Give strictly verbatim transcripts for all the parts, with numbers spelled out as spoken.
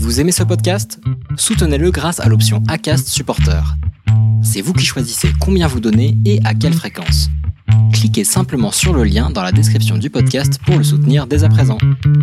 Vous aimez ce podcast ? Soutenez-le grâce à l'option Acast Supporter. C'est vous qui choisissez combien vous donnez et à quelle fréquence. Cliquez simplement sur le lien dans la description du podcast pour le soutenir dès à présent.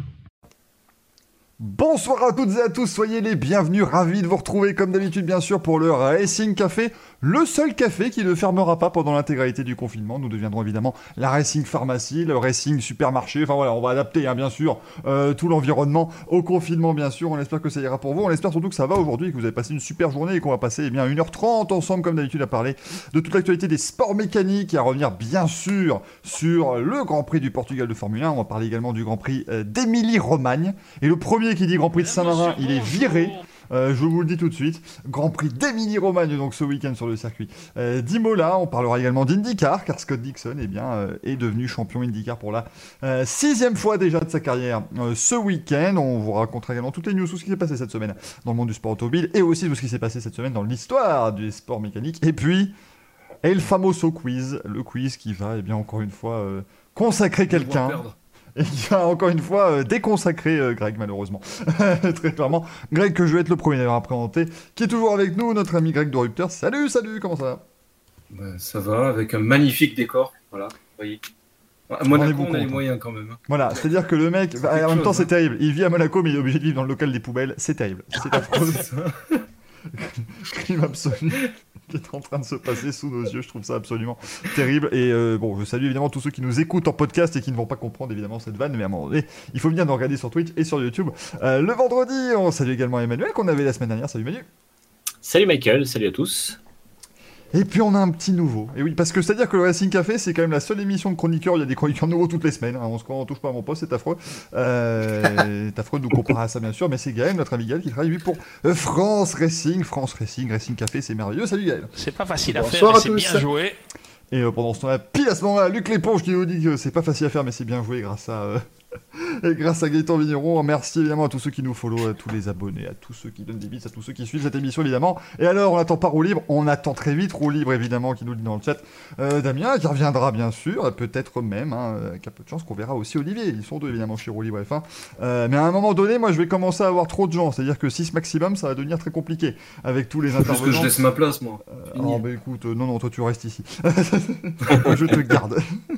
Bonsoir à toutes et à tous, soyez les bienvenus, ravis de vous retrouver comme d'habitude bien sûr pour le Racing Café, le seul café qui ne fermera pas pendant l'intégralité du confinement. Nous deviendrons évidemment la Racing Pharmacie, le Racing Supermarché, enfin voilà, on va adapter hein, bien sûr euh, tout l'environnement au confinement bien sûr, on espère que ça ira pour vous, on espère surtout que ça va aujourd'hui, que vous avez passé une super journée et qu'on va passer eh bien une heure trente ensemble comme d'habitude à parler de toute l'actualité des sports mécaniques et à revenir bien sûr sur le Grand Prix du Portugal de Formule un, on va parler également du Grand Prix euh, d'Émilie-Romagne et le premier qui dit Grand Prix de Saint-Marin, il est viré. Euh, je vous le dis tout de suite, Grand Prix d'Émilie-Romagne donc ce week-end sur le circuit euh, d'Imola. On parlera également d'IndyCar car Scott Dixon eh bien, euh, est devenu champion IndyCar pour la euh, sixième fois déjà de sa carrière euh, ce week-end. On vous racontera également toutes les news, tout ce qui s'est passé cette semaine dans le monde du sport automobile et aussi tout ce qui s'est passé cette semaine dans l'histoire du sport mécanique. Et puis, El Famoso Quiz, le quiz qui va eh bien, encore une fois euh, consacrer quelqu'un. Et qui va encore une fois euh, déconsacrer euh, Greg malheureusement. Très clairement. Greg que je vais être le premier d'ailleurs à présenter, qui est toujours avec nous, notre ami Greg de Rupteur. Salut, salut, comment ça va ? Bah, ça va, avec un magnifique décor, voilà, vous voyez. À Monaco, on a les moyens quand même. Hein. Voilà, c'est-à-dire que le mec, bah, en même chose, temps c'est hein. terrible, il vit à Monaco mais il est obligé de vivre dans le local des poubelles, c'est terrible. C'est affreux. C'est ça. Crime absolu qui est en train de se passer sous nos yeux, je trouve ça absolument terrible et euh, bon je salue évidemment tous ceux qui nous écoutent en podcast et qui ne vont pas comprendre évidemment cette vanne, mais à un moment donné il faut bien nous regarder sur Twitch et sur YouTube euh, le vendredi. On salue également Emmanuel qu'on avait la semaine dernière. Salut Manu. Salut Michael, salut à tous. Et puis on a un petit nouveau. Et oui, parce que c'est-à-dire que le Racing Café, c'est quand même la seule émission de chroniqueurs. Il y a des chroniqueurs nouveaux toutes les semaines. Hein. On se on touche pas à mon poste, c'est affreux. Euh, c'est affreux de nous comparer à ça, bien sûr. Mais c'est Gaël, notre ami Gaël, qui travaille lui pour France Racing. France Racing, Racing Café, c'est merveilleux. Salut Gaël. C'est pas facile à Bonsoir faire, mais c'est bien joué. Et euh, pendant ce temps-là, pile à ce moment-là, Luc Léponge qui nous dit que c'est pas facile à faire, mais c'est bien joué grâce à... Euh... Et grâce à Gaëtan Vigneron, merci évidemment à tous ceux qui nous follow, à tous les abonnés, à tous ceux qui donnent des bits, à tous ceux qui suivent cette émission évidemment. Et alors, on n'attend pas Roue Libre, on attend très vite Roue Libre évidemment qui nous le dit dans le chat. Euh, Damien qui reviendra bien sûr, peut-être même, hein, qu'il y a peu de chance qu'on verra aussi Olivier. Ils sont deux évidemment chez Roue Libre F un. Euh, mais à un moment donné, moi je vais commencer à avoir trop de gens, c'est-à-dire que six maximum, ça va devenir très compliqué avec tous les intervenants. Parce que je laisse ma place moi. Euh, oh bah écoute, euh, non non, toi tu restes ici. Je te garde.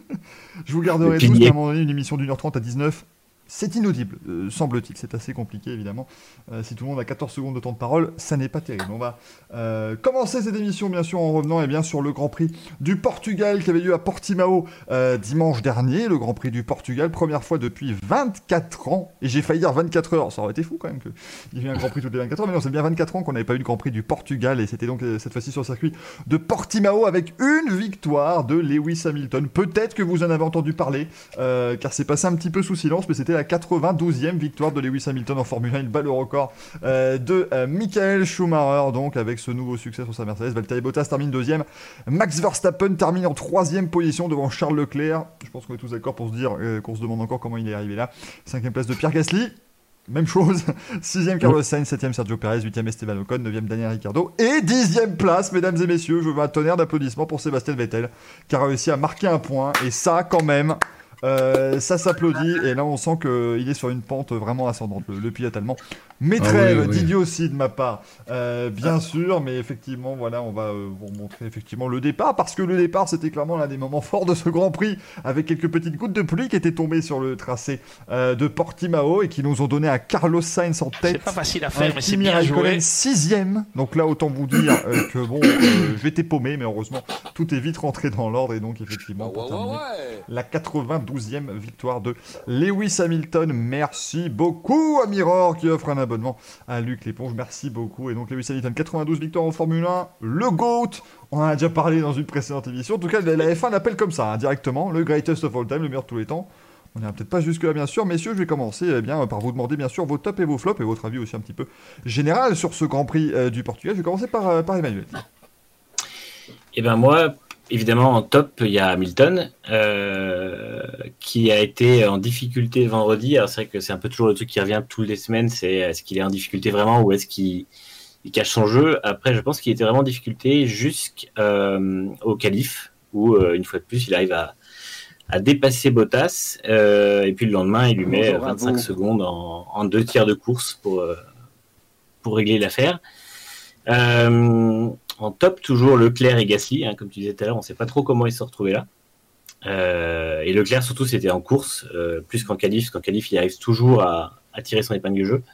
Je vous garderai tous, mais à un moment donné, une émission d'une heure trente à dix-neuf. C'est inaudible, euh, semble-t-il. C'est assez compliqué, évidemment. Euh, si tout le monde a quatorze secondes de temps de parole, ça n'est pas terrible. On va euh, commencer cette émission, bien sûr, en revenant eh bien, sur le Grand Prix du Portugal qui avait lieu à Portimao euh, dimanche dernier. Le Grand Prix du Portugal, première fois depuis vingt-quatre ans. Et j'ai failli dire vingt-quatre heures. Ça aurait été fou, quand même, qu'il y ait eu un Grand Prix toutes les vingt-quatre heures. Mais non, c'est bien vingt-quatre ans qu'on n'avait pas eu de Grand Prix du Portugal. Et c'était donc euh, cette fois-ci sur le circuit de Portimao avec une victoire de Lewis Hamilton. Peut-être que vous en avez entendu parler, euh, car c'est passé un petit peu sous silence, mais c'était la quatre-vingt-douzième victoire de Lewis Hamilton en Formule un, il bat le record euh, de euh, Michael Schumacher, donc avec ce nouveau succès sur sa Mercedes. Valtteri Bottas termine deuxième, Max Verstappen termine en troisième position devant Charles Leclerc. Je pense qu'on est tous d'accord pour se dire euh, qu'on se demande encore comment il est arrivé là. Cinquième place de Pierre Gasly. Même chose, sixième Carlos Sainz, septième Sergio Perez, huitième Esteban Ocon, neuvième Daniel Ricciardo et dixième place, mesdames et messieurs, je veux un tonnerre d'applaudissements pour Sébastien Vettel qui a réussi à marquer un point et ça quand même... Euh, ça s'applaudit et là on sent qu'il est sur une pente vraiment ascendante, le, le pilote allemand. Mes trêves ah oui, oui. d'idiotie de ma part, euh, bien sûr, mais effectivement voilà, on va euh, vous montrer effectivement le départ, parce que le départ c'était clairement l'un des moments forts de ce Grand Prix, avec quelques petites gouttes de pluie qui étaient tombées sur le tracé euh, de Portimao et qui nous ont donné à Carlos Sainz en tête. C'est pas facile à faire, mais c'est bien joué. Sixième, donc là autant vous dire euh, que bon, euh, je vais t'ai paumé, mais heureusement tout est vite rentré dans l'ordre et donc effectivement pour terminer la quatre-vingt-douzième victoire de Lewis Hamilton. Merci beaucoup à Mirror qui offre un abonnement à Luc Léponge. Merci beaucoup. Et donc Lewis Hamilton, quatre-vingt-douze victoires en Formule un, le GOAT. On en a déjà parlé dans une précédente émission. En tout cas, la F un l'appelle comme ça, hein, directement, le greatest of all time, le meilleur de tous les temps. On n'ira peut-être pas jusque-là, bien sûr. Messieurs, je vais commencer eh bien, par vous demander, bien sûr, vos tops et vos flops et votre avis aussi un petit peu général sur ce Grand Prix euh, du Portugal. Je vais commencer par, euh, par Emmanuel. Eh bien, moi, évidemment, en top, il y a Hamilton, euh, qui a été en difficulté vendredi. Alors, c'est vrai que c'est un peu toujours le truc qui revient toutes les semaines, c'est est-ce qu'il est en difficulté vraiment ou est-ce qu'il il cache son jeu. Après, je pense qu'il était vraiment en difficulté jusqu'au euh, qualif, où, euh, une fois de plus, il arrive à, à dépasser Bottas. Euh, et puis, le lendemain, il lui met Bonjour vingt-cinq secondes en, en deux tiers de course pour... Euh, pour régler l'affaire. Euh, en top, toujours Leclerc et Gasly, hein, comme tu disais tout à l'heure, on ne sait pas trop comment ils se sont retrouvés là. Euh, et Leclerc, surtout, c'était en course, euh, plus qu'en qualif, parce qu'en qualif, il arrive toujours à, à tirer son épingle du jeu.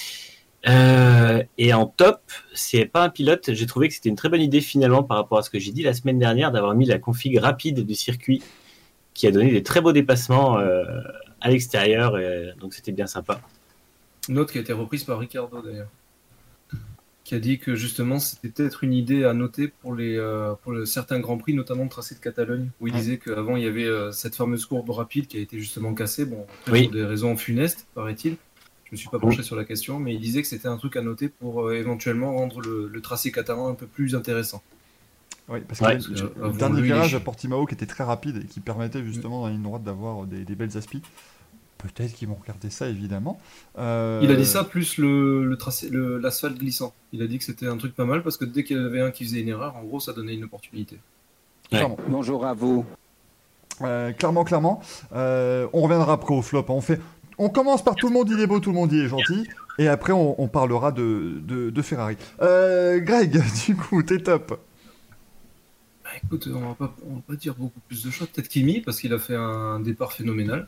Euh, et en top, c'est pas un pilote, j'ai trouvé que c'était une très bonne idée finalement par rapport à ce que j'ai dit la semaine dernière, d'avoir mis la config rapide du circuit qui a donné des très beaux dépassements euh, à l'extérieur, et, donc c'était bien sympa. Une autre qui a été reprise par Ricardo d'ailleurs, qui a dit que justement c'était peut-être une idée à noter pour, les, euh, pour le, certains grands prix, notamment le tracé de Catalogne, où il ouais. disait qu'avant il y avait euh, cette fameuse courbe rapide qui a été justement cassée, bon, oui. pour des raisons funestes, paraît-il. Je ne me suis pas penché oui. sur la question, mais il disait que c'était un truc à noter pour euh, éventuellement rendre le, le tracé catalan un peu plus intéressant. Oui, parce que ouais, le, le, le dernier virage à Portimao qui était très rapide et qui permettait justement dans la ligne droite d'avoir des, des belles aspis. Peut-être qu'ils vont regarder ça, évidemment. Euh... Il a dit ça, plus le, le tracé, le, l'asphalte glissant. Il a dit que c'était un truc pas mal, parce que dès qu'il y avait un qui faisait une erreur, en gros, ça donnait une opportunité. Ouais. Bonjour à vous. Euh, clairement, clairement. Euh, on reviendra après au flop. On, fait... on commence par tout le monde il est beau, tout le monde il est gentil. Et après, on, on parlera de, de, de Ferrari. Euh, Greg, du coup, t'es top. Bah, écoute, on va pas, on va pas dire beaucoup plus de choses. Peut-être Kimi, parce qu'il a fait un départ phénoménal.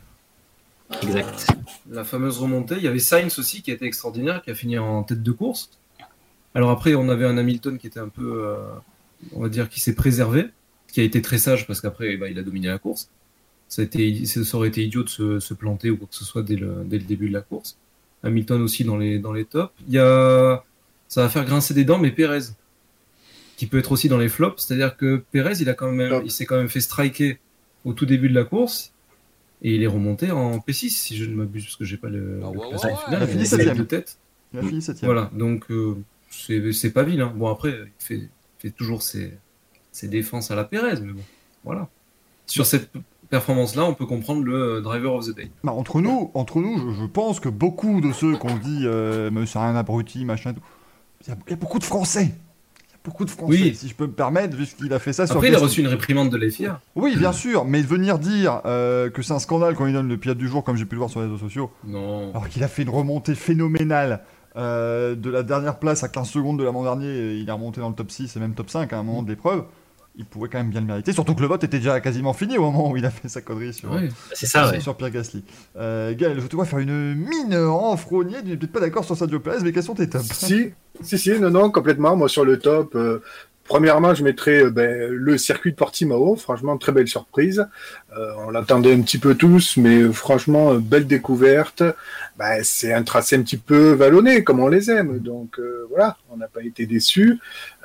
Exact. La fameuse remontée. Il y avait Sainz aussi qui était extraordinaire, qui a fini en tête de course. Alors après, on avait un Hamilton qui était un peu, euh, on va dire, qui s'est préservé, qui a été très sage parce qu'après, bah, il a dominé la course. Ça, a été, ça aurait été idiot de se, se planter ou quoi que ce soit dès le, dès le début de la course. Hamilton aussi dans les, dans les tops. Il y a, ça va faire grincer des dents, mais Pérez, qui peut être aussi dans les flops. C'est-à-dire que Pérez, il a quand même, il s'est quand même fait striker au tout début de la course. Et il est remonté en P six, si je ne m'abuse, parce que j'ai pas le, oh, le wow, classement wow, final. Il a fini septième. De tête. Il a fini septième. Voilà, donc euh, c'est, c'est pas vilain. Bon, après, il fait, fait toujours ses, ses défenses à la Pérez, mais bon, voilà. Sur cette performance-là, on peut comprendre le driver of the day. Bah, entre nous, entre nous je, je pense que beaucoup de ceux qu'on dit euh, « c'est un abruti, machin », il y, y a beaucoup de Français. Beaucoup de Français, oui. si je peux me permettre, vu qu'il a fait ça. Après, sur il a reçu une réprimande de l'F I A. Oui, bien sûr, mais venir dire euh, que c'est un scandale quand il donne le pilote du jour, comme j'ai pu le voir sur les réseaux sociaux, non. alors qu'il a fait une remontée phénoménale euh, de la dernière place à quinze secondes de l'avant-dernier, il est remonté dans le top six et même top cinq à un moment de l'épreuve. Il pouvait quand même bien le mériter, surtout que le vote était déjà quasiment fini au moment où il a fait sa connerie sur, oui. c'est ça, sur, ouais. sur Pierre Gasly. Euh, Gaël, je te vois faire une mine renfrognée, tu n'es peut-être pas d'accord sur Sergio Pérez, mais quels sont tes tops ? Si, si, si, non, non, complètement. Moi, sur le top, euh, premièrement, je mettrais euh, ben, le circuit de Portimao. Franchement, très belle surprise. Euh, on l'attendait un petit peu tous, mais euh, franchement, euh, belle découverte. Ben, c'est un tracé un petit peu vallonné, comme on les aime. Donc euh, voilà, on n'a pas été déçus.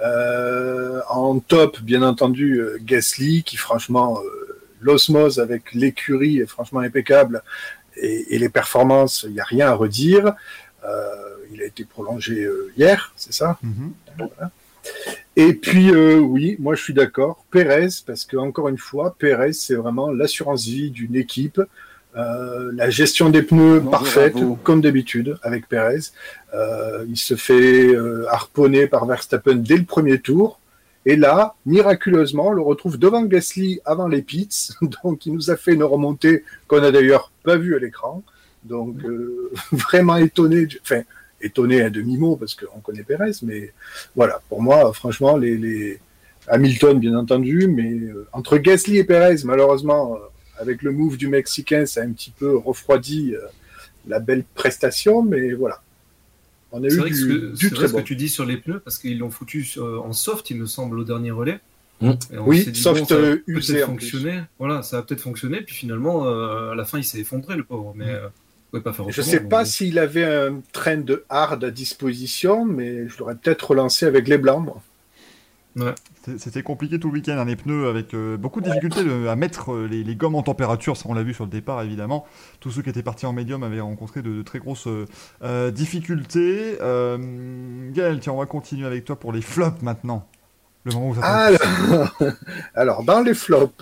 Euh, en top, bien entendu, euh, Gasly, qui franchement, euh, l'osmose avec l'écurie est franchement impeccable. Et, et les performances, il n'y a rien à redire. Euh, il a été prolongé euh, hier, c'est ça ? Mm-hmm. Voilà. Et puis, euh, oui, moi je suis d'accord, Pérez, parce que encore une fois, Pérez, c'est vraiment l'assurance vie d'une équipe. Euh, la gestion des pneus Bonjour parfaite, comme d'habitude, avec Pérez. Euh, il se fait euh, harponner par Verstappen dès le premier tour. Et là, miraculeusement, on le retrouve devant Gasly avant les pits. Donc, il nous a fait une remontée qu'on n'a d'ailleurs pas vue à l'écran. Donc, euh, vraiment étonné. Du... Enfin, étonné à demi-mot parce qu'on connaît Pérez. Mais voilà, pour moi, franchement, les, les... Hamilton, bien entendu. Mais euh, entre Gasly et Pérez, malheureusement... Euh, avec le move du Mexicain, ça a un petit peu refroidi euh, la belle prestation, mais voilà. On a c'est eu vrai du, que, du c'est très vrai bon. Ce que tu dis sur les pneus, parce qu'ils l'ont foutu sur, en soft, il me semble, au dernier relais. Mmh. Oui, dit, soft bon, ça euh, usé. Fonctionné. Voilà, ça a peut-être fonctionné, puis finalement, euh, à la fin, il s'est effondré, le pauvre. Mais euh, pouvait pas faire autrement. Je ne sais pas donc... s'il avait un trend hard à disposition, mais je l'aurais peut-être relancé avec les blancs, moi. Ouais. C'était compliqué tout le week-end, hein, les pneus avec euh, beaucoup de difficultés de, à mettre euh, les, les gommes en température, ça on l'a vu sur le départ évidemment. Tous ceux qui étaient partis en médium avaient rencontré de, de très grosses euh, difficultés. Euh, Gaël, tiens, on va continuer avec toi pour les flops maintenant. Le moment où ça alors, alors, dans les flops,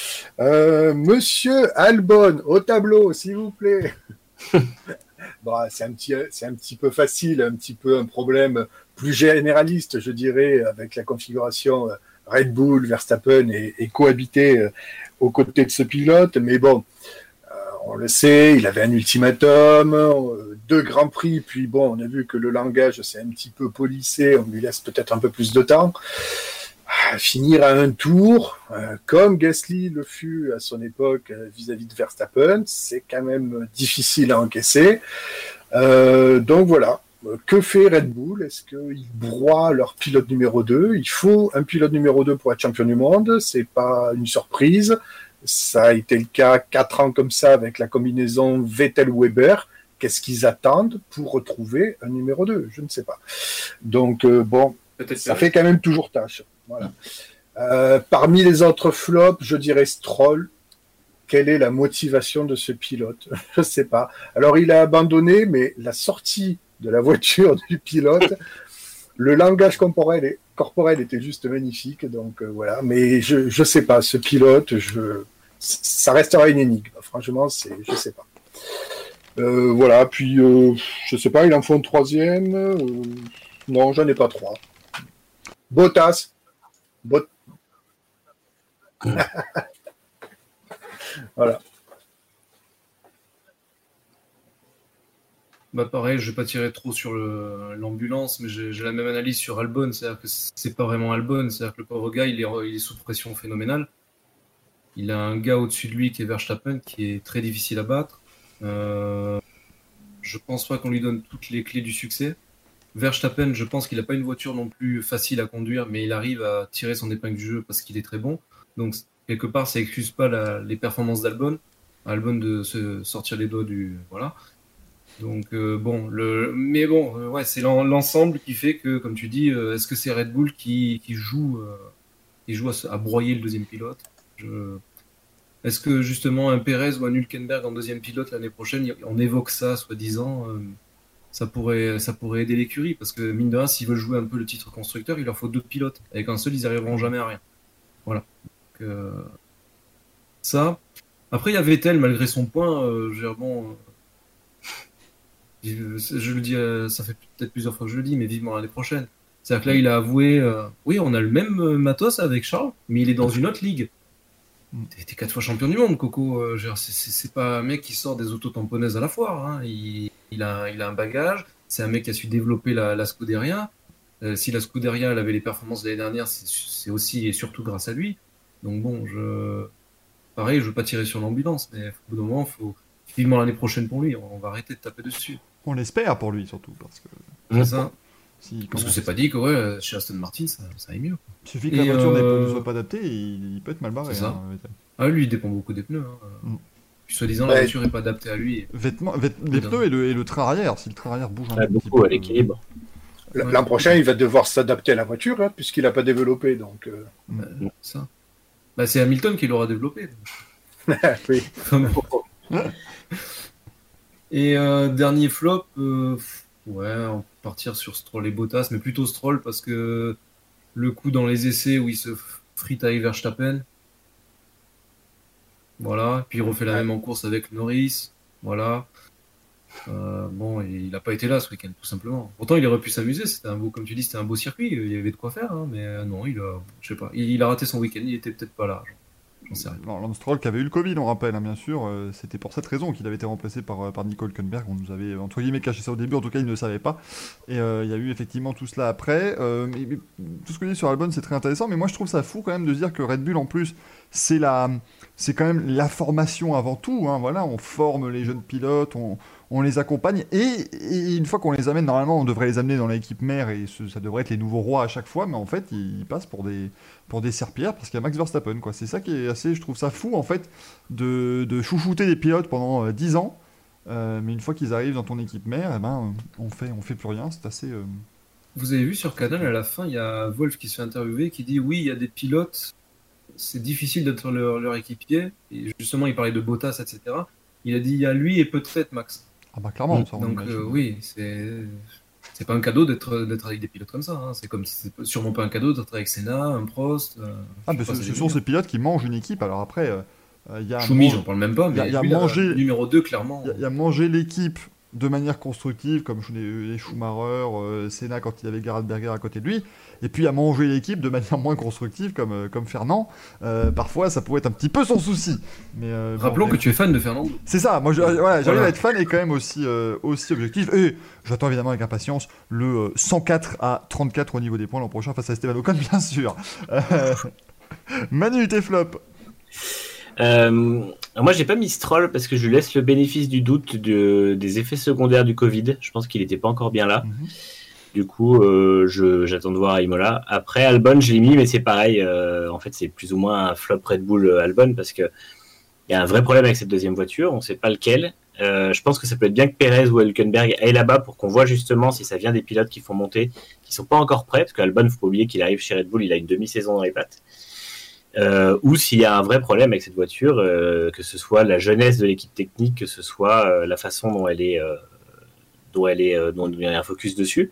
euh, Monsieur Albon au tableau, s'il vous plaît. Bon, c'est un petit, c'est un petit peu facile, un petit peu un problème plus généraliste, je dirais, avec la configuration Red Bull, Verstappen et, et cohabiter aux côtés de ce pilote. Mais bon, euh, on le sait, il avait un ultimatum, euh, deux grands prix, puis bon, on a vu que le langage s'est un petit peu polissé, on lui laisse peut-être un peu plus de temps. À finir à un tour, euh, comme Gasly le fut à son époque euh, vis-à-vis de Verstappen, c'est quand même difficile à encaisser. Euh, donc voilà. Que fait Red Bull? Est-ce qu'ils broient leur pilote numéro deux? Il faut un pilote numéro deux pour être champion du monde, c'est pas une surprise. Ça a été le cas quatre ans comme ça avec la combinaison Vettel-Weber. Qu'est-ce qu'ils attendent pour retrouver un numéro deux? Je ne sais pas. Donc euh, bon, peut-être ça fait quand même toujours tâche. Voilà. Euh, parmi les autres flops, je dirais Stroll. Quelle est la motivation de ce pilote? Je ne sais pas. Alors il a abandonné, mais la sortie de la voiture du pilote, le langage corporel, corporel était juste magnifique. Donc euh, voilà. Mais je ne sais pas. Ce pilote, je, ça restera une énigme. Franchement, c'est, je ne sais pas. Euh, voilà. Puis euh, je ne sais pas. Il en faut un troisième. Euh, non, j'en ai pas trois. Bottas. Bot... Voilà. Bah pareil, je vais pas tirer trop sur le, l'ambulance, mais j'ai, j'ai la même analyse sur Albon, c'est-à-dire que c'est pas vraiment Albon, c'est-à-dire que le pauvre gars, il est, il est sous pression phénoménale. Il a un gars au-dessus de lui qui est Verstappen, qui est très difficile à battre. Euh, je pense pas qu'on lui donne toutes les clés du succès. Verstappen, je pense qu'il a pas une voiture non plus facile à conduire, mais il arrive à tirer son épingle du jeu parce qu'il est très bon. Donc quelque part, ça excuse pas la, les performances d'Albon, Albon de se sortir les doigts du voilà. Donc euh, bon, le mais bon, euh, ouais, c'est l'en, l'ensemble qui fait que, comme tu dis, euh, est-ce que c'est Red Bull qui qui joue, euh, qui joue à, à broyer le deuxième pilote? Je... Est-ce que justement un Pérez ou un Hülkenberg en deuxième pilote l'année prochaine, on évoque ça, soi-disant, euh, ça pourrait ça pourrait aider l'écurie parce que mine de rien, s'ils veulent jouer un peu le titre constructeur, il leur faut deux pilotes. Avec un seul, ils arriveront jamais à rien. Voilà. Donc, euh, ça. Après, il y a Vettel, malgré son point, euh, je, bon, euh, je le dis, euh, ça fait peut-être plusieurs fois que je le dis, mais vivement l'année prochaine. C'est-à-dire que là, il a avoué, euh, oui, on a le même matos avec Charles, mais il est dans une autre ligue. T'es, t'es quatre fois champion du monde, Coco. Euh, genre, c'est, c'est, c'est pas un mec qui sort des auto-tamponnaises à la foire. Hein. Il, il, a, il a un bagage. C'est un mec qui a su développer la, la Scuderia. Euh, si la Scuderia elle avait les performances de l'année dernière, c'est, c'est aussi et surtout grâce à lui. Donc bon, je... pareil, je veux pas tirer sur l'ambulance, mais au bout d'un moment, il faut vivement l'année prochaine pour lui. On va arrêter de taper dessus. On l'espère pour lui, surtout. Parce que, c'est ça. Si, parce que c'est pas dit que ouais, chez Aston Martin, ça, ça aille mieux. Il suffit que et la voiture euh... ne soit pas adaptée, il, il peut être mal barré. C'est ça. Hein, ah, lui, il dépend beaucoup des pneus. Hein. Mm. Puis, soi-disant, ouais. La voiture n'est pas adaptée à lui. Vêtements, vêt... Les pneus et le, et le train arrière. Si le train arrière bouge un ouais, petit beaucoup peu. À l'équilibre. L'an ouais. prochain, il va devoir s'adapter à la voiture, hein, puisqu'il n'a pas développé. Donc, euh... euh, ça. Bah, c'est Hamilton qui l'aura développé. Oui. Et euh, dernier flop, euh, ouais, on peut partir sur Stroll et Bottas, mais plutôt Stroll parce que le coup dans les essais où il se frite avec Verstappen, voilà, puis il refait la même en course avec Norris, voilà. Euh, bon, il n'a pas été là ce week-end, tout simplement. Pourtant, il aurait pu s'amuser, c'était un beau, comme tu dis, c'était un beau circuit, il y avait de quoi faire, hein, mais non, il a, je sais pas, il, il a raté son week-end, il était peut-être pas là. J'en sais rien. Non, Lance Stroll qui avait eu le Covid, on rappelle, hein, bien sûr, euh, c'était pour cette raison qu'il avait été remplacé par, par Nico Hülkenberg. On nous avait entre guillemets caché ça au début, en tout cas il ne le savait pas. Et euh, il y a eu effectivement tout cela après. Euh, mais, mais, tout ce que dit sur Albon, c'est très intéressant, mais moi je trouve ça fou quand même de se dire que Red Bull en plus, c'est la, c'est quand même la formation avant tout. Hein, voilà, on forme les jeunes pilotes, on, on les accompagne et, et une fois qu'on les amène, normalement on devrait les amener dans l'équipe mère et ce, ça devrait être les nouveaux rois à chaque fois, mais en fait ils passent pour des pour des serpillères parce qu'il y a Max Verstappen, quoi. C'est ça qui est assez, je trouve ça fou en fait de, de chouchouter des pilotes pendant euh, dix ans, euh, mais une fois qu'ils arrivent dans ton équipe mère, eh ben on fait on fait plus rien. C'est assez. Euh... Vous avez vu sur Canal à la fin, il y a Wolf qui se fait interviewer qui dit oui, il y a des pilotes, c'est difficile d'être leur, leur équipier et justement il parlait de Bottas, et cetera. Il a dit il y a lui et peut-être Max. Ah bah clairement. Donc, ça, donc euh, oui, c'est c'est pas un cadeau d'être d'être avec des pilotes comme ça. Hein. C'est comme c'est sûrement pas un cadeau d'être avec Senna, un Prost. Euh, ah mais ce, ce sont ces pilotes qui mangent une équipe. Alors après, il euh, y a Schumi, j'en parle même pas. Mais il y a, lui, y a mangé numéro deux clairement. Il y, y a mangé l'équipe de manière constructive, comme les, les Schumacher, euh, Senna quand il avait Gerhard Berger à côté de lui, et puis à manger l'équipe de manière moins constructive, comme, euh, comme Fernand. Euh, parfois, ça pouvait être un petit peu son souci. Mais, euh, Rappelons bon, que mais... tu es fan de Fernando. C'est ça, moi je, voilà, j'arrive Voilà. à être fan et quand même aussi, euh, aussi objectif. Et j'attends évidemment avec impatience le euh, cent quatre à trente-quatre au niveau des points l'an prochain face à Esteban Ocon, bien sûr. Euh, Manu, tes flops. Euh, moi, j'ai pas mis Stroll parce que je lui laisse le bénéfice du doute de, des effets secondaires du Covid. Je pense qu'il n'était pas encore bien là. Mm-hmm. Du coup, euh, je, j'attends de voir à Imola. Après, Albon, je l'ai mis, mais c'est pareil. Euh, en fait, c'est plus ou moins un flop Red Bull euh, Albon parce que il y a un vrai problème avec cette deuxième voiture. On ne sait pas lequel. Euh, je pense que ça peut être bien que Perez ou Hülkenberg aillent là-bas pour qu'on voit justement si ça vient des pilotes qui font monter, qui sont pas encore prêts, parce qu'Albon, faut pas oublier qu'il arrive chez Red Bull, il a une demi-saison dans les pattes. Euh, ou s'il y a un vrai problème avec cette voiture, euh, que ce soit la jeunesse de l'équipe technique, que ce soit euh, la façon dont elle est, euh, dont elle est, euh, dont il y a un focus dessus.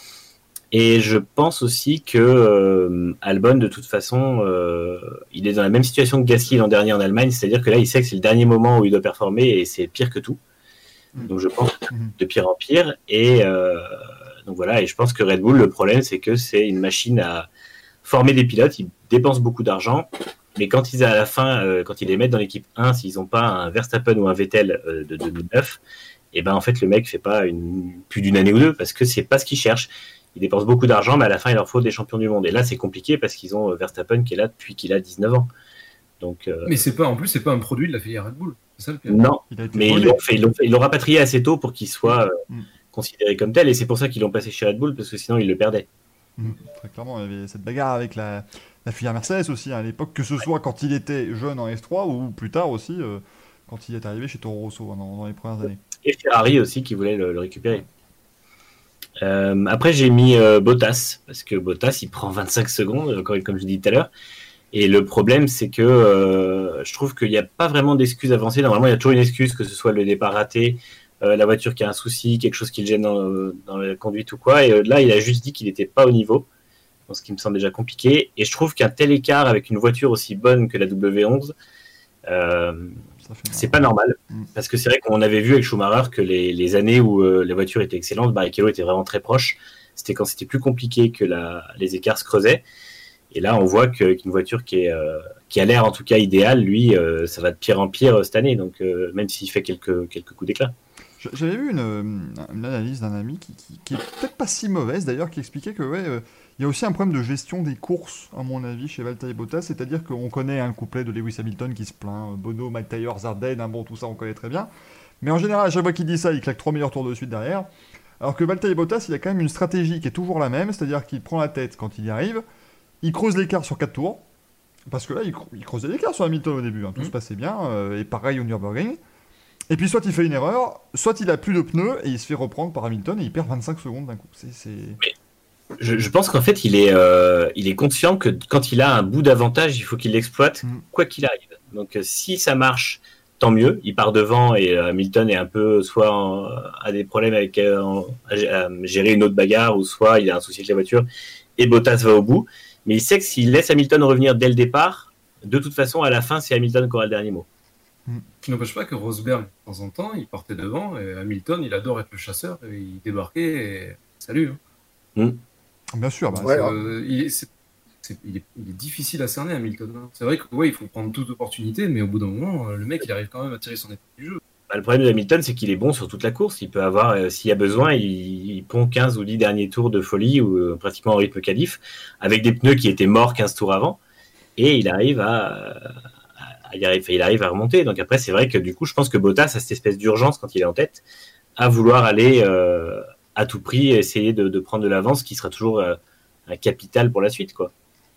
Et je pense aussi que euh, Albon, de toute façon, euh, il est dans la même situation que Gasly l'an dernier en Allemagne, c'est-à-dire que là, il sait que c'est le dernier moment où il doit performer et c'est pire que tout. Donc je pense de pire en pire. Et euh, donc voilà. Et je pense que Red Bull, le problème, c'est que c'est une machine à former des pilotes. Ils dépensent beaucoup d'argent, mais quand ils à la fin, euh, quand ils les mettent dans l'équipe un, s'ils n'ont pas un Verstappen ou un Vettel euh, de deux mille neuf, et ben en fait le mec fait pas une, plus d'une année ou deux parce que c'est pas ce qu'ils cherchent. Ils dépensent beaucoup d'argent, mais à la fin il leur faut des champions du monde. Et là c'est compliqué parce qu'ils ont Verstappen qui est là depuis qu'il a dix-neuf ans. Donc, euh... mais c'est pas, en plus c'est pas un produit de la filière Red Bull. C'est ça le pire. Non, mais ils l'ont, fait, ils, l'ont fait, ils l'ont rapatrié assez tôt pour qu'il soit euh, mm. considéré comme tel, et c'est pour ça qu'ils l'ont passé chez Red Bull parce que sinon ils le perdaient. Mmh, très clairement, il y avait cette bagarre avec la, la filière Mercedes aussi hein, à l'époque, que ce soit quand il était jeune en F trois ou plus tard aussi euh, quand il est arrivé chez Toro Rosso hein, dans, dans les premières années. Et Ferrari aussi qui voulait le, le récupérer. Euh, après j'ai mis euh, Bottas parce que Bottas il prend vingt-cinq secondes encore comme je l'ai dit tout à l'heure, et le problème c'est que euh, je trouve qu'il n'y a pas vraiment d'excuses avancées. Normalement il y a toujours une excuse, que ce soit le départ raté, Euh, la voiture qui a un souci, quelque chose qui le gêne dans, dans la conduite ou quoi, et euh, là il a juste dit qu'il n'était pas au niveau, ce qui me semble déjà compliqué, et je trouve qu'un tel écart avec une voiture aussi bonne que la W onze, euh, c'est pas normal, mmh. parce que c'est vrai qu'on avait vu avec Schumacher que les, les années où euh, les voitures étaient excellentes, Barrichello était vraiment très proche, c'était quand c'était plus compliqué que la, les écarts se creusaient, et là on voit que, qu'une voiture qui, est, euh, qui a l'air en tout cas idéale, lui, euh, ça va de pire en pire euh, cette année, donc euh, même s'il fait quelques, quelques coups d'éclat. J'avais vu une, une analyse d'un ami qui, qui, qui est peut-être pas si mauvaise d'ailleurs, qui expliquait que ouais, euh, il y a aussi un problème de gestion des courses, à mon avis, chez Valtteri Bottas, c'est-à-dire qu'on connaît un couplet de Lewis Hamilton qui se plaint, Bono, Mike Tyler, Zarden, hein, bon tout ça on connaît très bien, mais en général à chaque fois qu'il dit ça, il claque trois meilleurs tours de suite derrière, alors que Valtteri Bottas il a quand même une stratégie qui est toujours la même, c'est-à-dire qu'il prend la tête quand il y arrive, il creuse l'écart sur quatre tours, parce que là il, il creusait l'écart sur Hamilton au début, hein, tout mmh. se passait bien, euh, et pareil au Nürburgring. Et puis soit il fait une erreur, soit il a plus de pneus et il se fait reprendre par Hamilton et il perd vingt-cinq secondes d'un coup. C'est, c'est... Je, je pense qu'en fait il est, euh, il est conscient que quand il a un bout d'avantage, il faut qu'il l'exploite mm. quoi qu'il arrive. Donc euh, si ça marche, tant mieux. Il part devant et euh, Hamilton est un peu soit en, a des problèmes avec euh, en, à, à gérer une autre bagarre, ou soit il a un souci avec la voiture et Bottas va au bout. Mais il sait que s'il laisse Hamilton revenir dès le départ, de toute façon à la fin c'est Hamilton qui aura le dernier mot. Qui n'empêche pas que Rosberg, de temps en temps, il partait devant, et Hamilton, il adore être le chasseur, et il débarquait, et salut. Hein. Mm. Bien sûr. Bah, ouais, euh, il, est, c'est, c'est, il, est, il est difficile à cerner, Hamilton. Hein. C'est vrai qu'il ouais, faut prendre toute opportunité, mais au bout d'un moment, le mec, il arrive quand même à tirer son épée du jeu. Bah, le problème de Hamilton, c'est qu'il est bon sur toute la course. Il peut avoir, euh, s'il y a besoin, il, il pond quinze ou dix derniers tours de folie, ou euh, pratiquement en rythme qualif, avec des pneus qui étaient morts quinze tours avant, et il arrive à... Euh, Il arrive, il arrive à remonter. Donc après, c'est vrai que du coup, je pense que Bottas a cette espèce d'urgence quand il est en tête, à vouloir aller euh, à tout prix essayer de, de prendre de l'avance, qui sera toujours euh, un capital pour la suite, quoi.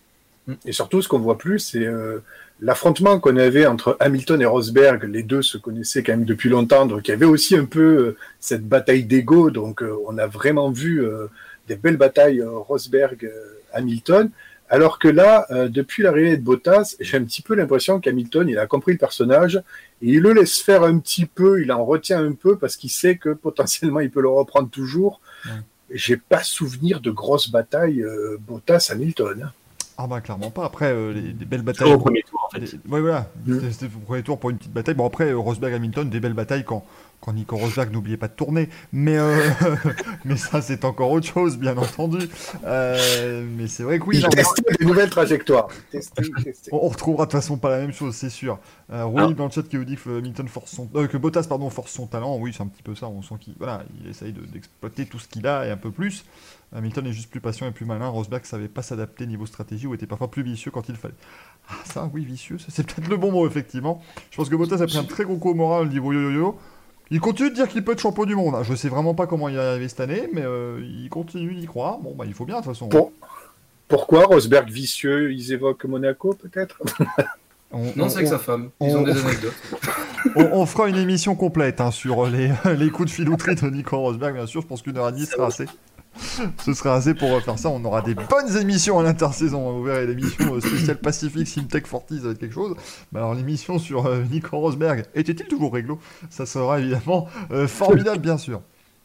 Et surtout, ce qu'on voit plus, c'est euh, l'affrontement qu'on avait entre Hamilton et Rosberg. Les deux se connaissaient quand même depuis longtemps, donc il y avait aussi un peu euh, cette bataille d'ego. Donc euh, on a vraiment vu euh, des belles batailles euh, Rosberg-Hamilton. Alors que là, euh, depuis l'arrivée de Bottas, j'ai un petit peu l'impression qu'Hamilton, il a compris le personnage et il le laisse faire un petit peu, il en retient un peu parce qu'il sait que potentiellement il peut le reprendre toujours. Ouais. J'ai pas souvenir de grosses batailles euh, Bottas-Hamilton. Ah bah clairement pas. Après, euh, les, les belles batailles... Au premier tour, en fait. Les... Ouais, voilà. Mmh. C'était, c'était au premier tour pour une petite bataille. Bon, après, Rosberg-Hamilton, des belles batailles quand, quand Nico Rosberg n'oubliait pas de tourner, mais, euh, mais ça c'est encore autre chose, bien entendu. Euh, mais c'est vrai que oui. Il testait des nouvelles trajectoires. Testé, testé. On, on retrouvera de toute façon pas la même chose, c'est sûr. Euh, Rolly dans le chat qui vous dit que Hamilton force son, euh, que Bottas pardon force son talent. Oui, c'est un petit peu ça. On sent qu'il voilà, il essaye de, d'exploiter tout ce qu'il a et un peu plus. Hamilton est juste plus patient et plus malin. Rosberg savait pas s'adapter niveau stratégie ou était parfois plus vicieux quand il fallait. Ah ça, oui, vicieux, ça, c'est peut-être le bon mot effectivement. Je pense que Bottas a pris un très gros coup au moral au niveau yo-yo-yo. Il continue de dire qu'il peut être champion du monde. Je sais vraiment pas comment il est arrivé cette année, mais euh, il continue d'y croire. Bon, bah il faut bien de toute façon. Pour... Pourquoi Rosberg vicieux? Ils évoquent Monaco peut-être? on, Non, c'est avec sa femme. Ils on, ont des anecdotes. on, on fera une émission complète hein, sur les, les coups de filouterie de Nico Rosberg, bien sûr. Je pense qu'une heure et demie sera assez. Ce sera assez pour faire ça. On aura des bonnes émissions à l'intersaison. Vous verrez l'émission spéciale Pacific Simtech Fortis, ça va être quelque chose. Bah alors l'émission sur euh, Nico Rosberg, était-il toujours réglo? Ça sera évidemment euh, formidable, bien sûr.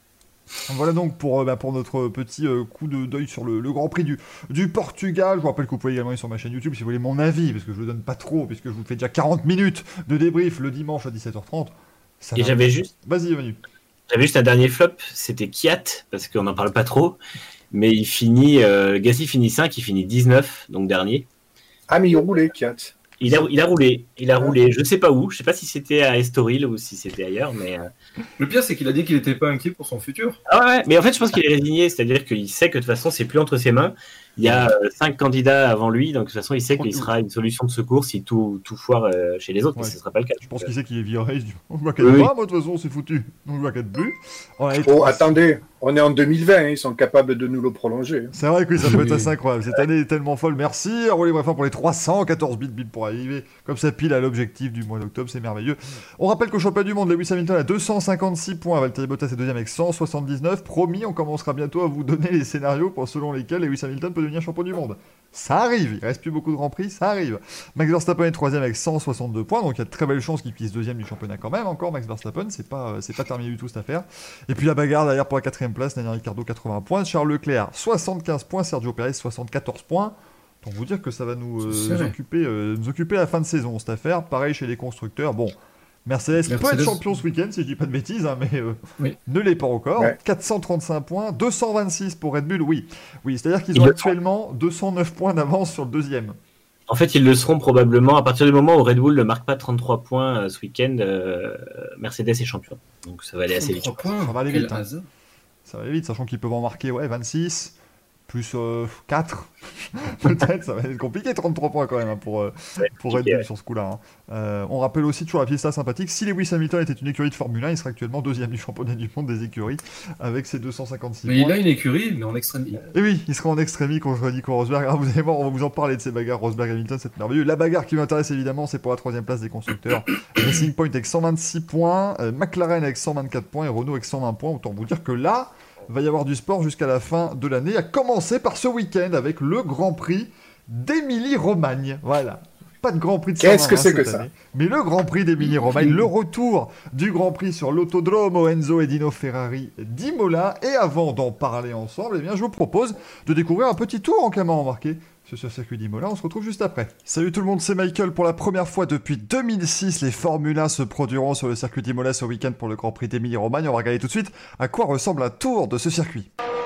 Voilà donc pour, euh, bah, pour notre petit euh, coup de d'œil sur le, le Grand Prix du, du Portugal. Je vous rappelle que vous pouvez également aller sur ma chaîne YouTube si vous voulez mon avis, parce que je ne le donne pas trop, puisque je vous fais déjà quarante minutes de débrief le dimanche à dix-sept heures trente. Ça Et j'avais juste... Vas-y, Manu. J'avais juste un dernier flop, c'était Kiat, parce qu'on n'en parle pas trop, mais il finit, euh, Gasly finit cinq, il finit dix-neuf, donc dernier. Ah mais il roulait, Kiat. Il a, il a roulé, il a roulé, je sais pas où, je sais pas si c'était à Estoril ou si c'était ailleurs, mais... Euh... Le pire, c'est qu'il a dit qu'il n'était pas inquiet pour son futur. Ah ouais, mais en fait, je pense qu'il est résigné, c'est-à-dire qu'il sait que de toute façon, c'est plus entre ses mains. Il y a euh, cinq candidats avant lui, donc de toute façon, il sait qu'il sera une solution de secours si tout, tout foire euh, chez les autres, ouais. Mais ce ne sera pas le cas. Je pense qu'il sait qu'il est viré, il se dit, on ne voit qu'à oui. pas, moi de toute façon, c'est foutu. On ne voit qu'à plus. Oh, attendez, on est en deux mille vingt, hein, ils sont capables de nous le prolonger. C'est vrai que oui, ça peut être assez incroyable. Cette année est tellement folle. Merci à Rolly Brefin pour les trois cent quatorze bits bits pour arriver comme ça pile à l'objectif du mois d'octobre, c'est merveilleux. On rappelle qu'au championnat du monde, Lewis Hamilton a deux cent cinquante-six points, Valtteri Bottas est deuxième avec cent soixante-dix-neuf. Promis, on commencera bientôt à vous donner les scénarios pour selon lesquels Lewis Hamilton peut devenir champion du monde. Ça arrive, il reste plus beaucoup de Grands Prix, ça arrive. Max Verstappen est troisième avec cent soixante-deux points, donc il y a de très belles chances qu'il puisse deuxième du championnat quand même. Encore Max Verstappen, c'est pas, c'est pas terminé du tout cette affaire. Et puis la bagarre derrière pour la quatrième place, Daniel Ricciardo quatre-vingts points, Charles Leclerc soixante-quinze points, Sergio Perez soixante-quatorze points. Donc vous dire que ça va nous, euh, nous, occuper, euh, nous occuper à la fin de saison cette affaire. Pareil chez les constructeurs. Bon, Mercedes, Mercedes peut être champion ce week-end si je dis pas de bêtises, hein, mais euh, oui. ne l'est pas encore. Ouais. quatre cent trente-cinq points, deux cent vingt-six pour Red Bull, oui. Oui, c'est-à-dire qu'ils ont actuellement deux cent neuf points d'avance sur le deuxième. En fait, ils le seront probablement à partir du moment où Red Bull ne marque pas trente-trois points euh, ce week-end. Euh, Mercedes est champion. Donc ça va aller assez vite. Points, ça va aller vite. Hein. Ça va aller vite, sachant qu'ils peuvent en marquer ouais, vingt-six. Plus euh, quatre, peut-être, ça va être compliqué, trente-trois points quand même hein, pour, euh, pour Red Bull ouais. sur ce coup-là. Hein. Euh, on rappelle aussi toujours la pista sympathique, si Lewis Hamilton était une écurie de Formule un, il serait actuellement deuxième du championnat du monde des écuries, avec ses deux cent cinquante-six mais points. Mais il a une écurie, mais en extrémie. Et oui, il sera en extrémie quand je Nico Rosberg. Ah, vous allez voir, on va vous en parler de ces bagarres Rosberg-Hamilton, c'est merveilleux. La bagarre qui m'intéresse évidemment, c'est pour la troisième place des constructeurs. Racing Point avec cent vingt-six points, euh, McLaren avec cent vingt-quatre points et Renault avec cent vingt points. Autant vous dire que là... va y avoir du sport jusqu'à la fin de l'année, à commencer par ce week-end avec le Grand Prix d'Émilie-Romagne. Voilà. Pas de Grand Prix de Qu'est-ce que c'est que année, ça mais le Grand Prix d'Émilie-Romagne, le retour du Grand Prix sur l'Autodromo Enzo et Dino Ferrari d'Imola. Et avant d'en parler ensemble, eh bien, je vous propose de découvrir un petit tour en caméra embarqué sur le circuit d'Imola. On se retrouve juste après. Salut tout le monde, c'est Michael. Pour la première fois depuis deux mille six, les Formule un se produiront sur le circuit d'Imola ce week-end pour le Grand Prix d'Émilie-Romagne. On va regarder tout de suite à quoi ressemble un tour de ce circuit.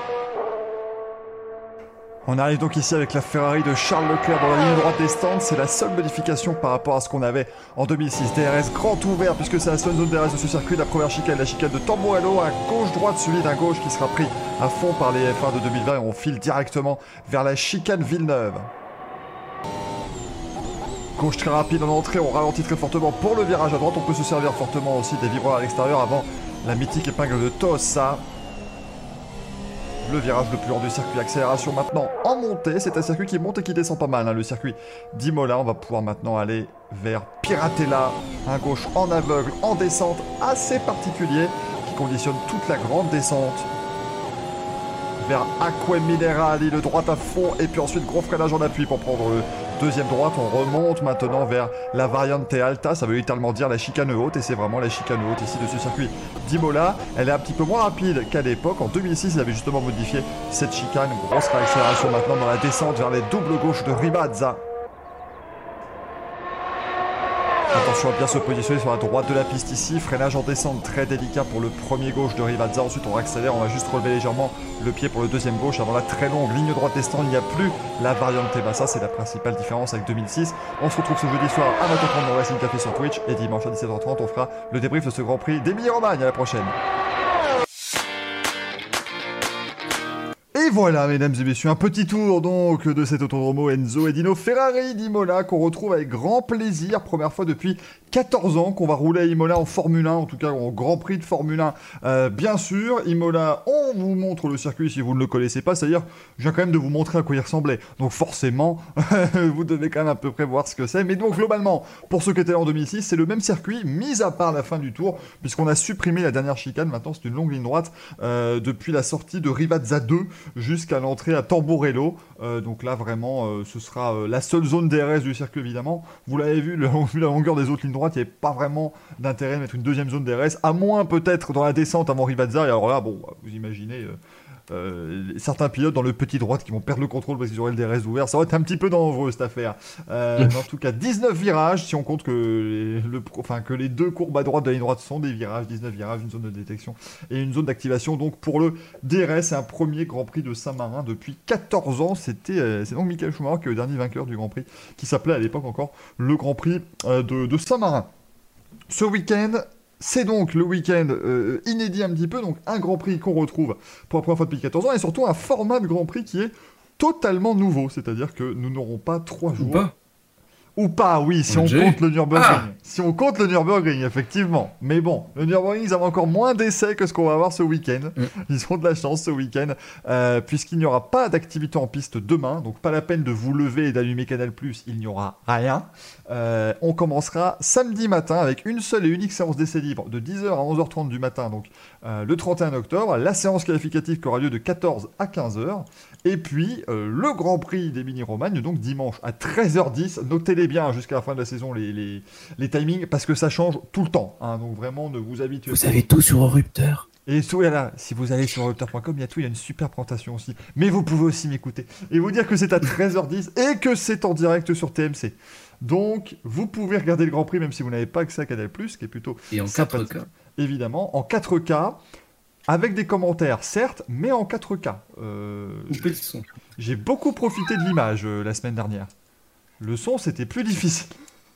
On arrive donc ici avec la Ferrari de Charles Leclerc dans la ligne droite des stands. C'est la seule modification par rapport à ce qu'on avait en deux mille six. D R S grand ouvert puisque c'est la seule zone D R S de ce circuit. La première chicane, la chicane de Tamburello à gauche-droite suivi d'un gauche qui sera pris à fond par les F un de deux mille vingt et on file directement vers la chicane Villeneuve. Gauche très rapide en entrée, on ralentit très fortement pour le virage à droite. On peut se servir fortement aussi des vibreurs à l'extérieur avant la mythique épingle de Tosa. Le virage le plus lent du circuit, accélération maintenant en montée. C'est un circuit qui monte et qui descend pas mal, hein, le circuit d'Imola. On va pouvoir maintenant aller vers Piratella, un gauche en aveugle, en descente assez particulier, qui conditionne toute la grande descente. Vers Acque Minerali, le droite à fond, et puis ensuite gros freinage en appui pour prendre le deuxième droite. On remonte maintenant vers la Variante Alta, ça veut littéralement dire la chicane haute, et c'est vraiment la chicane haute ici de ce circuit d'Imola. Elle est un petit peu moins rapide qu'à l'époque. En deux mille six, ils avaient justement modifié cette chicane. Grosse réaccélération maintenant dans la descente vers les doubles gauches de Ribazza. Attention à bien se positionner sur la droite de la piste ici. Freinage en descente très délicat pour le premier gauche de Rivazza. Ensuite on accélère, on va juste relever légèrement le pied pour le deuxième gauche avant la très longue ligne droite des stands. Il n'y a plus la variante Bassa, c'est la principale différence avec deux mille six. On se retrouve ce jeudi soir à vingt heures trente dans Racing Café sur Twitch et dimanche à dix-sept heures trente on fera le débrief de ce Grand Prix d'Émilie-Romagne. À la prochaine. Et voilà, mesdames et messieurs, un petit tour donc de cet autodromo Enzo et Dino Ferrari d'Imola qu'on retrouve avec grand plaisir. Première fois depuis quatorze ans qu'on va rouler à Imola en Formule un, en tout cas en Grand Prix de Formule un. Euh, bien sûr, Imola, on vous montre le circuit si vous ne le connaissez pas, c'est-à-dire je viens quand même de vous montrer à quoi il ressemblait. Donc forcément, vous devez quand même à peu près voir ce que c'est. Mais donc globalement, pour ceux qui étaient là en deux mille six, c'est le même circuit, mis à part la fin du tour, puisqu'on a supprimé la dernière chicane. Maintenant, c'est une longue ligne droite euh, depuis la sortie de Rivazza deux jusqu'à l'entrée à Tamburello. Euh, donc là, vraiment, euh, ce sera euh, la seule zone D R S du circuit, évidemment. Vous l'avez vu, le, vu la longueur des autres lignes droites, il n'y avait pas vraiment d'intérêt de mettre une deuxième zone D R S, à moins peut-être dans la descente avant Rivazza. Et alors là, bon, vous imaginez... Euh, Euh, certains pilotes dans le petit droite qui vont perdre le contrôle parce qu'ils auraient le D R S ouvert, ça va être un petit peu dangereux cette affaire. Euh, en tout cas, dix-neuf virages, si on compte que les, le, enfin, que les deux courbes à droite de la ligne droite sont des virages, dix-neuf virages, une zone de détection et une zone d'activation. Donc pour le D R S, c'est un premier Grand Prix de Saint-Marin depuis quatorze ans. C'était, euh, c'est donc Michael Schumacher qui est le dernier vainqueur du Grand Prix, qui s'appelait à l'époque encore le Grand Prix euh, de, de Saint-Marin. Ce week-end, c'est donc le week-end euh, inédit un petit peu, donc un Grand Prix qu'on retrouve pour la première fois depuis quatorze ans, et surtout un format de Grand Prix qui est totalement nouveau, c'est-à-dire que nous n'aurons pas trois jours... Ou pas Ou pas, oui, si on J'ai... compte le Nürburgring. Ah si on compte le Nürburgring, effectivement. Mais bon, le Nürburgring, ils ont encore moins d'essais que ce qu'on va avoir ce week-end. Mm. Ils ont de la chance ce week-end, euh, puisqu'il n'y aura pas d'activité en piste demain, donc pas la peine de vous lever et d'allumer Canal plus, il n'y aura rien. Euh, on commencera samedi matin avec une seule et unique séance d'essais libres de dix heures à onze heures trente du matin, donc euh, le trente et un octobre, la séance qualificative qui aura lieu de quatorze à quinze heures, et puis euh, le Grand Prix d'Émilie-Romagne, donc dimanche à treize heures dix. Notez-les bien jusqu'à la fin de la saison les, les, les timings, parce que ça change tout le temps, hein, donc vraiment ne vous habituez vous pas. Vous avez tout sur Eurupteur. Et tout, là, si vous allez sur eurupteur point com, il y a tout, il y a une super présentation aussi. Mais vous pouvez aussi m'écouter et vous dire que c'est à treize heures dix et que c'est en direct sur T M C. Donc, vous pouvez regarder le Grand Prix même si vous n'avez pas accès à Canal plus, qui est plutôt... Et en quatre K. Évidemment, en quatre K, avec des commentaires, certes, mais en quatre K. Euh, Coupez le son. J'ai beaucoup profité de l'image euh, la semaine dernière. Le son, c'était plus difficile.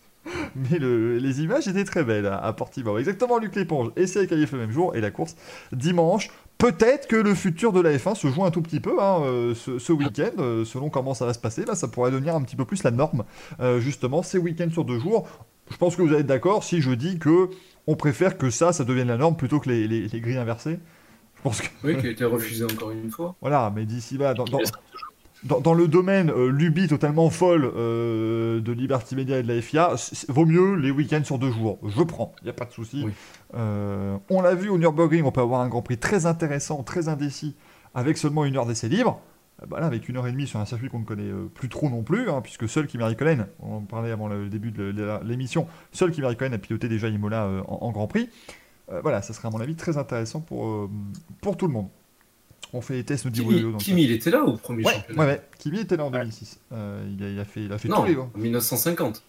Mais le, les images étaient très belles à, à Portimao. Exactement, Luc Léponge. Essai et qualif le même jour et la course dimanche. Peut-être que le futur de la F un se joue un tout petit peu hein, euh, ce, ce week-end, euh, selon comment ça va se passer. Là, ça pourrait devenir un petit peu plus la norme, euh, justement, ces week-ends sur deux jours. Je pense que vous allez être d'accord si je dis que on préfère que ça, ça devienne la norme plutôt que les, les, les grilles inversées. Je pense que... Oui, qui a été refusé encore une fois. Voilà, mais d'ici là, dans, dans, dans, dans le domaine euh, lubie totalement folle euh, de Liberty Media et de la F I A, vaut mieux les week-ends sur deux jours. Je prends, il n'y a pas de souci. Oui. Euh, on l'a vu au Nürburgring, on peut avoir un Grand Prix très intéressant, très indécis, avec seulement une heure d'essai libre. Bah là, avec une heure et demie sur un circuit qu'on ne connaît euh, plus trop non plus, hein, puisque seul Kimi Räikkönen, on en parlait avant le début de, de l'émission, seul Kimi Räikkönen a piloté déjà Imola euh, en, en Grand Prix. Euh, voilà, ça serait à mon avis très intéressant pour, euh, pour tout le monde. On fait les tests, nous dit Kimi, donc, Kimi il était là au premier ouais, championnat. Ouais, ouais, Kimi était là en deux mille six. Euh, il, a, il a fait, il a fait non, tous les gars. En dix-neuf cent cinquante.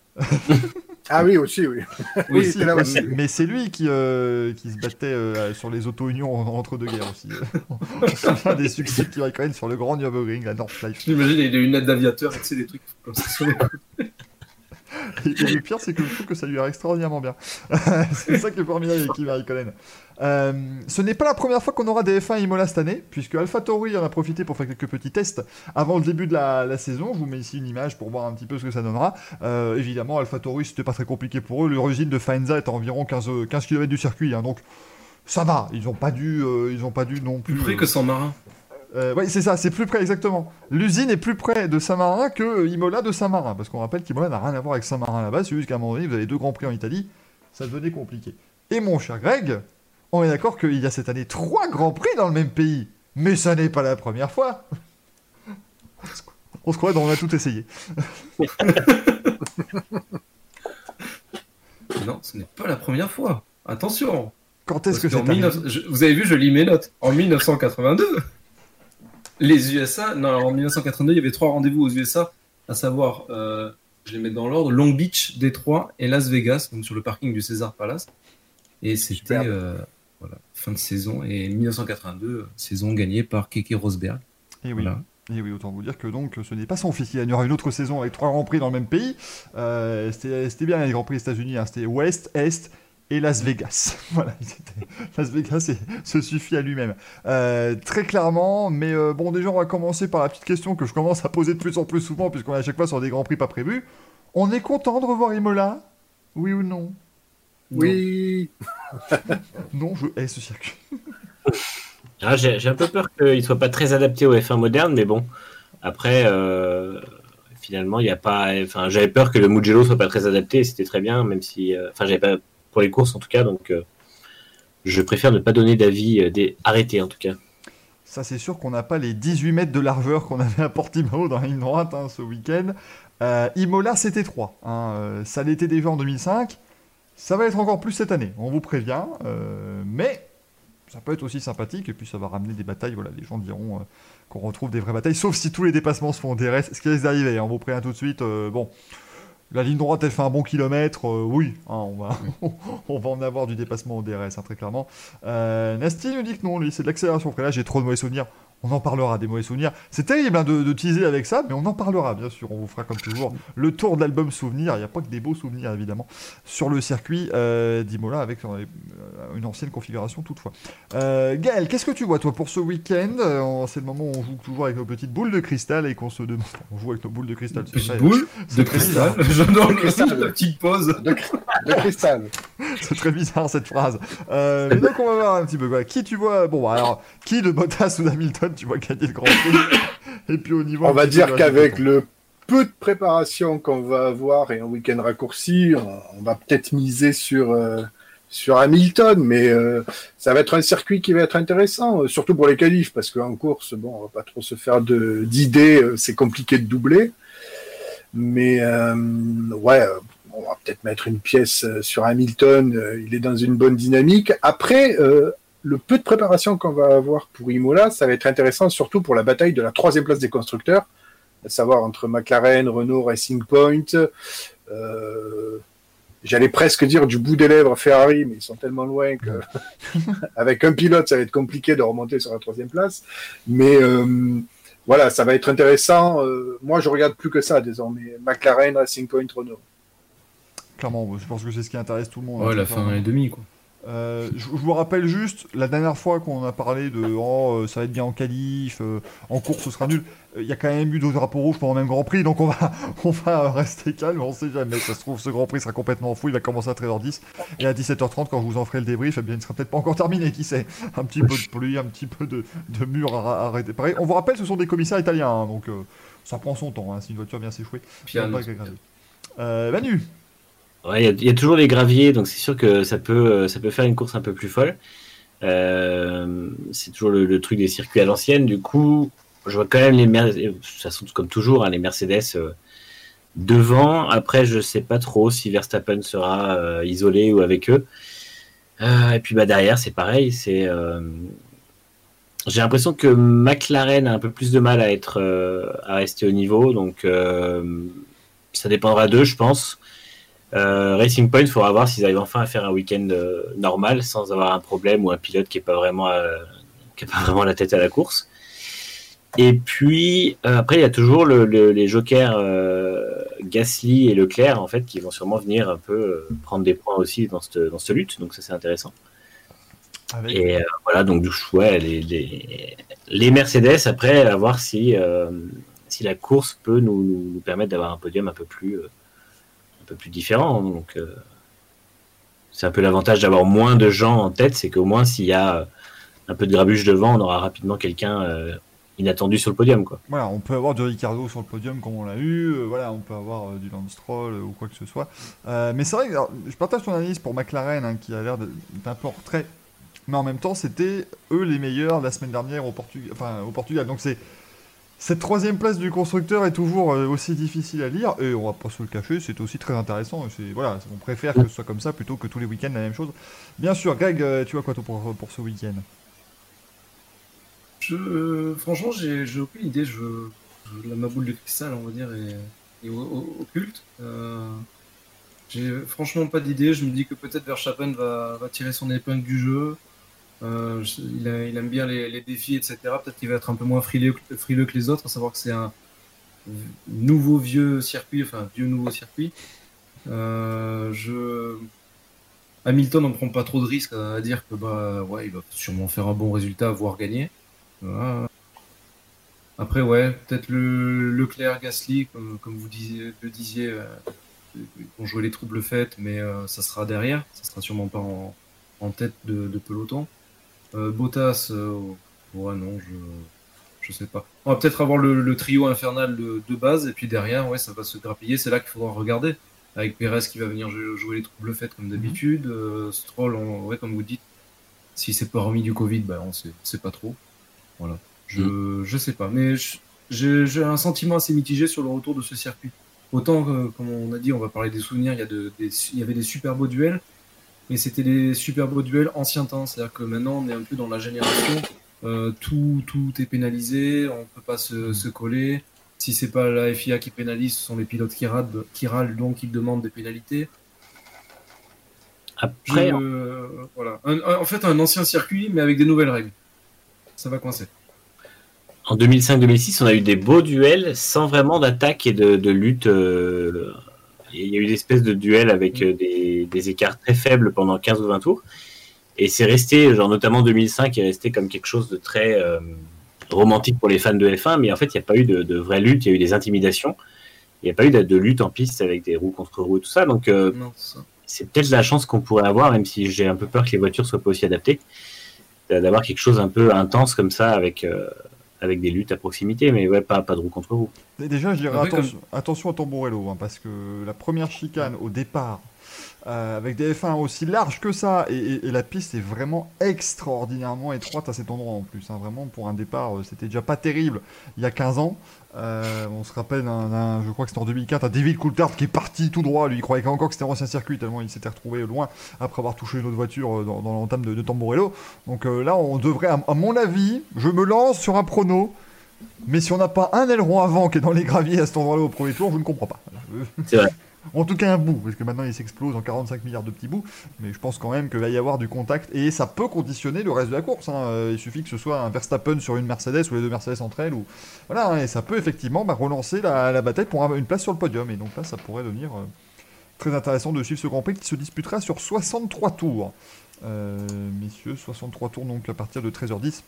Ah oui, aussi, oui. oui aussi, là aussi. Mais c'est lui qui, euh, qui se battait euh, sur les auto-unions entre deux guerres aussi. C'est un des succès qu'il y quand même sur le grand Nürburgring, la Nordschleife. J'imagine, il a une aide d'aviateur, tu sais, des trucs comme ça sur les côtés. Et, et le pire, c'est que je trouve que ça lui a extraordinairement bien. C'est ça qui est formidable avec Kimi Räikkönen. Euh, ce n'est pas la première fois qu'on aura des F un à Imola cette année, puisque AlphaTauri en a profité pour faire quelques petits tests avant le début de la, la saison. Je vous mets ici une image pour voir un petit peu ce que ça donnera. Euh, évidemment, AlphaTauri, c'était pas très compliqué pour eux. Leur usine de Faenza est à environ quinze kilomètres du circuit, hein, donc ça va. Ils n'ont pas dû, euh, ils ont pas dû non plus. Plus près euh, que Saint-Marin. Euh, oui, c'est ça, c'est plus près, exactement. L'usine est plus près de Saint-Marin que Imola de Saint-Marin, parce qu'on rappelle qu'Imola n'a rien à voir avec Saint-Marin là-bas, c'est juste qu'à un moment donné, vous avez deux grands prix en Italie, ça devenait compliqué. Et mon cher Greg, on est d'accord qu'il y a cette année trois grands prix dans le même pays, mais ça n'est pas la première fois. On se croit, donc on a tout essayé. Non, ce n'est pas la première fois. Attention. Quand est-ce que c'est arrivé dix-neuf... je... Vous avez vu, je lis mes notes. En dix-neuf cent quatre-vingt-deux. Les U S A, non, en dix-neuf cent quatre-vingt-deux, il y avait trois rendez-vous aux U S A, à savoir euh, je les mets dans l'ordre, Long Beach, Détroit et Las Vegas, donc sur le parking du Caesars Palace. Et c'était euh, voilà, fin de saison, et mille neuf cent quatre-vingt-deux, saison gagnée par Keke Rosberg. Et oui. Voilà. Et oui, autant vous dire que donc ce n'est pas son fils. Il y aura une autre saison avec trois Grands Prix dans le même pays. Euh, c'était, c'était bien les Grands Prix des États-Unis. Hein. C'était Ouest, Est et Las Vegas. Voilà, Las Vegas et, se suffit à lui-même. Euh, très clairement, mais euh, bon, déjà on va commencer par la petite question que je commence à poser de plus en plus souvent puisqu'on est à chaque fois sur des Grands Prix pas prévus. On est content de revoir Imola ? Oui ou non ? Oui. Non, je hais ce circuit. Ah, j'ai, j'ai un peu peur qu'il ne soit pas très adapté au F un moderne, mais bon, après, euh, finalement, il n'y a pas. Enfin, j'avais peur que le Mugello soit pas très adapté, et c'était très bien, même si. Euh, enfin, j'avais pas. Pour les courses en tout cas, donc euh, je préfère ne pas donner d'avis euh, des... arrêté en tout cas. Ça c'est sûr qu'on n'a pas les dix-huit mètres de largeur qu'on avait à Portimao dans la ligne droite hein, ce week-end. Euh, Imola c'était trois, hein, euh, ça l'était déjà en deux mille cinq, ça va être encore plus cette année, on vous prévient, euh, mais ça peut être aussi sympathique et puis ça va ramener des batailles, voilà, les gens diront euh, qu'on retrouve des vraies batailles, sauf si tous les dépassements se font D R S, ce qui risque d'arriver, hein, on vous prévient tout de suite, euh, bon... La ligne droite, elle fait un bon kilomètre, euh, oui, hein, on, va, on va en avoir du dépassement au D R S, hein, très clairement. Euh, Nasty nous dit que non, lui, c'est de l'accélération. Après là, j'ai trop de mauvais souvenirs. On en parlera des mauvais souvenirs. C'est terrible hein, de, de teaser avec ça, mais on en parlera, bien sûr. On vous fera comme toujours le tour de l'album souvenir. Il n'y a pas que des beaux souvenirs, évidemment, sur le circuit euh, d'Imola avec euh, une ancienne configuration toutefois. Euh, Gaël, qu'est-ce que tu vois, toi, pour ce week-end euh, C'est le moment où on joue toujours avec nos petites boules de cristal et qu'on se demande... On joue avec nos boules de cristal. C'est Petite boule de cristal. J'adore la petite pause. De, de cristal. C'est très bizarre, cette phrase. Euh, mais donc, on va voir un petit peu. Quoi. Qui tu vois... Bon, alors, qui de Bottas ou d'Hamilton tu vois gagner le Grand Prix. Et puis au niveau... On va dire qu'avec le peu de préparation qu'on va avoir et un week-end raccourci, on, on va peut-être miser sur, euh, sur Hamilton, mais euh, ça va être un circuit qui va être intéressant, euh, surtout pour les qualifs, parce qu'en course, bon, on va pas trop se faire de, d'idées, euh, c'est compliqué de doubler. Mais euh, ouais, on va peut-être mettre une pièce sur Hamilton, euh, il est dans une bonne dynamique. Après... Euh, le peu de préparation qu'on va avoir pour Imola, ça va être intéressant, surtout pour la bataille de la troisième place des constructeurs, à savoir entre McLaren, Renault, Racing Point, euh, j'allais presque dire du bout des lèvres Ferrari, mais ils sont tellement loin que avec un pilote, ça va être compliqué de remonter sur la troisième place. Mais euh, voilà, ça va être intéressant. Euh, moi, je regarde plus que ça désormais. McLaren, Racing Point, Renault. Clairement, je pense que c'est ce qui intéresse tout le monde. Ouais, hein, la fin et demi, quoi. Euh, je, je vous rappelle juste, la dernière fois qu'on a parlé de oh, ça va être bien en qualif, euh, en course ce sera nul, il euh, y a quand même eu deux drapeaux rouges pendant le même Grand Prix, donc on va, on va rester calme, on sait jamais, ça se trouve ce Grand Prix sera complètement fou, il va commencer à treize heures dix, et à dix-sept heures trente quand je vous en ferai le débrief, eh bien, il ne sera peut-être pas encore terminé, qui sait, un petit peu de pluie, un petit peu de, de mur à, à réparer. On vous rappelle, ce sont des commissaires italiens, hein, donc euh, ça prend son temps, hein, si une voiture vient s'échouer. Euh, Manu. Ouais, il y, y a toujours les graviers, donc c'est sûr que ça peut, ça peut faire une course un peu plus folle. Euh, c'est toujours le, le truc des circuits à l'ancienne. Du coup, je vois quand même les Mercedes, de toute façon, comme toujours, hein, les Mercedes euh, devant. Après, je sais pas trop si Verstappen sera euh, isolé ou avec eux. Euh, et puis bah derrière, c'est pareil. C'est, euh, j'ai l'impression que McLaren a un peu plus de mal à être, euh, à rester au niveau. Donc, euh, ça dépendra d'eux, je pense. Euh, Racing Point, il faudra voir s'ils arrivent enfin à faire un week-end euh, normal sans avoir un problème ou un pilote qui n'est pas vraiment euh, qui a pas vraiment la tête à la course. Et puis euh, après il y a toujours le, le, les jokers euh, Gasly et Leclerc en fait qui vont sûrement venir un peu euh, prendre des points aussi dans cette dans cette lutte, donc ça c'est intéressant. Avec... Et euh, voilà, donc du coup ouais, les, les les Mercedes après à voir si euh, si la course peut nous, nous, nous permettre d'avoir un podium un peu plus euh, plus différent, donc euh, c'est un peu l'avantage d'avoir moins de gens en tête, c'est qu'au moins s'il y a un peu de grabuge devant, on aura rapidement quelqu'un euh, inattendu sur le podium, quoi. Voilà, on peut avoir du Ricciardo sur le podium comme on l'a eu, euh, voilà, on peut avoir euh, du Lance Stroll euh, ou quoi que ce soit. Euh, mais c'est vrai que alors, je partage ton analyse pour McLaren hein, qui a l'air d'un peu en retrait, mais en même temps c'était eux les meilleurs la semaine dernière au Portugal, enfin au Portugal, donc c'est cette troisième place du constructeur est toujours euh, aussi difficile à lire, et on va pas se le cacher, c'est aussi très intéressant. C'est, voilà, on préfère que ce soit comme ça plutôt que tous les week-ends la même chose. Bien sûr, Greg, euh, tu vois quoi toi, pour, pour ce week-end ? je, euh, Franchement, j'ai, j'ai aucune idée. Je, je, la, ma boule de cristal, on va dire, est, et occulte. Euh, j'ai franchement pas d'idée. Je me dis que peut-être Verstappen va, va tirer son épingle du jeu. Euh, je, il, a, il aime bien les, les défis, et cetera. Peut-être qu'il va être un peu moins frileux, frileux que les autres, à savoir que c'est un nouveau vieux circuit, enfin vieux nouveau circuit. Euh, je... Hamilton n'en prend pas trop de risques à dire que bah ouais, il va sûrement faire un bon résultat, voire gagner. Voilà. Après ouais, peut-être le Leclerc, Gasly, comme, comme vous disiez, le disiez, euh, vont jouer les troubles faites, mais euh, ça sera derrière, ça sera sûrement pas en, en tête de, de peloton. Euh, Bottas, euh, ouais non, je je sais pas. On va peut-être avoir le, le trio infernal de, de base, et puis derrière, ouais, ça va se grappiller. C'est là qu'il faudra regarder. Avec Perez qui va venir jouer les troubles faites comme d'habitude. Euh, Stroll, on, ouais, comme vous dites, si c'est pas remis du Covid, bah, on sait, sait pas trop. Voilà. Je, mmh. je sais pas. Mais je, j'ai, j'ai un sentiment assez mitigé sur le retour de ce circuit. Autant que, comme on a dit, on va parler des souvenirs, il y, a de, des, il y avait des super beaux duels, mais c'était des super beaux duels ancien temps. C'est-à-dire que maintenant, on est un peu dans la génération. Euh, tout, tout est pénalisé, on peut pas se, se coller. Si c'est pas la F I A qui pénalise, ce sont les pilotes qui râlent, qui râlent donc ils demandent des pénalités. Après, Je, euh, voilà. Un, un, en fait, un ancien circuit, mais avec des nouvelles règles. Ça va coincer. En deux mille cinq deux mille six, on a eu des beaux duels sans vraiment d'attaque et de, de lutte. Euh, il y a eu des espèces de duels avec mmh. des, des écarts très faibles pendant quinze ou vingt tours. Et c'est resté, genre notamment deux mille cinq, est resté comme quelque chose de très euh, romantique pour les fans de F un, mais en fait, il n'y a pas eu de, de vraie lutte, il y a eu des intimidations. Il n'y a pas eu de, de lutte en piste avec des roues contre roues et tout ça. Donc, euh, non, ça. c'est peut-être la chance qu'on pourrait avoir, même si j'ai un peu peur que les voitures ne soient pas aussi adaptées, d'avoir quelque chose un peu intense comme ça avec, euh, avec des luttes à proximité, mais ouais, pas, pas de roues contre roues. Déjà, je dirais ouais, attention, comme... attention à Tamborello, hein, parce que la première chicane au départ, Euh, avec des F un aussi larges que ça, et, et, et la piste est vraiment extraordinairement étroite à cet endroit en plus. Hein. Vraiment, pour un départ, euh, c'était déjà pas terrible il y a quinze ans. Euh, on se rappelle, d'un, d'un, je crois que c'était en deux mille quatre, un David Coulthard qui est parti tout droit. Lui, il croyait encore que c'était un ancien circuit, tellement il s'était retrouvé loin après avoir touché une autre voiture dans, dans l'entame de, de Tamborello. Donc euh, là, on devrait, à, à mon avis, je me lance sur un prono. Mais si on n'a pas un aileron avant qui est dans les graviers à cet endroit-là au premier tour, je ne comprends pas. C'est vrai. En tout cas un bout, parce que maintenant il s'explose en quarante-cinq milliards de petits bouts, mais je pense quand même qu'il va y avoir du contact, et ça peut conditionner le reste de la course. Hein. Il suffit que ce soit un Verstappen sur une Mercedes, ou les deux Mercedes entre elles, ou... voilà, hein, et ça peut effectivement bah, relancer la, la bataille pour une place sur le podium, et donc là ça pourrait devenir euh, très intéressant de suivre ce Grand Prix qui se disputera sur soixante-trois tours. Euh, messieurs, soixante-trois tours donc à partir de treize heures dix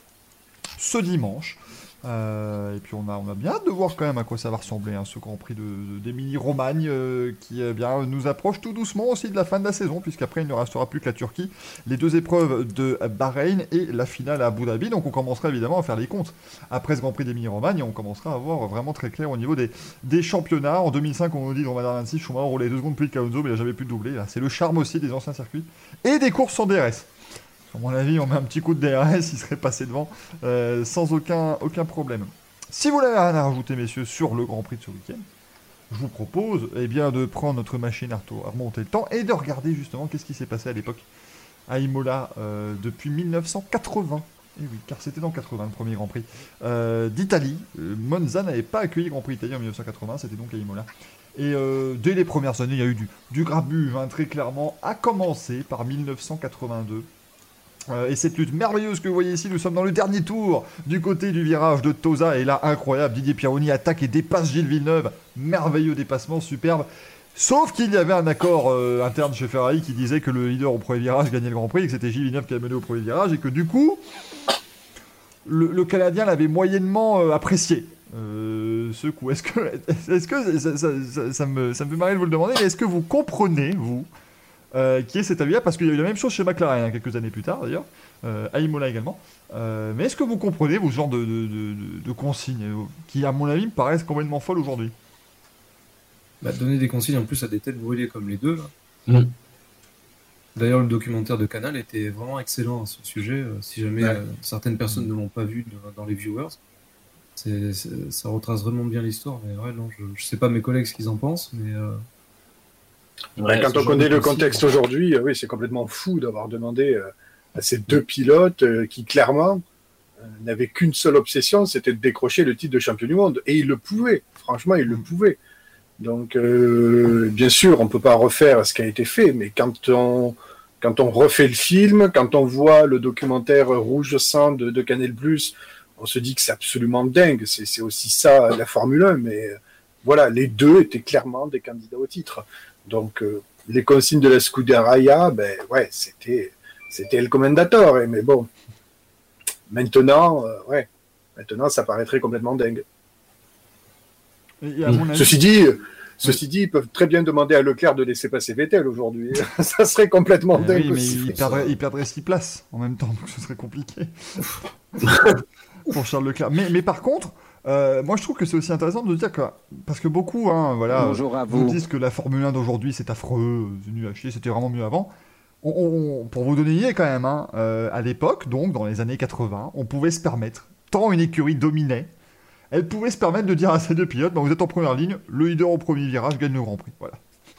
ce dimanche. Euh, et puis on a, on a bien hâte de voir quand même à quoi ça va ressembler, hein, ce Grand Prix de, de, d'Émilie-Romagne euh, qui eh bien, nous approche tout doucement aussi de la fin de la saison, puisqu'après il ne restera plus que la Turquie, les deux épreuves de Bahreïn et la finale à Abu Dhabi. Donc on commencera évidemment à faire les comptes après ce Grand Prix d'Émilie-Romagne, et on commencera à voir vraiment très clair au niveau des, des championnats. En deux mille cinq, on nous dit dans Madame vingt-six, Schumacher roulait deux secondes plus vite qu'Alonso, mais il n'a jamais pu doubler. Là, c'est le charme aussi des anciens circuits et des courses sans D R S. À mon avis, on met un petit coup de D R S, il serait passé devant euh, sans aucun, aucun problème. Si vous n'avez rien à rajouter, messieurs, sur le Grand Prix de ce week-end, je vous propose eh bien, de prendre notre machine à remonter le temps et de regarder justement qu'est-ce qui s'est passé à l'époque à Imola euh, depuis mille neuf cent quatre-vingts. Et oui, car c'était dans quatre-vingts le premier Grand Prix euh, d'Italie. Euh, Monza n'avait pas accueilli le Grand Prix d'Italie en mille neuf cent quatre-vingts, c'était donc à Imola. Et euh, dès les premières années, il y a eu du, du grabuge, hein, très clairement, à commencer par mille neuf cent quatre-vingt-deux. Euh, et cette lutte merveilleuse que vous voyez ici, nous sommes dans le dernier tour du côté du virage de Tosa, et là incroyable, Didier Pironi attaque et dépasse Gilles Villeneuve, merveilleux dépassement, superbe, sauf qu'il y avait un accord euh, interne chez Ferrari qui disait que le leader au premier virage gagnait le Grand Prix, et que c'était Gilles Villeneuve qui avait mené au premier virage, et que du coup le, le Canadien l'avait moyennement euh, apprécié. Euh, ce coup, est-ce que, est-ce que ça, ça, ça, ça, me, ça me fait marrer de vous le demander, mais est-ce que vous comprenez, vous Euh, qui est cet avis-là, parce qu'il y a eu la même chose chez McLaren hein, quelques années plus tard d'ailleurs, euh, à Imola également. Euh, mais est-ce que vous comprenez vos genres de, de, de, de consignes euh, qui, à mon avis, me paraissent complètement folles aujourd'hui? Bah, donner des consignes en plus à des têtes brûlées comme les deux. Là. Mm. D'ailleurs, le documentaire de Canal était vraiment excellent à ce sujet. Euh, si jamais ouais. euh, certaines personnes ne l'ont pas vu de, dans les viewers, c'est, c'est, ça retrace vraiment bien l'histoire. Mais ouais, non, je ne sais pas mes collègues ce qu'ils en pensent, mais. Euh... Ouais, quand on connaît le contexte aujourd'hui, euh, oui, c'est complètement fou d'avoir demandé euh, à ces deux pilotes euh, qui clairement euh, n'avaient qu'une seule obsession, c'était de décrocher le titre de champion du monde. Et ils le pouvaient, franchement, ils le pouvaient. Donc, euh, bien sûr, on peut pas refaire ce qui a été fait, mais quand on, quand on refait le film, quand on voit le documentaire Rouge Sang de, de Canal plus, on se dit que c'est absolument dingue. C'est, c'est aussi ça, la Formule un, mais euh, voilà, les deux étaient clairement des candidats au titre. Donc, euh, les consignes de la Scuderia, ben ouais, c'était, c'était El Commendatore, mais bon, maintenant, euh, ouais, maintenant, ça paraîtrait complètement dingue. Et à mon avis... Ceci dit, ceci dit, ils peuvent très bien demander à Leclerc de laisser passer Vettel aujourd'hui. Ça serait complètement euh, dingue oui, aussi. mais il perdrait, il perdrait six places en même temps, donc ce serait compliqué pour Charles Leclerc. Mais, mais par contre, euh, moi je trouve que c'est aussi intéressant de dire que, parce que beaucoup, hein, voilà, Bonjour à vous vous. disent que la Formule un d'aujourd'hui c'est affreux, c'est nul à chier, c'était vraiment mieux avant. On, on, pour vous donner une idée quand même, hein, euh, à l'époque, donc dans les années quatre-vingts, on pouvait se permettre, tant une écurie dominait, elle pouvait se permettre de dire à ses deux pilotes, bah, vous êtes en première ligne, le leader au premier virage gagne le Grand Prix. Voilà.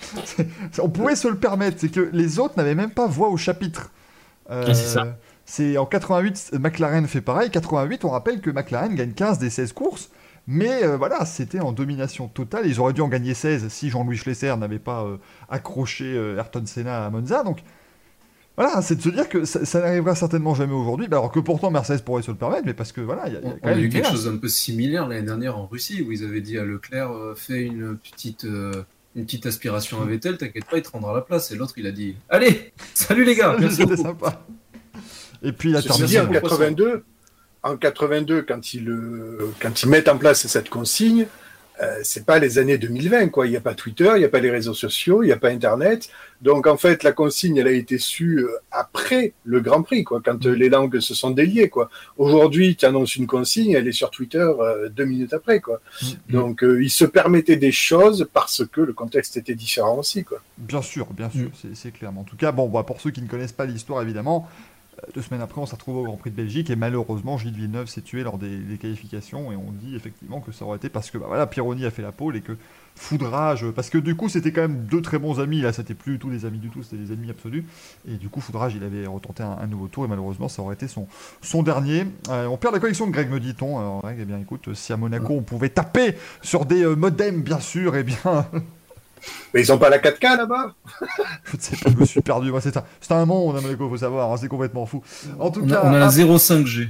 On pouvait se le permettre, c'est que les autres n'avaient même pas voix au chapitre. Euh, ah, c'est ça. C'est en quatre-vingt-huit, McLaren fait pareil. quatre-vingt-huit, on rappelle que McLaren gagne quinze des seize courses, mais euh, voilà, c'était en domination totale. Ils auraient dû en gagner seize si Jean-Louis Schlesser n'avait pas euh, accroché euh, Ayrton Senna à Monza. Donc voilà, c'est de se dire que ça, ça n'arrivera certainement jamais aujourd'hui, alors que pourtant Mercedes pourrait se le permettre, mais parce que voilà, il y a, y a quand on même a eu une quelque menace. chose d'un peu similaire l'année dernière en Russie, où ils avaient dit à Leclerc euh, fais une petite, euh, une petite aspiration à Vettel, t'inquiète pas, il te rendra la place. Et l'autre, il a dit allez, salut les gars, merci C'était beaucoup. sympa. Et puis la Ceci dit, en quatre-vingt-deux, en quatre-vingt-deux, quand ils, euh, quand ils mettent en place cette consigne, euh, c'est pas les années deux mille vingt, quoi. Il n'y a pas Twitter, il n'y a pas les réseaux sociaux, il n'y a pas Internet. Donc, en fait, la consigne, elle a été su euh, après le Grand Prix, quoi, quand euh, les langues se sont déliées, quoi. Aujourd'hui, tu annonces une consigne, elle est sur Twitter euh, deux minutes après, quoi. Mm-hmm. Donc, euh, ils se permettaient des choses parce que le contexte était différent aussi, quoi. Bien sûr, bien sûr, mm. c'est, c'est clair. Mais en tout cas, bon, bah, pour ceux qui ne connaissent pas l'histoire, évidemment, deux semaines après, on s'est retrouvé au Grand Prix de Belgique et malheureusement, Gilles Villeneuve s'est tué lors des, des qualifications et on dit effectivement que ça aurait été parce que bah, voilà, Pironi a fait la pole et que Foudrage, parce que du coup, c'était quand même deux très bons amis. Là, c'était plus du tout des amis du tout, c'était des ennemis absolus. Et du coup, Foudrage, il avait retenté un, un nouveau tour et malheureusement, ça aurait été son, son dernier. Euh, on perd la collection de Greg, me dit-on. Alors, Greg, eh bien, écoute, si à Monaco, on pouvait taper sur des euh, modems, bien sûr, eh bien. Mais ils ont pas la quatre K là-bas. Je ne sais pas, je me suis perdu. Moi, c'est un, c'est un monde, il faut savoir, hein, c'est complètement fou. En tout on cas, a, on a la un... zéro cinq G.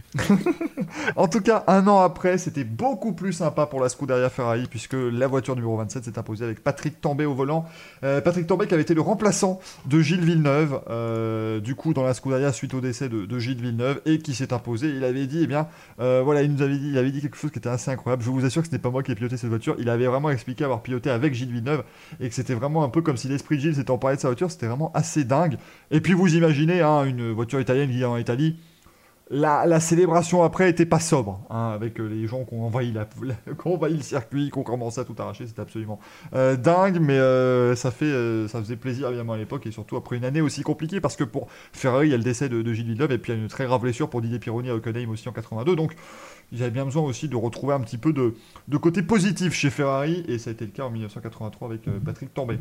En tout cas, un an après, c'était beaucoup plus sympa pour la Scuderia Ferrari, puisque la voiture numéro vingt-sept s'est imposée avec Patrick Tambay au volant. Euh, Patrick Tambay qui avait été le remplaçant de Gilles Villeneuve, euh, du coup, dans la Scuderia suite au décès de, de Gilles Villeneuve, et qui s'est imposé. Il avait dit, eh bien, euh, voilà, il nous avait dit, il avait dit quelque chose qui était assez incroyable. Je vous assure que ce n'est pas moi qui ai piloté cette voiture. Il avait vraiment expliqué avoir piloté avec Gilles Villeneuve, et que c'était vraiment un peu comme si l'esprit de Gilles s'était emparé de sa voiture. C'était vraiment assez dingue. Et puis, vous imaginez, hein, une voiture italienne qui est en Italie. La, la célébration après était pas sobre, hein, avec euh, les gens qui ont envahi, la, la, qui ont envahi le circuit, qui ont commencé à tout arracher, c'était absolument euh, dingue, mais euh, ça, fait, euh, ça faisait plaisir évidemment à l'époque, et surtout après une année aussi compliquée, parce que pour Ferrari, il y a le décès de, de Gilles Villeneuve, et puis il y a une très grave blessure pour Didier Pironi à Hockenheim aussi en quatre-vingt-deux, donc ils avaient bien besoin aussi de retrouver un petit peu de, de côté positif chez Ferrari, et ça a été le cas en dix-neuf cent quatre-vingt-trois avec euh, Patrick Tambay.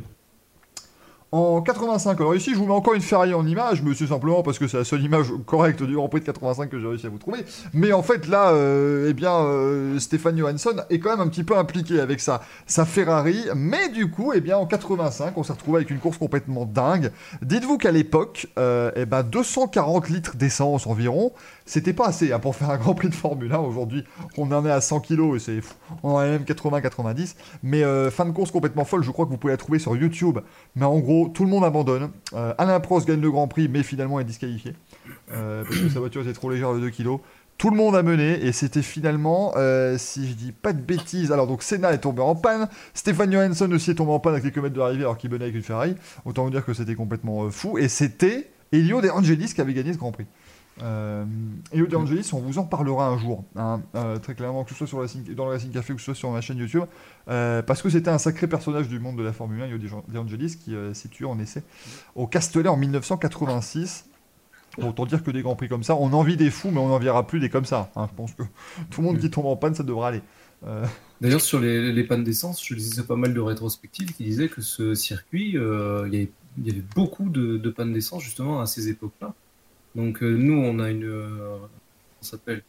En quatre-vingt-cinq, alors ici je vous mets encore une Ferrari en image, mais c'est simplement parce que c'est la seule image correcte du Grand Prix de quatre-vingt-cinq que j'ai réussi à vous trouver. Mais en fait là, euh, eh bien, euh, Stéphane Johansson est quand même un petit peu impliqué avec sa, sa Ferrari. Mais du coup, eh bien, en quatre-vingt-cinq, on s'est retrouvé avec une course complètement dingue. Dites-vous qu'à l'époque, euh, eh ben, deux cent quarante litres d'essence environ, c'était pas assez hein, pour faire un Grand Prix de Formule un. Aujourd'hui, on en est à cent kilos et c'est fou. On en est même quatre-vingts quatre-vingt-dix. Mais euh, fin de course complètement folle, je crois que vous pouvez la trouver sur YouTube. Mais en gros, tout le monde abandonne. Euh, Alain Prost gagne le Grand Prix, mais finalement est disqualifié. Euh, parce que sa voiture était trop légère de deux kilos. Tout le monde a mené, et c'était finalement, euh, si je dis pas de bêtises, alors donc Senna est tombé en panne, Stéphane Johansson aussi est tombé en panne à quelques mètres de l'arrivée alors qu'il menait avec une Ferrari. Autant vous dire que c'était complètement euh, fou. Et c'était Elio De Angelis qui avait gagné ce Grand Prix. Euh, Elio De Angelis, on vous en parlera un jour, hein, euh, très clairement, que ce soit sur le Racing, dans le Racing Café ou que ce soit sur ma chaîne YouTube, euh, parce que c'était un sacré personnage du monde de la Formule un, Elio De Angelis, qui euh, s'est tué en essai au Castellet en dix-neuf cent quatre-vingt-six. Autant dire que des Grands Prix comme ça, on en vit des fous, mais on n'en verra plus des comme ça. Hein. Je pense que tout le monde qui tombe en panne, ça devrait aller. Euh... D'ailleurs, sur les, les pannes d'essence, je lisais pas mal de rétrospectives qui disaient que ce circuit, euh, il y avait, il y avait beaucoup de, de pannes d'essence justement à ces époques-là. Donc euh, nous, on a une, euh, on s'appelle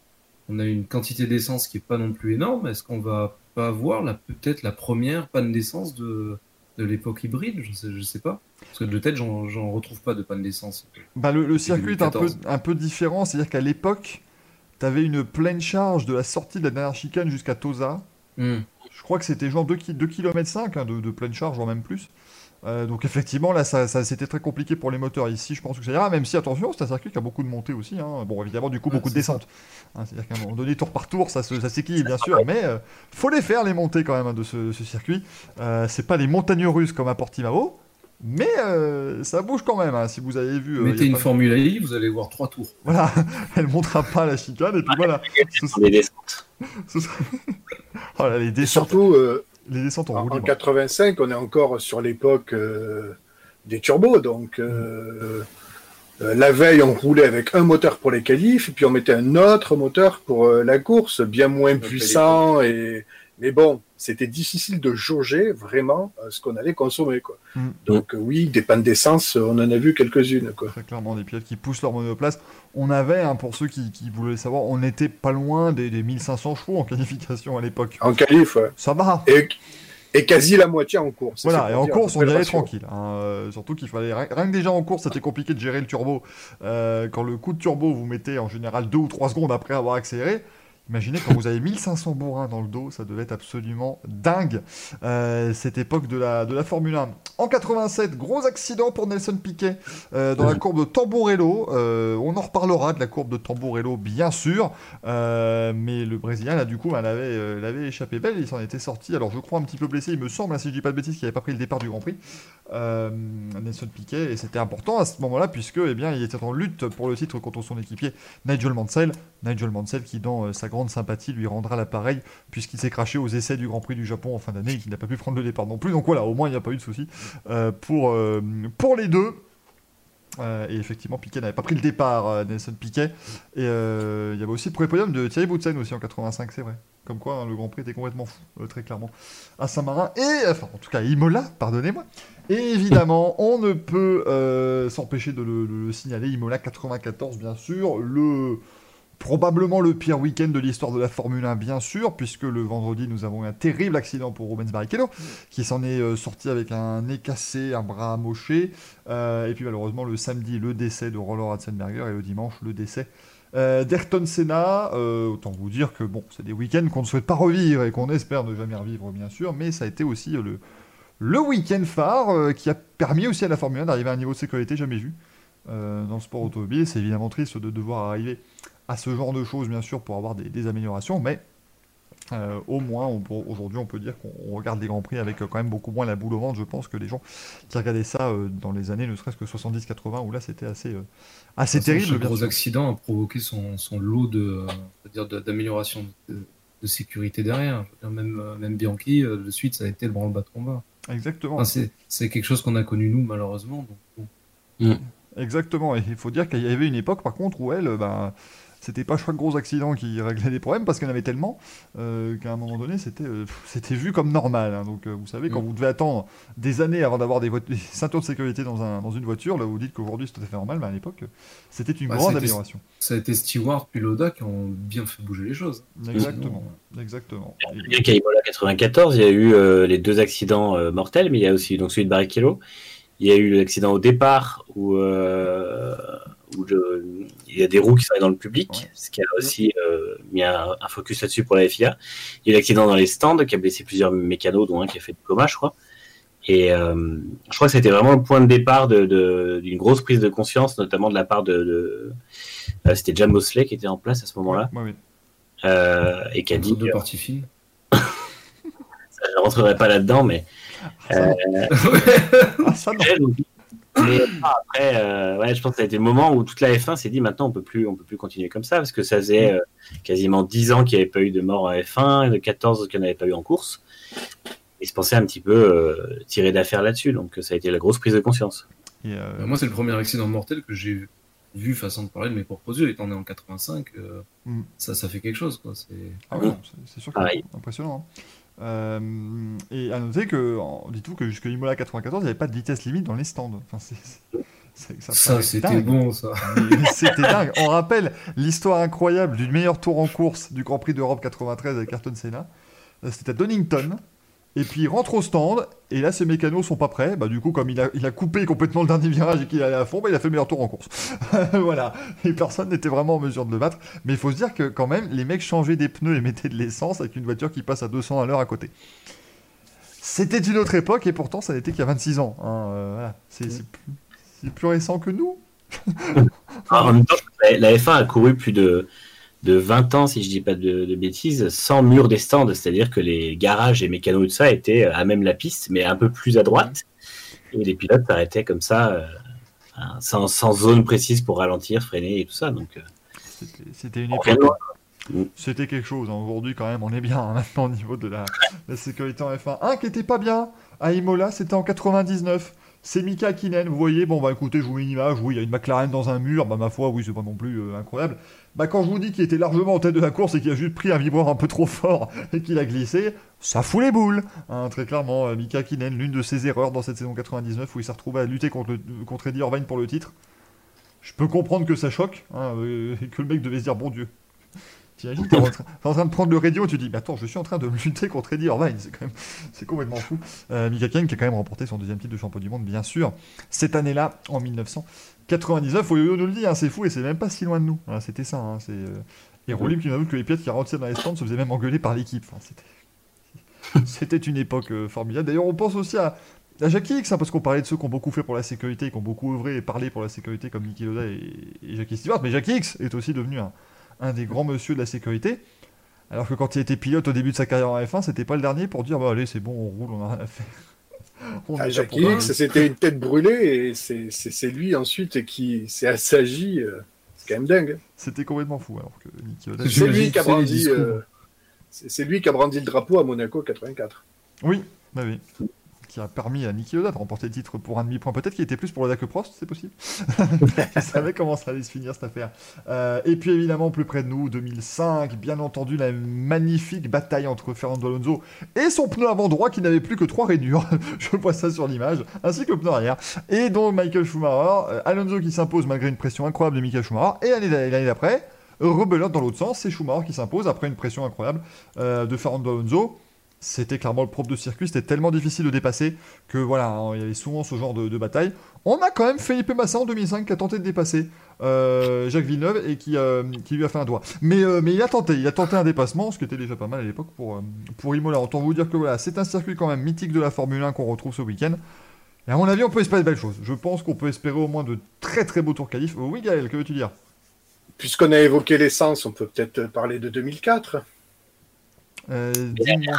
on a une quantité d'essence qui est pas non plus énorme. Est-ce qu'on va pas avoir la, peut-être la première panne d'essence de, de l'époque hybride? Je sais, je sais pas. Parce que de tête, j'en, j'en retrouve pas de panne d'essence. Bah, le, le circuit est un peu, un peu différent, c'est-à-dire qu'à l'époque, tu avais une pleine charge de la sortie de la dernière chicane jusqu'à Tosa. Mm. Je crois que c'était genre deux kilomètres cinq hein, de, de pleine charge, voire même plus. Euh, donc effectivement, là, ça, ça, c'était très compliqué pour les moteurs. Ici, je pense que ça ira, même si, attention, c'est un circuit qui a beaucoup de montées aussi. Hein. Bon, évidemment, du coup, ouais, beaucoup de descentes. Hein, c'est-à-dire qu'à un moment donné, tour par tour, ça, se, ça s'équilibre, bien sûr. Mais euh, faut les faire, les montées, quand même, hein, de ce, ce circuit. Euh, c'est pas les montagnes russes comme à Portimao, mais euh, ça bouge quand même. Hein, si vous avez vu... Euh, Mettez une pas... Formule I, vous allez voir trois tours. Voilà, elle montera pas la chicane, et puis voilà. Ce sont des descentes. Ce sera... oh là, les descentes. Et surtout... Euh... Les descentes en, en, en quatre-vingt-cinq, on est encore sur l'époque euh, des turbos. Donc, euh, euh, la veille, on roulait avec un moteur pour les qualifs, et puis on mettait un autre moteur pour euh, la course, bien moins puissant. Et... Mais bon, c'était difficile de jauger vraiment euh, ce qu'on allait consommer, quoi. Mm. Donc, euh, oui, des pannes d'essence, on en a vu quelques-unes, quoi. Très clairement, des pilotes qui poussent leur monoplace. On avait, hein, pour ceux qui, qui voulaient savoir, on n'était pas loin des, des mille cinq cents chevaux en qualification à l'époque. En qualif, ouais. Ça va. Et, et quasi la moitié en course. Voilà, et en dire, course, on y allait tranquille. Hein, euh, surtout qu'il fallait... Rien que déjà en course, c'était compliqué de gérer le turbo. Euh, quand le coup de turbo, vous mettez en général deux ou trois secondes après avoir accéléré. Imaginez quand vous avez mille cinq cents bourrins dans le dos, ça devait être absolument dingue, euh, cette époque de la, de la Formule un. En quatre-vingt-sept, gros accident pour Nelson Piquet euh, dans la courbe de Tamburello. Euh, on en reparlera de la courbe de Tamburello, bien sûr, euh, mais le Brésilien, là, du coup, elle avait, euh, elle avait échappé belle, il s'en était sorti. Alors, je crois un petit peu blessé, il me semble, hein, si je dis pas de bêtises, qu'il n'avait pas pris le départ du Grand Prix, euh, Nelson Piquet, et c'était important à ce moment-là, puisque, eh bien, il était en lutte pour le titre contre son équipier Nigel Mansell. Nigel Mansell qui, dans euh, sa grande sympathie, lui rendra l'appareil puisqu'il s'est craché aux essais du Grand Prix du Japon en fin d'année et qu'il n'a pas pu prendre le départ non plus. Donc voilà, au moins il n'y a pas eu de souci euh, pour, euh, pour les deux. Euh, et effectivement, Piquet n'avait pas pris le départ, euh, Nelson Piquet. Et euh, il y avait aussi le premier podium de Thierry Boutsen aussi en quatre-vingt-cinq, c'est vrai. Comme quoi, hein, le Grand Prix était complètement fou, euh, très clairement, à Saint-Marin. Et, enfin, en tout cas, à Imola, pardonnez-moi. Et évidemment, on ne peut euh, s'empêcher de le, de le signaler. Imola quatre-vingt-quatorze, bien sûr. Le... Probablement le pire week-end de l'histoire de la Formule un, bien sûr, puisque le vendredi, nous avons eu un terrible accident pour Rubens Barrichello, qui s'en est euh, sorti avec un nez cassé, un bras amoché. Euh, et puis malheureusement, le samedi, le décès de Roland Ratzenberger, et le dimanche, le décès euh, d'Ayrton Senna. Euh, autant vous dire que bon, c'est des week-ends qu'on ne souhaite pas revivre et qu'on espère ne jamais revivre, bien sûr, mais ça a été aussi euh, le, le week-end phare euh, qui a permis aussi à la Formule un d'arriver à un niveau de sécurité jamais vu euh, dans le sport automobile. C'est évidemment triste de devoir arriver à ce genre de choses, bien sûr, pour avoir des, des améliorations, mais euh, au moins, on, aujourd'hui, on peut dire qu'on regarde les Grands Prix avec euh, quand même beaucoup moins la boule au ventre, je pense, que les gens qui regardaient ça euh, dans les années, ne serait-ce que soixante-dix quatre-vingts, où là, c'était assez, euh, assez façon, terrible. Ce gros sûr. accident a provoqué son, son lot de, dire de, d'amélioration de, de sécurité derrière. Même, même Bianchi, euh, de suite, ça a été le branle-bas de combat. Exactement. Enfin, c'est, c'est quelque chose qu'on a connu, nous, malheureusement. Donc, bon. mm. Exactement, et il faut dire qu'il y avait une époque, par contre, où elle... Ben, c'était pas chaque gros accident qui réglait des problèmes, parce qu'il y en avait tellement euh, qu'à un moment donné, c'était, euh, c'était vu comme normal. Hein. Donc, euh, vous savez, quand mmh. vous devez attendre des années avant d'avoir des, vo- des ceintures de sécurité dans, un, dans une voiture, là, vous dites qu'aujourd'hui c'est tout à fait normal, mais à l'époque, c'était une bah, grande amélioration. Ça a été Stewart puis Lauda qui ont bien fait bouger les choses. Exactement. Sinon, exactement. Bien qu'à Imola quatre-vingt-quatorze, il y a eu euh, les deux accidents euh, mortels, mais il y a aussi donc, celui de Barrichello. Il y a eu l'accident au départ où... Euh, où le, il y a des roues qui sont dans le public, ouais. ce qui a aussi euh, mis un, un focus là-dessus pour la F I A. Il y a eu l'accident dans les stands qui a blessé plusieurs mécanos, dont un qui a fait du coma, je crois. Et euh, je crois que c'était vraiment le point de départ de, de, d'une grosse prise de conscience, notamment de la part de... de euh, c'était Jan Mosley qui était en place à ce moment-là. Ouais, oui. euh, et qui a dit... Deux parties fines. Ça, je ne rentrerai pas là-dedans, mais... Ah, ça, euh... ah, ça non. Mais après, euh, ouais, je pense que ça a été le moment où toute la F un s'est dit maintenant on peut plus, on peut plus continuer comme ça parce que ça faisait euh, quasiment dix ans qu'il n'y avait pas eu de mort en F un, et de quatorze qu'il n'y en avait pas eu en course. Ils se pensaient un petit peu euh, tirer d'affaire là-dessus, donc ça a été la grosse prise de conscience. Et euh... Moi, c'est le premier accident mortel que j'ai vu, façon de parler de mes propres yeux, étant né en quatre-vingt-cinq, euh, mm. ça, ça fait quelque chose, quoi. C'est... Ah ouais, non, c'est, c'est sûr que c'est impressionnant. Hein. Euh, et à noter que, dites-vous que jusqu'à Imola quatre-vingt-quatorze, il n'y avait pas de vitesse limite dans les stands. Enfin, c'est, c'est, C'est que ça, Ça, c'était bon, ça. Mais c'était dingue. On rappelle l'histoire incroyable du meilleur tour en course du Grand Prix d'Europe quatre-vingt-treize avec Ayrton Senna. C'était à Donington. Et puis il rentre au stand, et là ses mécanos sont pas prêts. Bah, du coup, comme il a, il a coupé complètement le dernier virage et qu'il allait à fond, bah, il a fait le meilleur tour en course. Voilà. Et personne n'était vraiment en mesure de le battre. Mais il faut se dire que quand même, les mecs changeaient des pneus et mettaient de l'essence avec une voiture qui passe à deux cents à l'heure à côté. C'était une autre époque, et pourtant ça n'était qu'il y a vingt-six ans. Hein. Euh, voilà. C'est, c'est, plus, c'est plus récent que nous. En même temps, la F un a couru plus de... de vingt ans, si je dis pas de, de bêtises, sans mur des stands, c'est-à-dire que les garages et mécanos de ça étaient à même la piste, mais un peu plus à droite, et les pilotes s'arrêtaient comme ça, euh, sans, sans zone précise pour ralentir, freiner et tout ça. Donc, euh, c'était, c'était une époque. C'était quelque chose. Hein. Aujourd'hui, quand même, on est bien hein, maintenant au niveau de la, la sécurité en F un. Un qui était pas bien à Imola, c'était en quatre-vingt-dix-neuf. C'est Mika Hakkinen, vous voyez, bon bah écoutez, je vous mets une image, oui, il y a une McLaren dans un mur, bah ma foi, oui, c'est pas non plus euh, incroyable. Bah quand je vous dis qu'il était largement en tête de la course et qu'il a juste pris un vibreur un peu trop fort et qu'il a glissé, ça fout les boules. Hein, très clairement, euh, Mika Hakkinen, l'une de ses erreurs dans cette saison quatre-vingt-dix-neuf où il s'est retrouvé à lutter contre, le, contre Eddie Irvine pour le titre. Je peux comprendre que ça choque, hein, euh, et que le mec devait se dire, bon Dieu. T'imagines, t'es en, train, t'es en train de prendre le radio et tu te dis, mais attends, je suis en train de lutter contre Eddie Irvine, c'est quand même, c'est complètement fou. Euh, Mika Hakkinen qui a quand même remporté son deuxième titre de champion du monde, bien sûr, cette année-là, en dix-neuf cent quatre-vingt-dix-neuf. Yo-Yo nous le dit, hein, c'est fou et c'est même pas si loin de nous. Hein, c'était ça. Hein, c'est, euh... Et Rolim qui nous avoue que les pilotes qui rentraient dans les stands se faisaient même engueuler par l'équipe. Enfin, c'était... c'était une époque euh, formidable. D'ailleurs, on pense aussi à, à Jackie X, hein, parce qu'on parlait de ceux qui ont beaucoup fait pour la sécurité, qui ont beaucoup œuvré et parlé pour la sécurité, comme Niki Lauda et, et Jackie Stewart. Mais Jackie X est aussi devenu un, un des grands monsieur de la sécurité. Alors que quand il était pilote au début de sa carrière en F un, c'était pas le dernier pour dire bah, allez, c'est bon, on roule, on a rien à faire. Ah, Jackie X, c'était une tête brûlée et c'est, c'est, c'est lui ensuite qui s'est assagi. Euh, c'est quand même dingue. C'était complètement fou. Alors que Niki Lauda, c'est, lui qui a brandi, euh, c'est, c'est lui qui a brandi le drapeau à Monaco quatre-vingt-quatre. Oui, bah oui. Qui a permis à Niki Lauda de remporter le titre pour un demi-point. Peut-être qu'il était plus pour Lauda que Prost, c'est possible. Il savait comment ça allait se finir cette affaire. Euh, et puis évidemment, plus près de nous, deux mille cinq, bien entendu, la magnifique bataille entre Fernando Alonso et son pneu avant droit qui n'avait plus que trois rainures. Je vois ça sur l'image, ainsi que le pneu arrière. Et donc Michael Schumacher, euh, Alonso qui s'impose malgré une pression incroyable de Michael Schumacher. Et l'année, l'année d'après, rebelote dans l'autre sens, c'est Schumacher qui s'impose après une pression incroyable euh, de Fernando Alonso. C'était clairement le propre de circuit, c'était tellement difficile de dépasser que voilà, hein, il y avait souvent ce genre de, de bataille. On a quand même Felipe Massa en deux mille cinq qui a tenté de dépasser euh, Jacques Villeneuve et qui, euh, qui lui a fait un doigt. Mais, euh, mais il a tenté, il a tenté un dépassement, ce qui était déjà pas mal à l'époque pour, euh, pour Imola. Autant vous dire que voilà, c'est un circuit quand même mythique de la Formule un qu'on retrouve ce week-end. Et à mon avis, on peut espérer de belles choses. Je pense qu'on peut espérer au moins de très très beaux tours qualifs. Oui Gaël, que veux-tu dire ? Puisqu'on a évoqué l'essence, on peut peut-être parler de deux mille quatre. Euh, dis-moi.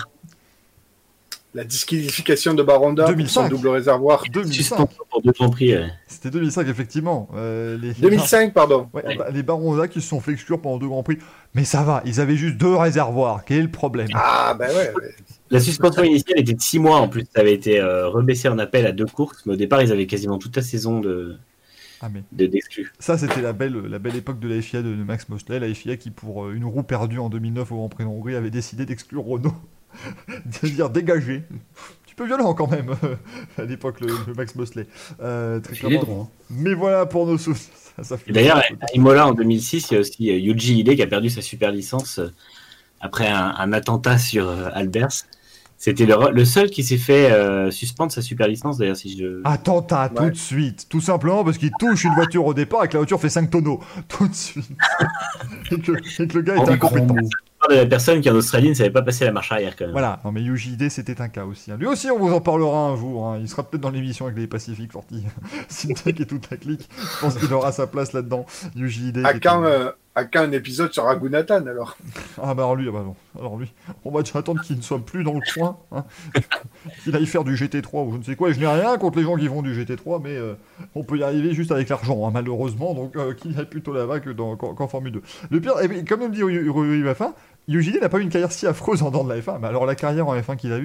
La disqualification de Baronda pour son double réservoir. deux mille cinq. Pour deux Grands Prix. Ouais. C'était deux mille cinq, effectivement. Euh, les, deux mille cinq, les... pardon. Ouais, ouais. Les Baronda qui se sont fait exclure pendant deux Grands Prix. Mais ça va, ils avaient juste deux réservoirs. Quel est le problème ? Ah, ben ouais, ouais. La suspension initiale était de six mois en plus. Ça avait été euh, rebaissé en appel à deux courses. Mais au départ, ils avaient quasiment toute la saison de... Ah mais de d'exclus. Ça, c'était la belle, la belle époque de la F I A de Max Mosley. La F I A qui, pour une roue perdue en deux mille neuf au Grand Prix de Hongrie, avait décidé d'exclure Renault. De dire dégager. Un peu violent quand même à l'époque le, le Max Mosley. Euh, très clairement. Droits. Mais voilà pour nos sous. Ça, ça fait d'ailleurs, à Imola en deux mille six, il y a aussi euh, Yuji Hide qui a perdu sa super licence euh, après un, un attentat sur euh, Albers. C'était le, le seul qui s'est fait euh, suspendre sa super licence d'ailleurs si je. Attentat ouais. Tout de suite, tout simplement parce qu'il touche une voiture au départ et que la voiture fait cinq tonneaux. Tout de suite. et, que, et que le gars est incompétent. De la personne qui en Australie ne savait pas passer la marche arrière quand même. Voilà, non mais Yuji Hide c'était un cas aussi. Hein. Lui aussi on vous en parlera un jour, hein. Il sera peut-être dans l'émission avec les Pacifiques Forti. Syntec et toute la clique. Je pense qu'il aura sa place là-dedans. Yuji Hide. À quand, euh, à quand un épisode sur Raghunathan alors ? Ah bah alors lui, ah bah non. Alors lui, on va déjà attendre qu'il ne soit plus dans le coin, hein. Qu'il aille faire du G T trois ou je ne sais quoi. Et je n'ai rien contre les gens qui font du G T trois, mais euh, on peut y arriver juste avec l'argent, hein, malheureusement. Donc euh, qu'il aille plutôt là-bas que dans, qu'en, qu'en Formule deux. Le pire, et comme nous le dit Yves Affin, Yuji Hide n'a pas eu une carrière si affreuse en dehors de la F un, mais alors la carrière en F un qu'il a eue,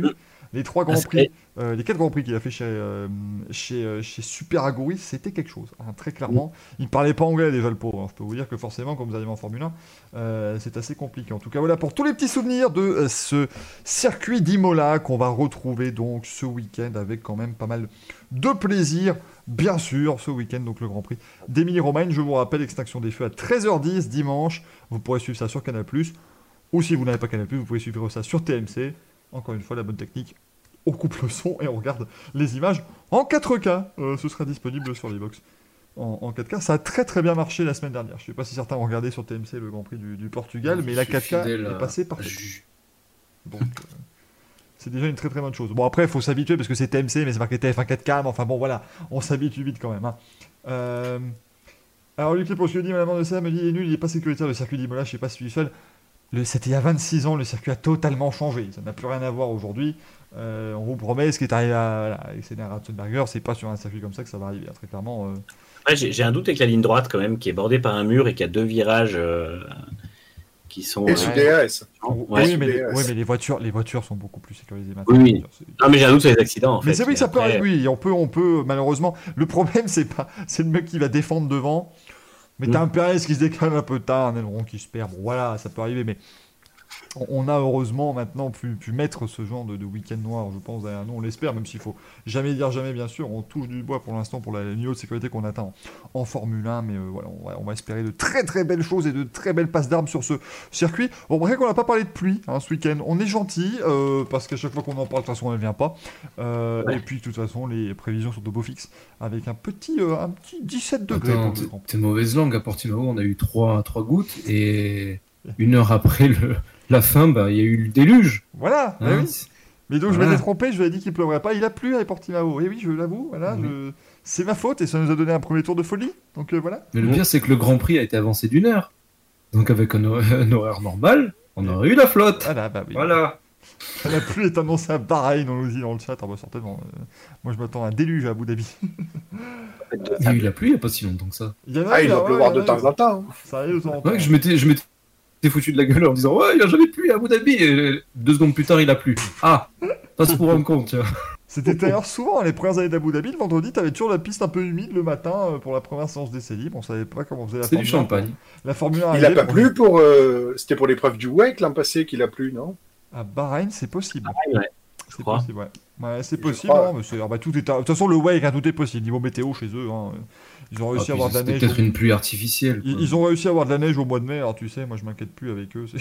Les trois grands prix, euh, les quatre grands prix qu'il a fait chez, euh, chez, euh, chez Super Aguri, c'était quelque chose, hein, très clairement. Mmh. Il ne parlait pas anglais déjà le pauvre, hein. Je peux vous dire que forcément, quand vous arrivez en Formule un, euh, c'est assez compliqué. En tout cas, voilà pour tous les petits souvenirs de euh, ce circuit d'Imola qu'on va retrouver donc ce week-end avec quand même pas mal de plaisir. Bien sûr, ce week-end, donc le Grand Prix d'Émilie-Romagne. Je vous rappelle, Extinction des Feux à treize heures dix dimanche. Vous pourrez suivre ça sur Canal plus. Ou si vous n'avez pas Canal plus, vous pouvez suivre ça sur T M C. Encore une fois, la bonne technique. On coupe le son et on regarde les images en quatre K. Euh, ce sera disponible sur les box en, en quatre K. Ça a très très bien marché la semaine dernière. Je ne sais pas si certains ont regardé sur T M C le Grand Prix du, du Portugal, non, mais la quatre K est passée parfait. Donc... Euh... C'est déjà une très très bonne chose. Bon, après, il faut s'habituer parce que c'est T M C, mais c'est marqué T F un quatre K. Mais enfin bon, voilà, on s'habitue vite quand même. Hein. Euh... Alors, Luc Léposque dit, Madame de Serre me dit, il est nul, il n'est pas sécuritaire le circuit d'Imola, je ne sais pas si je suis seul. Le... C'était il y a vingt-six ans, le circuit a totalement changé. Ça n'a plus rien à voir aujourd'hui. Euh, on vous promet, ce qui est arrivé à, voilà, avec Senna Ratzenberger, c'est pas sur un circuit comme ça que ça va arriver, hein, très clairement. Euh... Ouais, j'ai, j'ai un doute avec la ligne droite quand même, qui est bordée par un mur et qui a deux virages. Euh... qui sont et sous D A S. Ouais, oui, mais, les, ouais, mais les voitures, les voitures sont beaucoup plus sécurisées maintenant. Oui, oui. Non, mais j'ai un doute sur les accidents. En mais fait. c'est vrai que ça peut arriver. Oui, on peut, on peut. Malheureusement, le problème c'est pas, c'est le mec qui va défendre devant. Mais mmh. t'as un Perez qui se décale un peu tard, un aileron qui se perd. Bon, voilà, ça peut arriver, mais on a heureusement maintenant pu, pu mettre ce genre de, de week-end noir, je pense, derrière nous, on l'espère, même s'il faut jamais dire jamais, bien sûr. On touche du bois pour l'instant pour la niveau de sécurité qu'on atteint en, en Formule un, mais euh, voilà, on va, on va espérer de très très belles choses et de très belles passes d'armes sur ce circuit. Bon, bref, qu'on n'a pas parlé de pluie hein, ce week-end, on est gentil, euh, parce qu'à chaque fois qu'on en parle, de toute façon, elle ne vient pas. Euh, ouais. Et puis, de toute façon, les prévisions sont de beau fixe, avec un petit, euh, un petit dix-sept degrés. Attends, t'es, t'es mauvaise langue, à Portimao, on a eu trois gouttes, et une heure après le... la fin, bah, il y a eu le déluge. Voilà, hein, oui. Mais donc voilà. Je m'étais trompé, je lui ai dit qu'il ne pleuvrait pas. Il a plu à Portimao. Et oui, je l'avoue, voilà, oui. je... c'est ma faute et ça nous a donné un premier tour de folie. Donc euh, voilà. Mais le pire, c'est que le Grand Prix a été avancé d'une heure. Donc avec un, un horaire normal, on aurait eu la flotte. Voilà, bah oui. Voilà. La pluie est annoncée à Bahreïn, on nous dit dans le chat. Ah bah certainement. Euh, moi, je m'attends à un déluge à Abu Dhabi. Il y a eu la pluie il n'y a pas si longtemps que ça. Il, y en a, ah, il doit pleuvoir de temps en temps. Ça arrive de temps en temps. Ouais, je m'étais, je m'étais foutu de la gueule en disant ouais, il a jamais plu à Abu Dhabi. Et deux secondes plus tard, il a plu. Ah, passe pour un con, tiens. C'était d'ailleurs souvent les premières années d'Abu Dhabi. Le vendredi, t'avais toujours la piste un peu humide le matin pour la première séance d'essai libre. On savait pas comment on faisait la Formule un. C'est du champagne. La Formule un. Il a pas plu pour. Euh, c'était pour l'épreuve du Wake l'an passé qu'il a plu, non? À Bahreïn, c'est possible. Bahreïn, ouais. C'est je possible, ouais. Ouais, c'est possible, hein, mais c'est... Ah bah, tout est... De toute façon, le Wake, hein, tout est possible. Niveau météo chez eux, hein. Ils ont réussi ah, à avoir de la neige. Peut-être au... une pluie artificielle. Ils, ils ont réussi à avoir de la neige au mois de mai. Alors tu sais, moi je m'inquiète plus avec eux. C'est...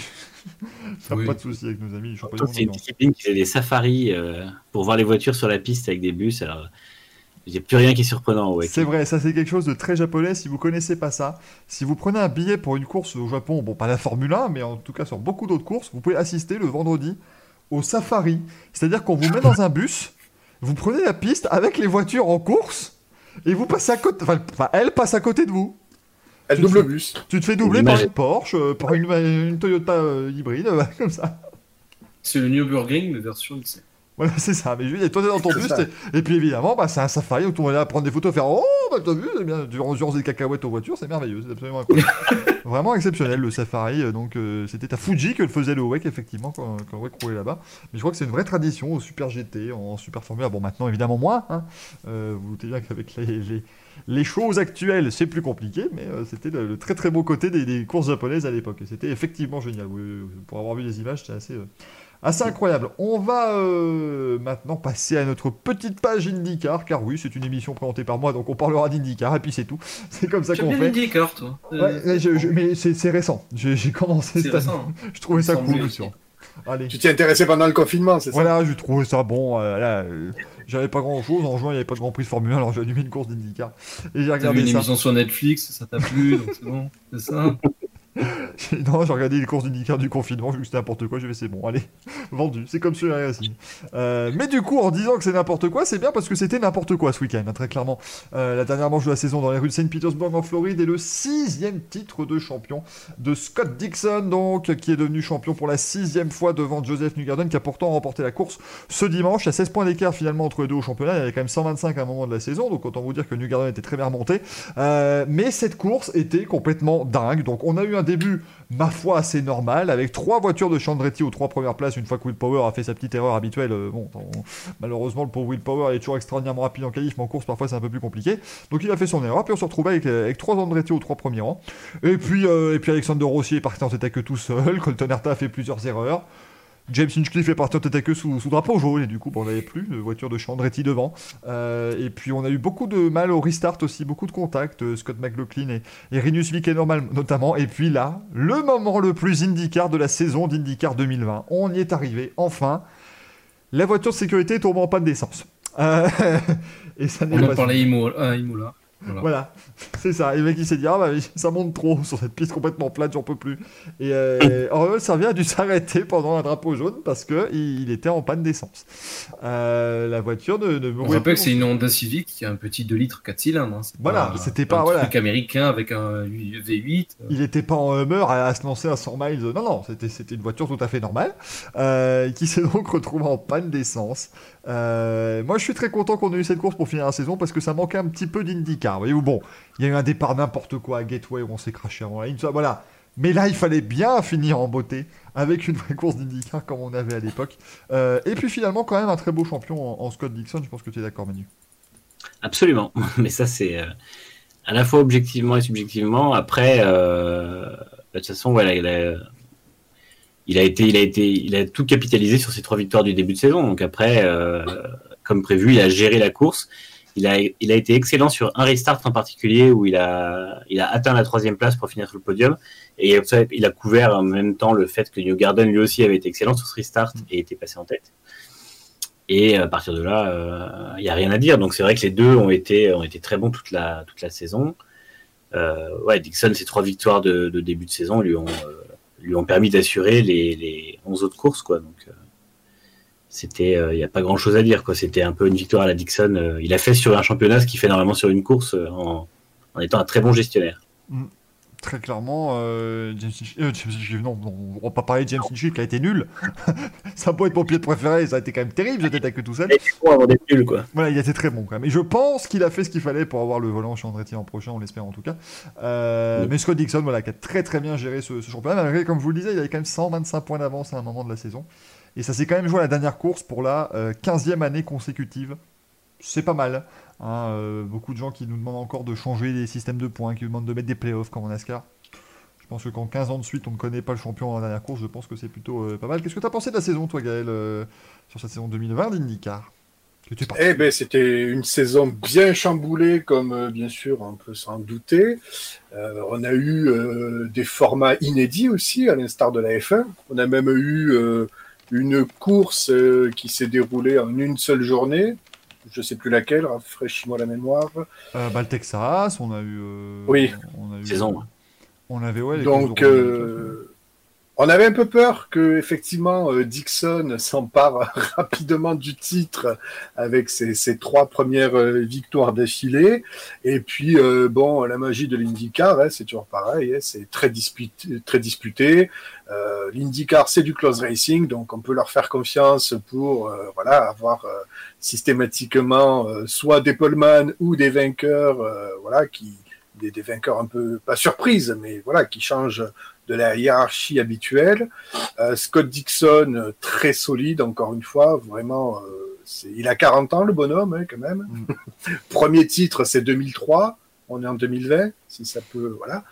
ça oui. Pas de soucis avec nos amis. Je Surtout, c'est une discipline qui fait des safaris euh, pour voir les voitures sur la piste avec des bus. Alors, il n'y a plus rien qui est surprenant au Wake. C'est vrai, ça c'est quelque chose de très japonais. Si vous connaissez pas ça, si vous prenez un billet pour une course au Japon, bon pas la Formule un, mais en tout cas sur beaucoup d'autres courses, vous pouvez assister le vendredi au safari. C'est-à-dire qu'on vous met dans un bus, vous prenez la piste avec les voitures en course, et vous passez à côté. Enfin, elle passe à côté de vous. Elle tu double le bus. Tu te fais doubler par une Porsche, euh, par une, une Toyota euh, hybride, euh, comme ça. C'est le Nürburgring, mais version lycée. Voilà, c'est ça. Mais je veux dire, toi, t'es dans ton bus, et puis évidemment, bah, c'est un safari où on est là à prendre des photos, faire oh, bah t'as vu, c'est bien, tu ranges des cacahuètes aux voitures, c'est merveilleux, c'est absolument incroyable. Vraiment exceptionnel le safari. Donc, euh, c'était à Fuji que le faisait le Wake, effectivement, quand, quand le Wake roulait là-bas. Mais je crois que c'est une vraie tradition au Super G T, en Super Formula. Bon, maintenant, évidemment, moins. Hein. Euh, vous vous doutez bien qu'avec les, les, les choses actuelles, c'est plus compliqué, mais euh, c'était le, le très très beau côté des, des courses japonaises à l'époque. Et c'était effectivement génial. Oui, pour avoir vu les images, c'est assez. Euh, Assez incroyable. On va euh, maintenant passer à notre petite page IndyCar, car oui, c'est une émission présentée par moi, donc on parlera d'IndyCar, et puis c'est tout. C'est comme ça J'aime qu'on bien fait. IndyCar, toi. Ouais, mais, je, je, mais c'est, c'est récent. J'ai, j'ai commencé cette année. Hein. Je trouvais ça cool, monsieur. Allez. Tu t'es intéressé pendant le confinement, c'est ça? Voilà, je trouvais ça bon. Euh, là, euh, j'avais pas grand chose. En juin, il n'y avait pas de Grand Prix de Formule un, alors j'ai allumé une course d'IndyCar. Et j'ai regardé T'as vu une ça. émission sur Netflix, ça t'a plu, donc c'est bon, c'est ça. Non, j'ai regardé les courses d'IndyCar du confinement, vu que c'était n'importe quoi, j'ai fait c'est bon, allez, vendu, c'est comme sur la Racing. Euh, mais du coup, en disant que c'est n'importe quoi, c'est bien parce que c'était n'importe quoi ce week-end, hein, très clairement. Euh, la dernière manche de la saison dans les rues de Saint Petersburg en Floride est le sixième titre de champion de Scott Dixon, donc, qui est devenu champion pour la sixième fois devant Joseph Newgarden, qui a pourtant remporté la course ce dimanche. Il y a seize points d'écart finalement entre les deux au championnat, il y avait quand même cent vingt-cinq à un moment de la saison, donc autant vous dire que Newgarden était très bien remonté. Euh, mais cette course était complètement dingue, donc on a eu un début, ma foi, assez normal, avec trois voitures de Andretti aux trois premières places, une fois que Will Power a fait sa petite erreur habituelle. Euh, bon, on, malheureusement, le pauvre Will Power est toujours extraordinairement rapide en qualif, mais en course, parfois, c'est un peu plus compliqué. Donc, il a fait son erreur, puis on se retrouvait avec, avec trois Andretti aux trois premiers rangs. Et puis, euh, et puis Alexander Rossi est parti en tête à queue tout seul, Colton Herta a fait plusieurs erreurs. James Hinchcliffe est parti en tête à queue sous, sous drapeau jaune, et du coup, bon, on n'avait plus de voiture de Andretti devant. Euh, et puis, on a eu beaucoup de mal au restart aussi, beaucoup de contacts, euh, Scott McLaughlin et, et Rinus Vikennormal notamment. Et puis là, le moment le plus IndyCar de la saison d'IndyCar deux mille vingt. On y est arrivé, enfin. La voiture de sécurité tombe en panne d'essence. Euh, et ça n'est on pas en parlait à Imola. Voilà. voilà, c'est ça. Et le mec il s'est dit ah bah ça monte trop sur cette piste complètement plate, j'en peux plus. Et euh, Oriol Servia a dû s'arrêter pendant un drapeau jaune parce que il, il était en panne d'essence. Euh, la voiture ne. ne On rappelle que c'est une Honda Civic qui a un petit deux litres quatre cylindres. Hein. Voilà, pas, c'était pas un voilà. truc américain avec un V huit. Il était pas en Hummer à, à se lancer à cent miles. Non non, c'était c'était une voiture tout à fait normale euh, qui s'est donc retrouvée en panne d'essence. Euh, moi je suis très content qu'on ait eu cette course pour finir la saison parce que ça manquait un petit peu d'IndyCar. Voyez-vous, bon, il y a eu un départ n'importe quoi à Gateway où on s'est craché avant la ligne, voilà. Mais là, il fallait bien finir en beauté avec une vraie course d'IndyCar comme on avait à l'époque. Euh, et puis finalement, quand même, un très beau champion en, en Scott Dixon. Je pense que tu es d'accord, Manu. Absolument. Mais ça, c'est euh, à la fois objectivement et subjectivement. Après, euh, de toute façon, voilà, il a, il a été, il a été, il a tout capitalisé sur ses trois victoires du début de saison. Donc après, euh, comme prévu, il a géré la course. Il a, il a été excellent sur un restart en particulier où il a, il a atteint la troisième place pour finir sur le podium. Et il a couvert en même temps le fait que Newgarden lui aussi avait été excellent sur ce restart et était passé en tête. Et à partir de là, euh, il n'y a rien à dire. Donc c'est vrai que les deux ont été, ont été très bons toute la, toute la saison. Euh, ouais, Dixon, ses trois victoires de, de début de saison lui ont, euh, lui ont permis d'assurer les, les onze autres courses, quoi. Donc, euh, c'était, il euh, n'y a pas grand chose à dire, quoi. C'était un peu une victoire à la Dixon. Euh, il a fait sur un championnat ce qu'il fait normalement sur une course euh, en, en étant un très bon gestionnaire. Mmh. Très clairement, euh, James Hinchcliffe, euh, non, non, on va pas parler de James Hinchcliffe qui a été nul. Ça peut être mon pilote préféré, ça a été quand même terrible, j'étais avec tout seul. Il a été bon avant d'être nul, quoi. Voilà, il a été très bon quand même. Et je pense qu'il a fait ce qu'il fallait pour avoir le volant chez Andretti l'an prochain, on l'espère en tout cas. Euh, oui. Mais Scott Dixon, voilà, qui a très très bien géré ce, ce championnat, malgré, comme je vous le disais, il avait quand même cent vingt-cinq points d'avance à un moment de la saison. Et ça s'est quand même joué à la dernière course pour la euh, quinzième année consécutive. C'est pas mal. Hein, euh, beaucoup de gens qui nous demandent encore de changer les systèmes de points, qui nous demandent de mettre des playoffs comme en NASCAR. Je pense que quand quinze ans de suite on ne connaît pas le champion en dernière course, je pense que c'est plutôt euh, pas mal. Qu'est-ce que tu as pensé de la saison, toi, Gaël, euh, sur cette saison deux mille vingt d'IndyCar? Eh ben, c'était une saison bien chamboulée, comme euh, bien sûr on peut s'en douter. Euh, on a eu euh, des formats inédits aussi, à l'instar de la F un. On a même eu euh, une course euh, qui s'est déroulée en une seule journée. Je sais plus laquelle, rafraîchis-moi la mémoire. Euh, bah, le Texas, on a eu. Euh, oui. On a eu, saison. On avait, ouais, les Donc, euh, on avait un peu peur que, effectivement, euh, Dixon s'empare rapidement du titre avec ses, ses trois premières euh, victoires d'affilée. Et puis, euh, bon, la magie de l'IndyCar, hein, c'est toujours pareil, hein, c'est très disputé. Très disputé. Euh, L'IndyCar, c'est du close racing, donc on peut leur faire confiance pour, euh, voilà, avoir euh, systématiquement euh, soit des poleman ou des vainqueurs, euh, voilà, qui Des, des vainqueurs un peu, pas surprise, mais voilà, qui changent de la hiérarchie habituelle. Euh, Scott Dixon, très solide, encore une fois, vraiment, euh, c'est, il a quarante ans, le bonhomme, hein, quand même. Mm. Premier titre, c'est deux mille trois, on est en deux mille vingt, si ça peut, voilà.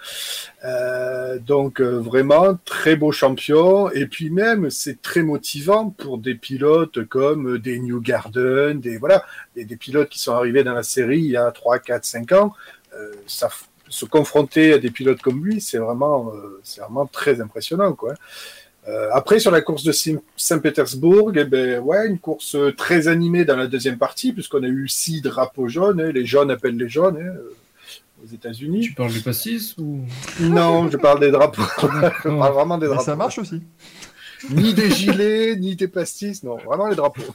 Euh, donc, euh, vraiment, très beau champion, et puis même, c'est très motivant pour des pilotes comme des Newgarden, des, voilà, des, des pilotes qui sont arrivés dans la série il y a trois, quatre, cinq ans. Euh, ça, se confronter à des pilotes comme lui, c'est vraiment, euh, c'est vraiment très impressionnant, quoi. Euh, après, sur la course de Saint-Pétersbourg, eh ben, ouais, une course très animée dans la deuxième partie, puisqu'on a eu six drapeaux jaunes, hein, les jaunes appellent les jaunes, hein, aux États-Unis. Tu parles du pastis ou... Non, je parle des drapeaux. Je parle vraiment des drapeaux. Mais ça marche aussi. Ni des gilets, ni des pastis, non, vraiment les drapeaux.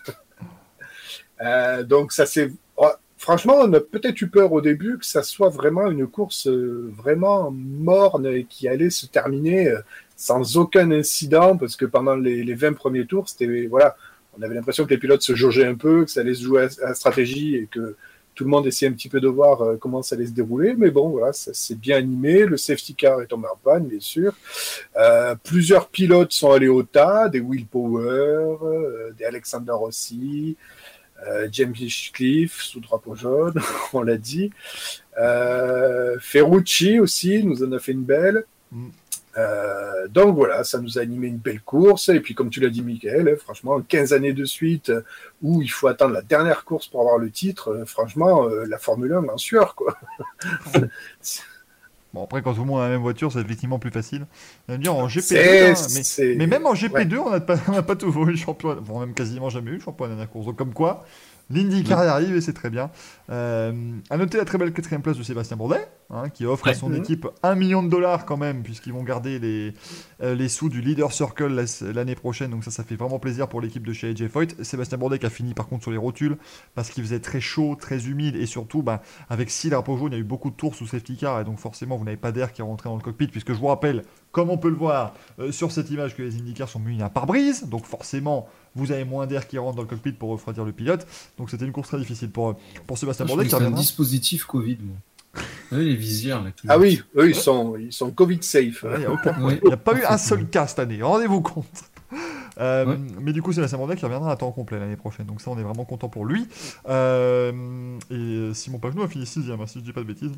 Euh, donc, ça c'est. Franchement, on a peut-être eu peur au début que ça soit vraiment une course vraiment morne et qui allait se terminer sans aucun incident, parce que pendant les, les vingt premiers tours, c'était, voilà, on avait l'impression que les pilotes se jaugeaient un peu, que ça allait se jouer à la stratégie et que tout le monde essayait un petit peu de voir euh, comment ça allait se dérouler, mais bon, voilà, ça s'est bien animé. Le safety car est tombé en panne, bien sûr. Euh, plusieurs pilotes sont allés au tas, des Will Power, euh, des Alexander Rossi, euh, James Hinchcliffe sous drapeau jaune, on l'a dit. Euh, Ferrucci aussi nous en a fait une belle. Mm. Euh, donc voilà, ça nous a animé une belle course. Et puis comme tu l'as dit, Michael, hein, franchement, quinze années de suite euh, où il faut attendre la dernière course pour avoir le titre, euh, franchement, euh, la Formule un en sueur, quoi. Bon, après, quand tout le monde a la même voiture, c'est effectivement plus facile. On va dire en G P deux, hein, mais, mais même en G P deux, ouais. on n'a pas, pas toujours eu le championnat. Bon, même quasiment jamais eu le championnat de la dernière course. Donc, comme quoi, l'IndyCar ouais. arrive et c'est très bien. Euh, à noter la très belle quatrième place de Sébastien Bourdet, hein, qui offre ouais. à son mmh. équipe un million de dollars quand même, puisqu'ils vont garder les, euh, les sous du Leader Circle l'année prochaine. Donc ça, ça fait vraiment plaisir pour l'équipe de chez A J Foyt. Sébastien Bourdet qui a fini par contre sur les rotules, parce qu'il faisait très chaud, très humide, et surtout, bah, avec six drapeaux jaunes, il y a eu beaucoup de tours sous safety car, et donc forcément, vous n'avez pas d'air qui est rentré dans le cockpit, puisque je vous rappelle, comme on peut le voir euh, sur cette image, que les IndyCars sont munis d'un pare-brise, donc forcément, vous avez moins d'air qui rentre dans le cockpit pour refroidir le pilote. Donc c'était une course très difficile pour, pour Sébastien Bourdet. C'est un dispositif Covid, moi. Oui, les visières. Là, ah oui, eux, ils sont, ils sont Covid safe. Il n'y a, oui. a pas eu un seul cas cette année, rendez-vous compte. Euh, ouais. Mais du coup, Sébastien Bourdet qui reviendra à temps complet l'année prochaine. Donc ça, on est vraiment content pour lui. Euh, et Simon Pagenaud a fini sixième, si je ne dis pas de bêtises.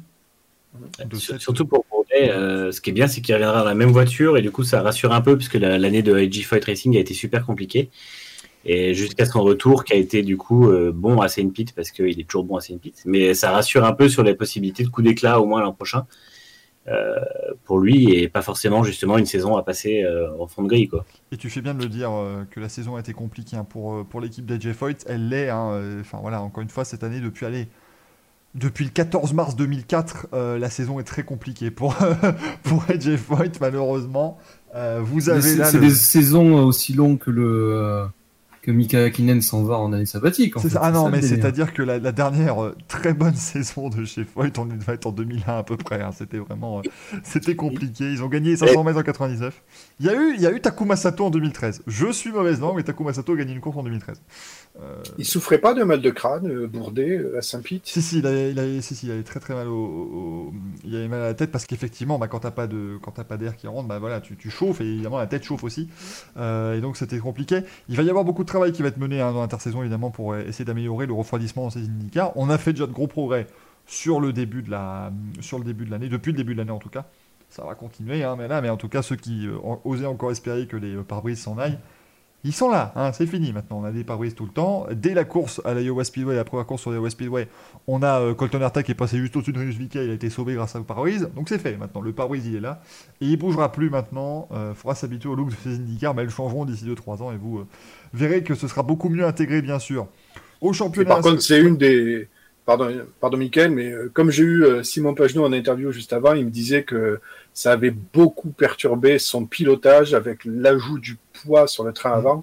De Surtout pour Bourdet, euh, ce qui est bien, c'est qu'il reviendra dans la même voiture. Et du coup, ça rassure un peu, puisque la, l'année de A J Foyt Racing a été super compliquée. Et jusqu'à son retour, qui a été du coup euh, bon à Saint Pete, parce qu'il est toujours bon à Saint Pete. Mais ça rassure un peu sur les possibilités de coup d'éclat au moins l'an prochain euh, pour lui, et pas forcément justement une saison à passer euh, en fond de grille, quoi. Et tu fais bien de le dire euh, que la saison a été compliquée hein, pour, pour l'équipe d'A J Foyt. Elle l'est, hein, enfin voilà, encore une fois cette année depuis aller. Depuis le quatorze mars deux mille quatre, euh, la saison est très compliquée pour, pour A J Foyt, malheureusement. Euh, vous avez c'est, là c'est le... des saisons aussi longues que le euh, que Mika Hakkinen s'en va en année sabbatique. En c'est fait. ça. Ah c'est non, ça, mais délire. c'est-à-dire que la, la dernière euh, très bonne saison de chez Foyt, on devait être en deux mille un à peu près. Hein. C'était vraiment, euh, c'était compliqué. Ils ont gagné cinq cents mètres en quatre-vingt-dix-neuf. Il y a eu, il y a eu Takuma Sato en deux mille treize. Je suis mauvaise langue, mais Takuma Sato a gagné une course en deux mille treize. Euh... Il souffrait pas de mal de crâne, euh, Bourdet, euh, à Saint-Pete. Si si, il avait, il avait, si, si, il avait très très mal au, au, il avait mal à la tête parce qu'effectivement, bah, quand t'as pas de, quand t'as pas d'air qui rentre, bah voilà, tu, tu chauffes et évidemment la tête chauffe aussi. Euh, et donc c'était compliqué. Il va y avoir beaucoup de travail qui va être mené hein, dans l'intersaison évidemment pour essayer d'améliorer le refroidissement dans ces IndyCars. On a fait déjà de gros progrès sur le début de la, sur le début de l'année, depuis le début de l'année en tout cas. Ça va continuer, hein, mais là, mais en tout cas ceux qui euh, osaient encore espérer que les euh, pare-brises s'en aillent. Ils sont là, hein, c'est fini maintenant, on a des pare-brises tout le temps. Dès la course à l'Iowa Speedway, la première course sur l'Iowa Speedway, on a euh, Colton Herta qui est passé juste au-dessus de Rinus V K, il a été sauvé grâce au pare-brise, donc c'est fait maintenant, le pare-brise il est là, et il bougera plus maintenant, il euh, faudra s'habituer au look de ces IndyCars, mais elles changeront d'ici deux trois ans, et vous euh, verrez que ce sera beaucoup mieux intégré bien sûr. Au championnat... Et par contre, c'est une des... Pardon, pardon Mickaël, mais euh, comme j'ai eu euh, Simon Pagenaud en interview juste avant, il me disait que ça avait beaucoup perturbé son pilotage avec l'ajout du poids sur le train avant.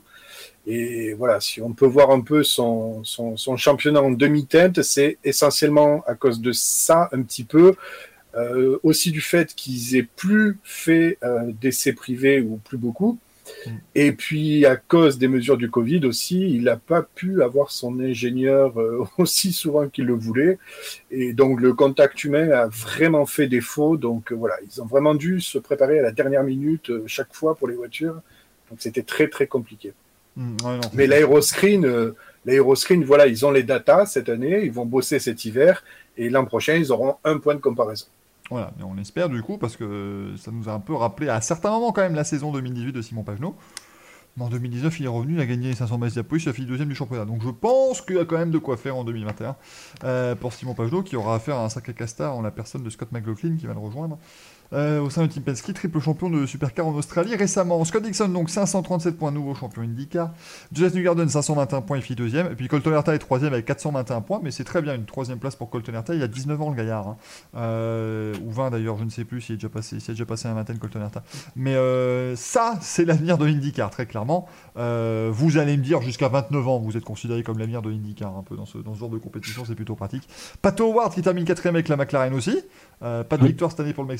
Et voilà, si on peut voir un peu son, son, son championnat en demi-teinte, c'est essentiellement à cause de ça un petit peu. Euh, aussi du fait qu'ils aient plus fait euh, d'essais privés ou plus beaucoup. Mm. Et puis à cause des mesures du Covid aussi, il n'a pas pu avoir son ingénieur euh, aussi souvent qu'il le voulait. Et donc le contact humain a vraiment fait défaut. Donc euh, voilà, ils ont vraiment dû se préparer à la dernière minute euh, chaque fois pour les voitures. Donc c'était très très compliqué. Mmh, ouais, non, mais l'aéroscreen, euh, l'aéroscreen, voilà, ils ont les datas cette année, ils vont bosser cet hiver, et l'an prochain, ils auront un point de comparaison. Voilà, mais on espère du coup, parce que ça nous a un peu rappelé à certains moments quand même la saison deux mille dix-huit de Simon Pagenaud. Mais en deux mille dix-neuf, il est revenu, il a gagné les cinq cents mètres d'Apolis, il a fini deuxième du championnat. Donc je pense qu'il y a quand même de quoi faire en deux mille vingt et un euh, pour Simon Pagenaud, qui aura affaire à un sacré castard en la personne de Scott McLaughlin qui va le rejoindre. Euh, au sein de Team Penske, triple champion de Supercar en Australie récemment. Scott Dixon, donc cinq cent trente-sept points, nouveau champion IndyCar. Joseph Newgarden, cinq cent vingt et un points, il finit deuxième. Et puis Colton Herta est troisième avec quatre cent vingt et un points, mais c'est très bien, une troisième place pour Colton Herta. Il a dix-neuf ans, le gaillard. Hein. Euh, ou vingt d'ailleurs, je ne sais plus s'il est déjà passé, s'il a déjà passé un vingtaine, Colton Herta. Mais euh, ça, c'est l'avenir de l'IndyCar, très clairement. Euh, vous allez me dire, jusqu'à vingt-neuf ans, vous êtes considéré comme l'avenir de l'IndyCar, un peu dans ce, dans ce genre de compétition, c'est plutôt pratique. Pato Howard qui termine quatrième avec la McLaren aussi. Euh, pas de victoire cette année pour le Mexicain, mais une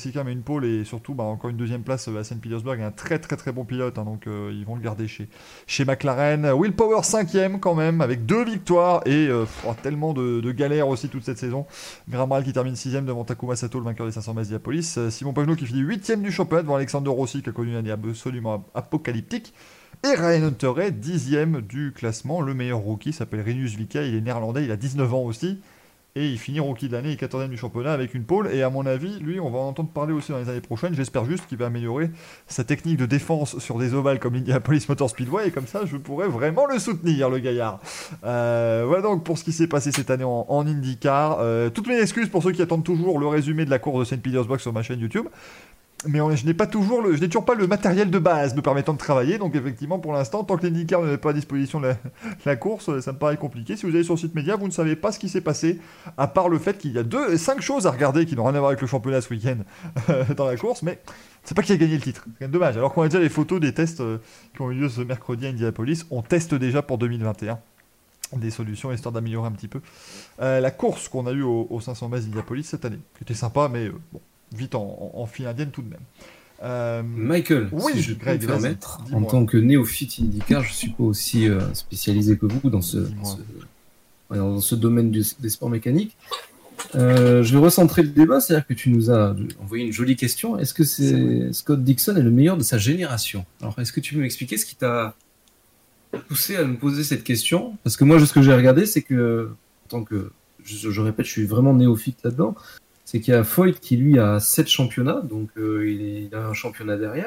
pole et surtout bah, encore une deuxième place à Saint Petersburg. Un très très très bon pilote, hein, donc euh, ils vont le garder chez, chez McLaren. Will Power cinquième quand même, avec deux victoires et euh, oh, tellement de, de galères aussi toute cette saison. Graham Rahal qui termine sixième devant Takuma Sato, le vainqueur des cinq cents Indianapolis. Euh, Simon Pagenaud qui finit huitième du championnat devant Alexander Rossi qui a connu une année absolument apocalyptique. Et Ryan Hunter dixième du classement. Le meilleur rookie s'appelle Rinus Vika, il est néerlandais, il a dix-neuf ans aussi. Et il finit rookie de l'année et quatorzième du championnat avec une pole. Et à mon avis, lui, on va en entendre parler aussi dans les années prochaines. J'espère juste qu'il va améliorer sa technique de défense sur des ovales comme l'Indianapolis Motor Speedway. Et comme ça, je pourrais vraiment le soutenir, le gaillard. Euh, voilà donc pour ce qui s'est passé cette année en, en IndyCar. Euh, toutes mes excuses pour ceux qui attendent toujours le résumé de la course de Saint Petersburg sur ma chaîne YouTube. Mais on, je n'ai pas toujours le, je n'ai toujours pas le matériel de base me permettant de travailler, donc effectivement pour l'instant, tant que l'IndyCar ne met pas à disposition la, la course, ça me paraît compliqué. Si vous allez sur le site média, vous ne savez pas ce qui s'est passé, à part le fait qu'il y a deux, cinq choses à regarder qui n'ont rien à voir avec le championnat ce week-end euh, dans la course, mais c'est pas qui a gagné le titre, c'est quand même dommage. Alors qu'on a déjà les photos des tests euh, qui ont eu lieu ce mercredi à Indianapolis, on teste déjà pour deux mille vingt et un des solutions histoire d'améliorer un petit peu euh, la course qu'on a eue au, au cinq cents miles d'Indianapolis cette année, qui était sympa, mais euh, bon. Vite en, en, en file indienne tout de même. Euh, Michael, oui, si je peux Greg, me permettre, dis-moi. en tant que néophyte IndyCar, je ne suis pas aussi euh, spécialisé que vous dans ce, dans ce, dans ce domaine du, des sports mécaniques. Euh, je vais recentrer le débat, c'est-à-dire que tu nous as envoyé une jolie question. Est-ce que c'est, c'est Scott Dixon est le meilleur de sa génération? Alors, est-ce que tu peux m'expliquer ce qui t'a poussé à me poser cette question? Parce que moi, ce que j'ai regardé, c'est que, en tant que, je, je répète, je suis vraiment néophyte là-dedans. C'est qu'il y a Foyt qui, lui, a sept championnats, donc euh, il, est, il a un championnat derrière.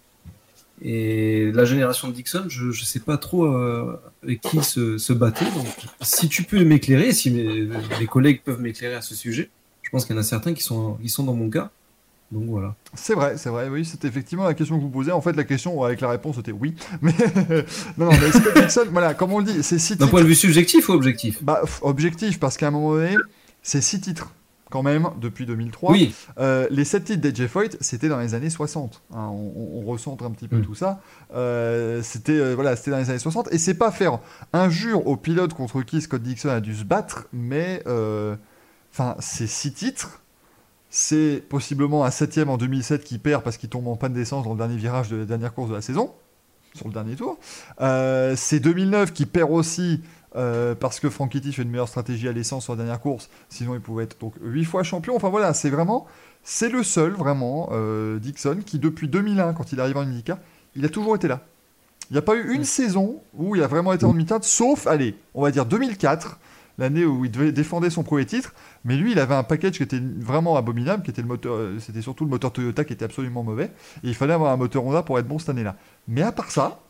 Et la génération de Dixon, je ne sais pas trop euh, avec qui se, se battait. Donc, si tu peux m'éclairer, si mes, mes collègues peuvent m'éclairer à ce sujet, je pense qu'il y en a certains qui sont, qui sont dans mon cas. Donc voilà. C'est vrai, c'est vrai, oui, c'était effectivement la question que vous posez. En fait, la question avec la réponse était oui. Mais non, non, mais Scott Dixon, voilà, comme on le dit, c'est six titres. D'un point de vue subjectif ou objectif? Bah, objectif, parce qu'à un moment donné, c'est six titres. Quand même, depuis deux mille trois. Oui. Euh, les sept titres d'A J Foyt, c'était dans les années soixante. Hein, on, on recentre un petit peu mmh. tout ça. Euh, c'était, euh, voilà, c'était dans les années soixante. Et c'est pas faire injure aux pilotes contre qui Scott Dixon a dû se battre, mais euh, c'est six titres. C'est possiblement un septième en deux mille sept qui perd parce qu'il tombe en panne d'essence dans le dernier virage de la dernière course de la saison, sur le dernier tour. Euh, c'est deux mille neuf qui perd aussi. Euh, parce que Frank Kitty fait une meilleure stratégie à l'essence sur la dernière course, sinon il pouvait être donc huit fois champion. Enfin voilà, c'est vraiment, c'est le seul vraiment euh, Dixon qui depuis deux mille un, quand il arrive en IndyCar, il a toujours été là. Il n'y a pas eu une mmh. saison où il a vraiment été en demi-teinte, sauf, allez, on va dire deux mille quatre, l'année où il devait défendre son premier titre, mais lui il avait un package qui était vraiment abominable, qui était le moteur, euh, c'était surtout le moteur Toyota qui était absolument mauvais, et il fallait avoir un moteur Honda pour être bon cette année-là. Mais à part ça,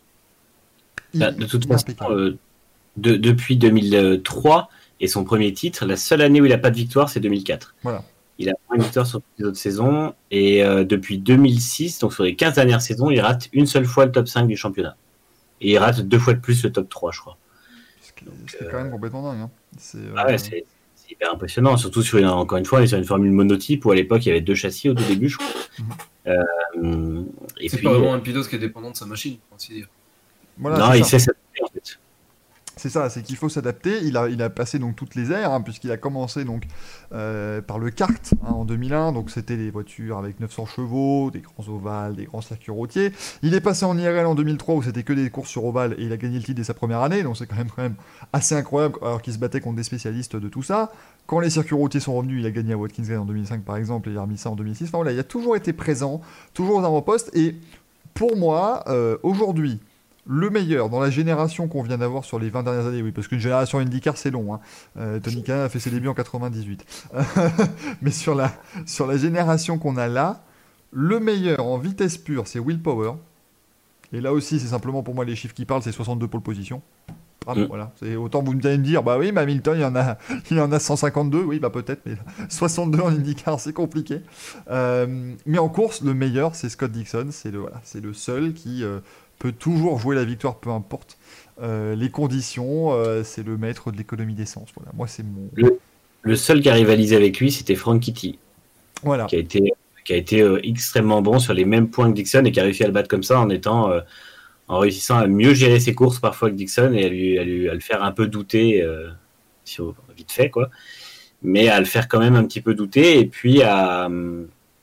il, bah, de toute façon. De, depuis deux mille trois et son premier titre, la seule année où il n'a pas de victoire, c'est deux mille quatre. Voilà. Il a une victoire sur les autres saisons et euh, depuis deux mille six, donc sur les quinze dernières saisons, il rate une seule fois le top cinq du championnat. Et il rate deux fois de plus le top trois, je crois. C'est euh... quand même complètement dingue. Hein. C'est, euh... ah ouais, c'est, c'est hyper impressionnant, surtout sur une, encore une fois, on est sur une formule monotype où à l'époque il y avait deux châssis au tout début, je crois. Mm-hmm. Euh, et c'est puis, pas vraiment un pilote qui est dépendant de sa machine, pour ainsi dire. Voilà, non, il ça. sait s'adapter en fait. C'est ça, c'est qu'il faut s'adapter. Il a, il a passé donc toutes les ères, hein, puisqu'il a commencé donc euh, par le kart hein, en deux mille un. Donc c'était des voitures avec neuf cents chevaux, des grands ovales, des grands circuits routiers. Il est passé en I R L en deux mille trois où c'était que des courses sur ovale et il a gagné le titre dès sa première année. Donc c'est quand même, quand même assez incroyable alors qu'il se battait contre des spécialistes de tout ça. Quand les circuits routiers sont revenus, il a gagné à Watkins Glen en deux mille cinq par exemple et il a remis ça en deux mille six. Enfin voilà, il a toujours été présent, toujours aux avant-postes. Et pour moi, euh, aujourd'hui, le meilleur dans la génération qu'on vient d'avoir sur les vingt dernières années, oui, parce qu'une génération IndyCar c'est long. Hein. Euh, Tony Kanaan a fait ses débuts en quatre-vingt-dix-huit. Mais sur la, sur la génération qu'on a là, le meilleur en vitesse pure, c'est Will Power. Et là aussi, c'est simplement pour moi les chiffres qui parlent, c'est soixante-deux pole position. Ah, bon, mmh. voilà. C'est, autant vous allez me dire, bah oui, mais Hamilton, il y en a, il y en a cent cinquante-deux, oui, bah peut-être, mais soixante-deux en IndyCar, c'est compliqué. Euh, mais en course, le meilleur, c'est Scott Dixon, c'est le, voilà, c'est le seul qui euh, peut toujours jouer la victoire, peu importe euh, les conditions. Euh, c'est le maître de l'économie d'essence. Voilà, moi, c'est mon. Le, le seul qui a rivalisé avec lui, c'était Frank Kitty, voilà, qui a été, qui a été euh, extrêmement bon sur les mêmes points que Dixon et qui a réussi à le battre comme ça en étant euh, en réussissant à mieux gérer ses courses parfois que Dixon et à, lui, à, lui, à le faire un peu douter, euh, sur, vite fait, quoi, mais à le faire quand même un petit peu douter et puis à,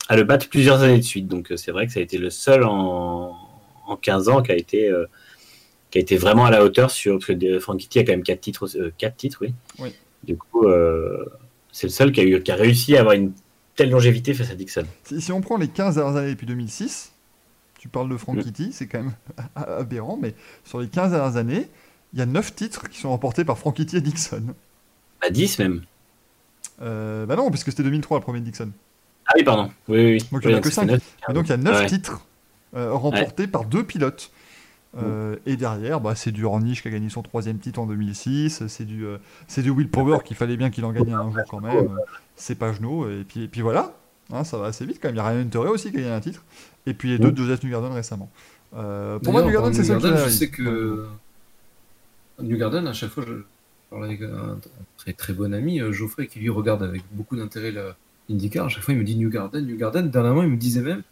à le battre plusieurs années de suite. Donc c'est vrai que ça a été le seul en, en quinze ans qui a été euh, qui a été vraiment à la hauteur sur parce que Franchitti a quand même quatre titres, euh, quatre titres, oui. oui. Du coup, euh, c'est le seul qui a eu qui a réussi à avoir une telle longévité face à Dixon. Si, si on prend les quinze dernières années depuis deux mille six, tu parles de Franchitti, mmh. c'est quand même aberrant, mais sur les quinze dernières années, il y a neuf titres qui sont remportés par Franchitti et Dixon. Bah dix même. Euh, bah non, puisque c'était deux mille trois le premier Dixon. Ah oui, pardon. Oui, oui. Donc il n'y en a que cinq. Et donc il y a neuf ouais. titres euh, remportés ouais. par deux pilotes. Euh, et derrière, bah, c'est du Ornish qui a gagné son troisième titre en deux mille six, c'est du, euh, c'est du Will Power qu'il fallait bien qu'il en gagne un jour quand même, c'est Pagenaud, et puis, et puis voilà, hein, ça va assez vite quand même. Il y a Ryan Hunter aussi qui a gagné un titre, et puis les deux de Joseph Newgarden récemment. Euh, pour moi, Newgarden, c'est ça qui Je sais que Newgarden, à chaque fois, je parle avec un très très bon ami, Geoffrey, qui lui regarde avec beaucoup d'intérêt l'IndyCar. À chaque fois, il me dit Newgarden, Newgarden. Dernièrement, il me disait même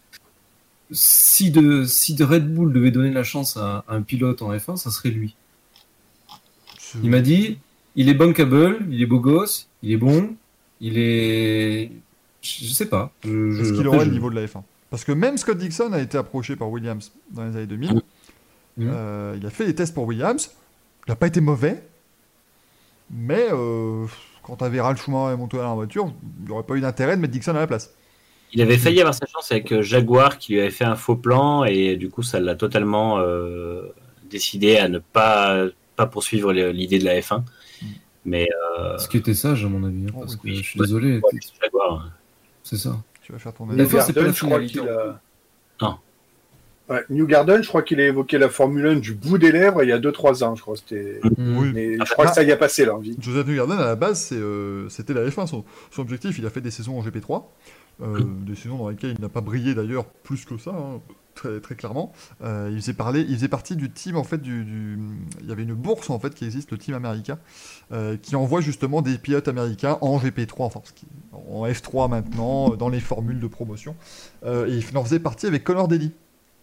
si de, si de Red Bull devait donner la chance à, à un pilote en F un, ça serait lui. C'est... Il m'a dit il est bankable, il est beau gosse, il est bon, il est. Je, je sais pas. Je, Est-ce je, qu'il aurait je... le niveau de la F un? Parce que même Scott Dixon a été approché par Williams dans les années deux mille. Mmh. Euh, il a fait des tests pour Williams. Il n'a pas été mauvais. Mais euh, quand tu avais Ralph Schumacher et Montoya dans la voiture, il n'y aurait pas eu d'intérêt de mettre Dixon à la place. Il avait failli avoir sa chance avec Jaguar qui lui avait fait un faux plan et du coup ça l'a totalement euh, décidé à ne pas, pas poursuivre l'idée de la F un. Mais, euh... Ce qui était sage à mon avis, hein, parce oui, que je suis désolé. Ouais, c'est Jaguar. C'est ça. Tu vas faire ton La F un, c'est pas la finalité. A... Non. Ouais, Newgarden, je crois qu'il a évoqué la Formule un du bout des lèvres il y a deux trois ans, je crois. C'était... Mmh. Oui. Mais je crois ah, que ça y a passé là en vie. Joseph Newgarden, à la base, c'est, euh, c'était la F un. Son, son objectif, il a fait des saisons en G P trois. Euh, mmh. Des saisons dans lesquelles il n'a pas brillé d'ailleurs plus que ça, hein, très, très clairement. Euh, il, faisait parler, il faisait partie du team, en fait, du, du... il y avait une bourse en fait qui existe, le Team America, euh, qui envoie justement des pilotes américains en G P trois, enfin, en F trois maintenant, dans les formules de promotion. Euh, et il en faisait partie avec Conor Daly.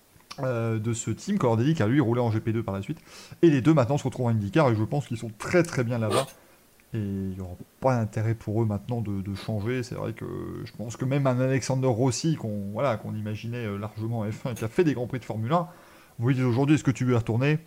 Euh, de ce team, Conor Daly qui a lui roulé en G P deux par la suite. Et les deux maintenant se retrouvent en IndyCar et je pense qu'ils sont très très bien là-bas. Et il n'y aura pas d'intérêt pour eux maintenant de, de changer. C'est vrai que je pense que même un Alexander Rossi, qu'on voilà, qu'on imaginait largement en F un, qui a fait des Grands Prix de Formule un, vous lui dites aujourd'hui, est-ce que tu veux y retourner?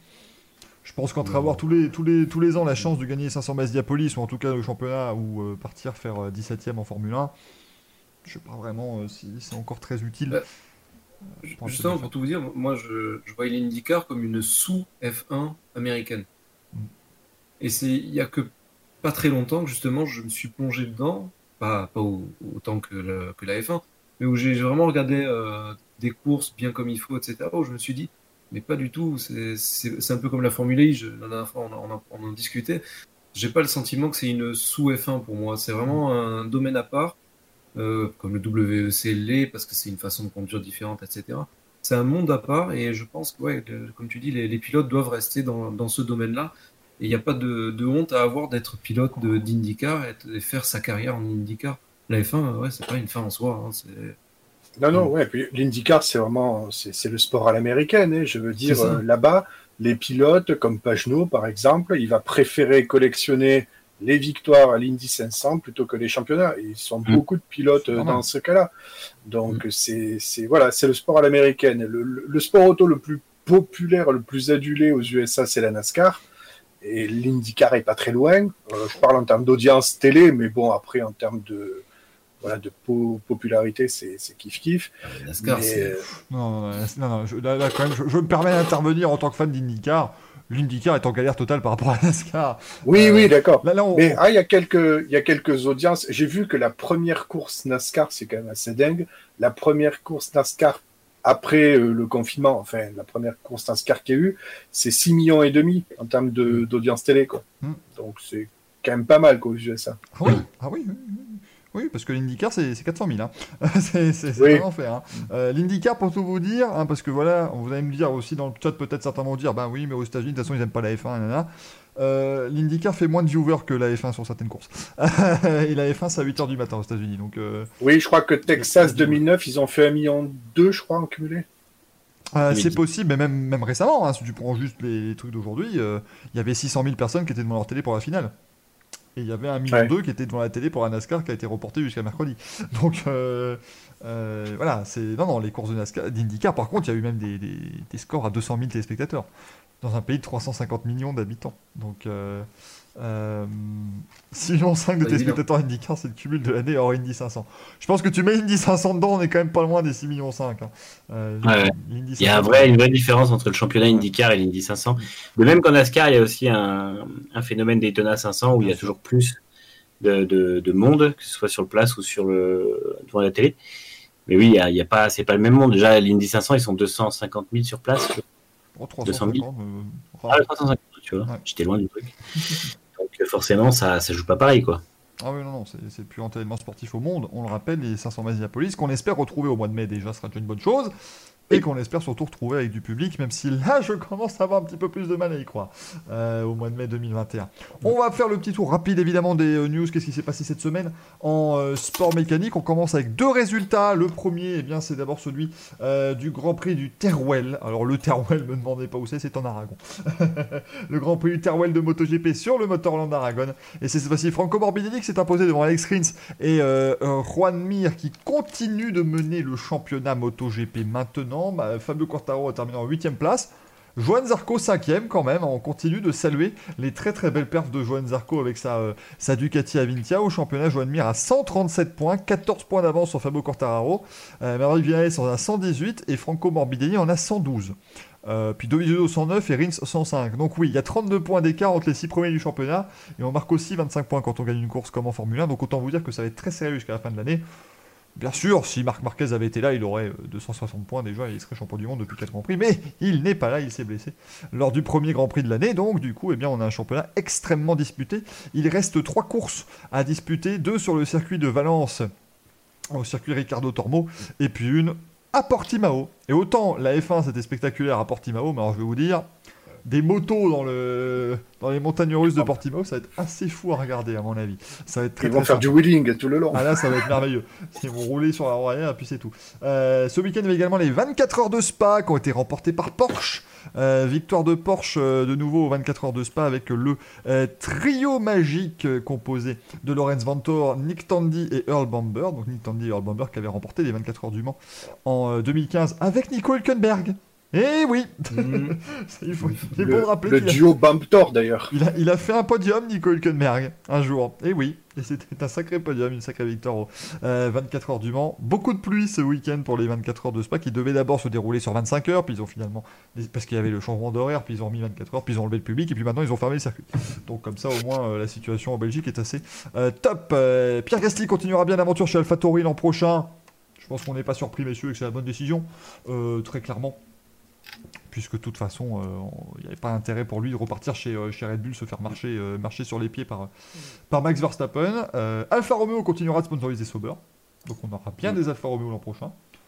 Je pense qu'entre avoir tous les, tous, les, tous les ans la chance de gagner cinq cents Masdiapolis, ou en tout cas le championnat, ou euh, partir faire euh, dix-septième en Formule un, je ne sais pas vraiment euh, si c'est encore très utile. Euh, justement, pour tout vous dire, moi je, je voyais l'IndyCar comme une sous-F un américaine. Mm. Et il n'y a que pas très longtemps que justement je me suis plongé dedans, pas, pas au, autant que, le, que la F un, mais où j'ai vraiment regardé euh, des courses bien comme il faut, et cetera. Où je me suis dit, mais pas du tout, c'est, c'est, c'est un peu comme la Formule I, je, la dernière fois on en, on en discutait, j'ai pas le sentiment que c'est une sous-F un pour moi, c'est vraiment un domaine à part, euh, comme le W E C l'est, parce que c'est une façon de conduire différente, et cetera. C'est un monde à part, et je pense que, ouais, le, comme tu dis, les, les pilotes doivent rester dans, dans ce domaine-là. Et il n'y a pas de, de honte à avoir d'être pilote de, d'IndyCar et, et faire sa carrière en IndyCar. La F un, ouais, c'est pas une fin en soi. Hein, c'est... Non, non, ouais. Puis l'IndyCar, c'est vraiment c'est, c'est le sport à l'américaine. Hein, je veux dire, euh, là-bas, les pilotes, comme Pagenaud, par exemple, il va préférer collectionner les victoires à l'Indy cinq cents plutôt que les championnats. Et ils sont mmh. beaucoup de pilotes euh, dans ce cas-là. Donc, mmh. c'est, c'est, voilà, c'est le sport à l'américaine. Le, le, le sport auto le plus populaire, le plus adulé aux U S A, c'est la NASCAR. Et l'IndyCar est pas très loin. Euh, je parle en termes d'audience télé, mais bon, après, en termes de, voilà, de po- popularité, c'est, c'est kiff-kiff. Euh, NASCAR, mais... c'est... Non, non, non, non je, là, là, quand même, je, je me permets d'intervenir en tant que fan d'IndyCar. L'IndyCar est en galère totale par rapport à NASCAR. Oui, euh, oui, d'accord. Là, là, on... Mais ah, il y a quelques, il y a quelques audiences. J'ai vu que la première course NASCAR, c'est quand même assez dingue. La première course NASCAR après euh, le confinement, enfin la première course NASCAR qu'il y a eu, c'est six millions et demi en termes de, d'audience télé, quoi. Mm. Donc c'est quand même pas mal, quoi, aux U S A. Ah oui, ah oui, oui, oui, parce que l'IndyCar c'est, c'est quatre cent mille, hein. c'est, c'est, c'est oui. vraiment fait. Hein. Euh, L'IndyCar, pour tout vous dire, hein, parce que voilà, vous allez me dire aussi dans le chat, peut-être certains vont dire, bah oui, mais aux États-Unis de toute façon ils n'aiment pas la F un, nanana. Euh, L'IndyCar fait moins de viewers que la F un sur certaines courses. Et la F un, c'est à huit heures du matin aux États-Unis. Donc, euh... oui, je crois que Texas deux mille neuf, ils ont fait un million deux, je crois, en cumulé. Euh, c'est possible, mais même, même récemment, hein, si tu prends juste les, les trucs d'aujourd'hui, il euh, y avait six cent mille personnes qui étaient devant leur télé pour la finale. Et il y avait un million Ouais. deux qui était devant la télé pour la NASCAR qui a été reporté jusqu'à mercredi. Donc euh, euh, voilà, c'est non non les courses de NASCAR, d'IndyCar. Par contre, il y a eu même des, des, des scores à deux cent mille téléspectateurs dans un pays de trois cent cinquante millions d'habitants. Donc euh, euh, six virgule cinq de Pas téléspectateurs IndyCar, c'est le cumul de l'année hors Indy cinq cents. Je pense que tu mets Indy cinq cents dedans, on est quand même pas loin des six virgule cinq millions. Hein. Euh, Ouais, ouais. l'Indy Il y a un cinq cents, vrai, une vraie différence entre le championnat IndyCar et l'Indy cinq cents. De même qu'en NASCAR, il y a aussi un, un phénomène Daytona cinq cents où Bien il y a sûr. toujours plus de, de, de monde, que ce soit sur le place ou sur le, devant la télé. Mais oui, il y a, il y a pas, c'est pas le même monde. Déjà, l'Indy cinq cents, ils sont deux cent cinquante mille sur place. Oh, deux cent mille. trois cent cinquante, euh, Ah, trois cent cinquante, tu vois. Ouais. J'étais loin du truc. Donc forcément, ça, ça joue pas pareil, quoi. Ah oui, non, non, c'est, c'est le plus grand événement sportif au monde. On le rappelle, les cinq cents miles d'Indianapolis, qu'on espère retrouver au mois de mai déjà, sera déjà une bonne chose. Et qu'on espère surtout retrouver avec du public, même si là, je commence à avoir un petit peu plus de mal à y croire, euh, au mois de mai deux mille vingt et un. On va faire le petit tour rapide, évidemment, des euh, news. Qu'est-ce qui s'est passé cette semaine en euh, sport mécanique? On commence avec deux résultats. Le premier, eh bien, c'est d'abord celui euh, du Grand Prix du Teruel. Alors, le Teruel, me demandez pas où c'est, c'est en Aragon. Le Grand Prix du Teruel de MotoGP sur le Motorland Aragon. Et c'est cette fois-ci Franco Morbidelli qui s'est imposé devant Alex Rins et euh, euh, Juan Mir qui continue de mener le championnat MotoGP maintenant. Bah, Fabio Quartararo a terminé en huitième place. Johan Zarco cinquième quand même. On continue de saluer les très très belles perfs de Johan Zarco avec sa, euh, sa Ducati Avintia. Au championnat, Joan Mir a cent trente-sept points, quatorze points d'avance sur Fabio Quartararo. Euh, Maverick Viñales en a cent dix-huit et Franco Morbidelli en a cent douze. Euh, puis Dovizioso cent neuf et Rins cent cinq. Donc oui, il y a trente-deux points d'écart entre les six premiers du championnat et on marque aussi vingt-cinq points quand on gagne une course comme en Formule un. Donc autant vous dire que ça va être très sérieux jusqu'à la fin de l'année. Bien sûr, si Marc Marquez avait été là, il aurait deux cent soixante points déjà et il serait champion du monde depuis quatre Grands Prix. Mais il n'est pas là, il s'est blessé lors du premier Grand Prix de l'année. Donc du coup, eh bien, on a un championnat extrêmement disputé. Il reste trois courses à disputer, deux sur le circuit de Valence, au circuit Ricardo Tormo, et puis une à Portimao. Et autant la F un c'était spectaculaire à Portimao, mais alors je vais vous dire, des motos dans, le... dans les montagnes russes de Portimao, ça va être assez fou à regarder à mon avis. Ça va être très, Ils vont très faire sympa. du wheeling tout le long. Ah là, ça va être merveilleux. Ils vont rouler sur la roue arrière et puis c'est tout. Euh, ce week-end, il y avait également les vingt-quatre heures de Spa qui ont été remportées par Porsche. Euh, victoire de Porsche euh, de nouveau aux vingt-quatre heures de Spa avec le euh, trio magique euh, composé de Lorenz Vanthoor, Nick Tandy et Earl Bamber. Donc Nick Tandy et Earl Bamber qui avaient remporté les vingt-quatre heures du Mans en euh, deux mille quinze avec Nico Hülkenberg. Eh oui Mmh. Il faut, il est bon Le, de rappeler le qu'il a- duo Bump-Thor d'ailleurs. il a, il a fait un podium, Nico Hülkenberg, un jour. Et oui, et c'était un sacré podium, une sacrée victoire aux euh, vingt-quatre heures du Mans. Beaucoup de pluie ce week-end pour les vingt-quatre heures de Spa qui devaient d'abord se dérouler sur vingt-cinq heures, puis ils ont finalement, parce qu'il y avait le changement d'horaire, puis ils ont remis vingt-quatre heures, puis ils ont enlevé le public, et puis maintenant ils ont fermé le circuit. Donc comme ça, au moins, euh, la situation en Belgique est assez euh, top. Euh, Pierre Gasly continuera bien l'aventure chez AlphaTauri l'an prochain. Je pense qu'on n'est pas surpris, messieurs, et que c'est la bonne décision, euh, très clairement. Puisque de toute façon, il euh, n'y avait pas intérêt pour lui de repartir chez, euh, chez Red Bull, se faire marcher, euh, marcher sur les pieds par, par Max Verstappen. Euh, Alfa Romeo continuera de sponsoriser Sauber, donc on aura bien des Alfa Romeo l'an prochain.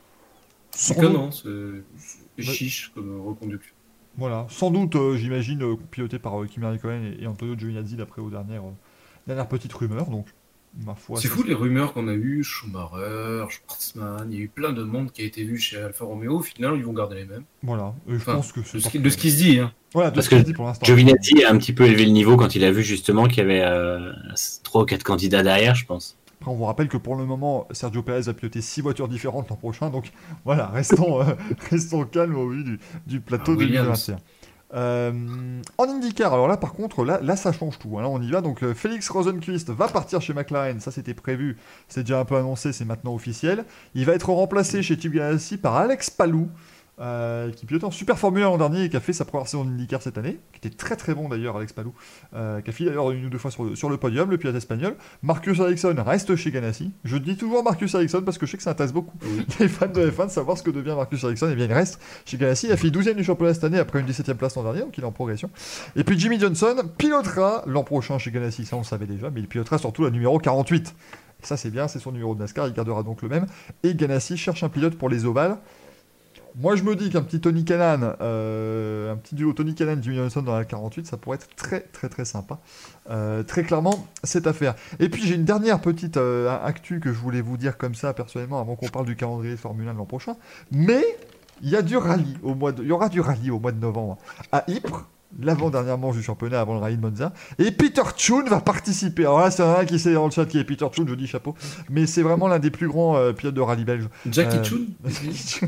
C'est Sans canon, doute- c'est chiche comme reconduction. Voilà, sans doute, euh, j'imagine, euh, piloté par euh, Kimi Raikkonen et, et Antonio Giovinazzi d'après aux dernières, euh, dernières petites rumeurs. Donc, ma foi. C'est ça, fou les rumeurs qu'on a eues, Schumacher, Schwarzman, il y a eu plein de monde qui a été vu chez Alfa Romeo, au final ils vont garder les mêmes. Voilà, et je Enfin, pense que c'est de ce, pas- qui, de ce qui se dit. Hein. Voilà, de Parce ce qu'il que dit pour l'instant. Giovinazzi a un petit peu élevé le niveau quand il a vu justement qu'il y avait euh, trois ou quatre candidats derrière, je pense. Après, on vous rappelle que pour le moment, Sergio Perez va piloter six voitures différentes l'an prochain, donc voilà, restons, euh, restons calmes au vu du, du plateau Ah, deux mille Williams. vingt et un. Euh, en IndyCar, alors là par contre, là, là ça change tout. Hein. Là on y va, donc euh, Félix Rosenqvist va partir chez McLaren, ça c'était prévu, c'est déjà un peu annoncé, c'est maintenant officiel. Il va être remplacé chez Chip Ganassi par Alex Palou, euh, qui pilotait en Super Formule un l'an dernier et qui a fait sa première saison d'IndyCar cette année, qui était très très bon d'ailleurs, Alex Palou, euh, qui a fini d'ailleurs une ou deux fois sur le, sur le podium, le pilote espagnol. Marcus Ericsson reste chez Ganassi. Je dis toujours Marcus Ericsson parce que je sais que ça intéresse beaucoup Oui. les fans de F un de savoir ce que devient Marcus Ericsson. Et bien il reste chez Ganassi. Il a fait douzième du championnat cette année après une dix-septième place l'an dernier, donc il est en progression. Et puis Jimmy Johnson pilotera l'an prochain chez Ganassi, ça on le savait déjà, mais il pilotera surtout la numéro quarante-huit. Et ça c'est bien, c'est son numéro de NASCAR, il gardera donc le même. Et Ganassi cherche un pilote pour les ovales. Moi, je me dis qu'un petit Tony Kanaan, euh, un petit duo Tony Kanaan, Jimmy Johnson dans la quarante-huit, ça pourrait être très, très, très sympa. Euh, très clairement, cette affaire. Et puis, j'ai une dernière petite euh, actu que je voulais vous dire comme ça, personnellement, avant qu'on parle du calendrier de Formule un de l'an prochain. Mais il y a du rallye au mois de... il y aura du rallye au mois de novembre à Ypres. l'avant-dernière manche du championnat avant le rallye de Monza. Et Peter Chun va participer. Alors là, c'est un qui sait dans le chat qui est Peter Chun, je dis chapeau. Mais c'est vraiment l'un des plus grands euh, pilotes de rallye belge. Jackie Euh, Chun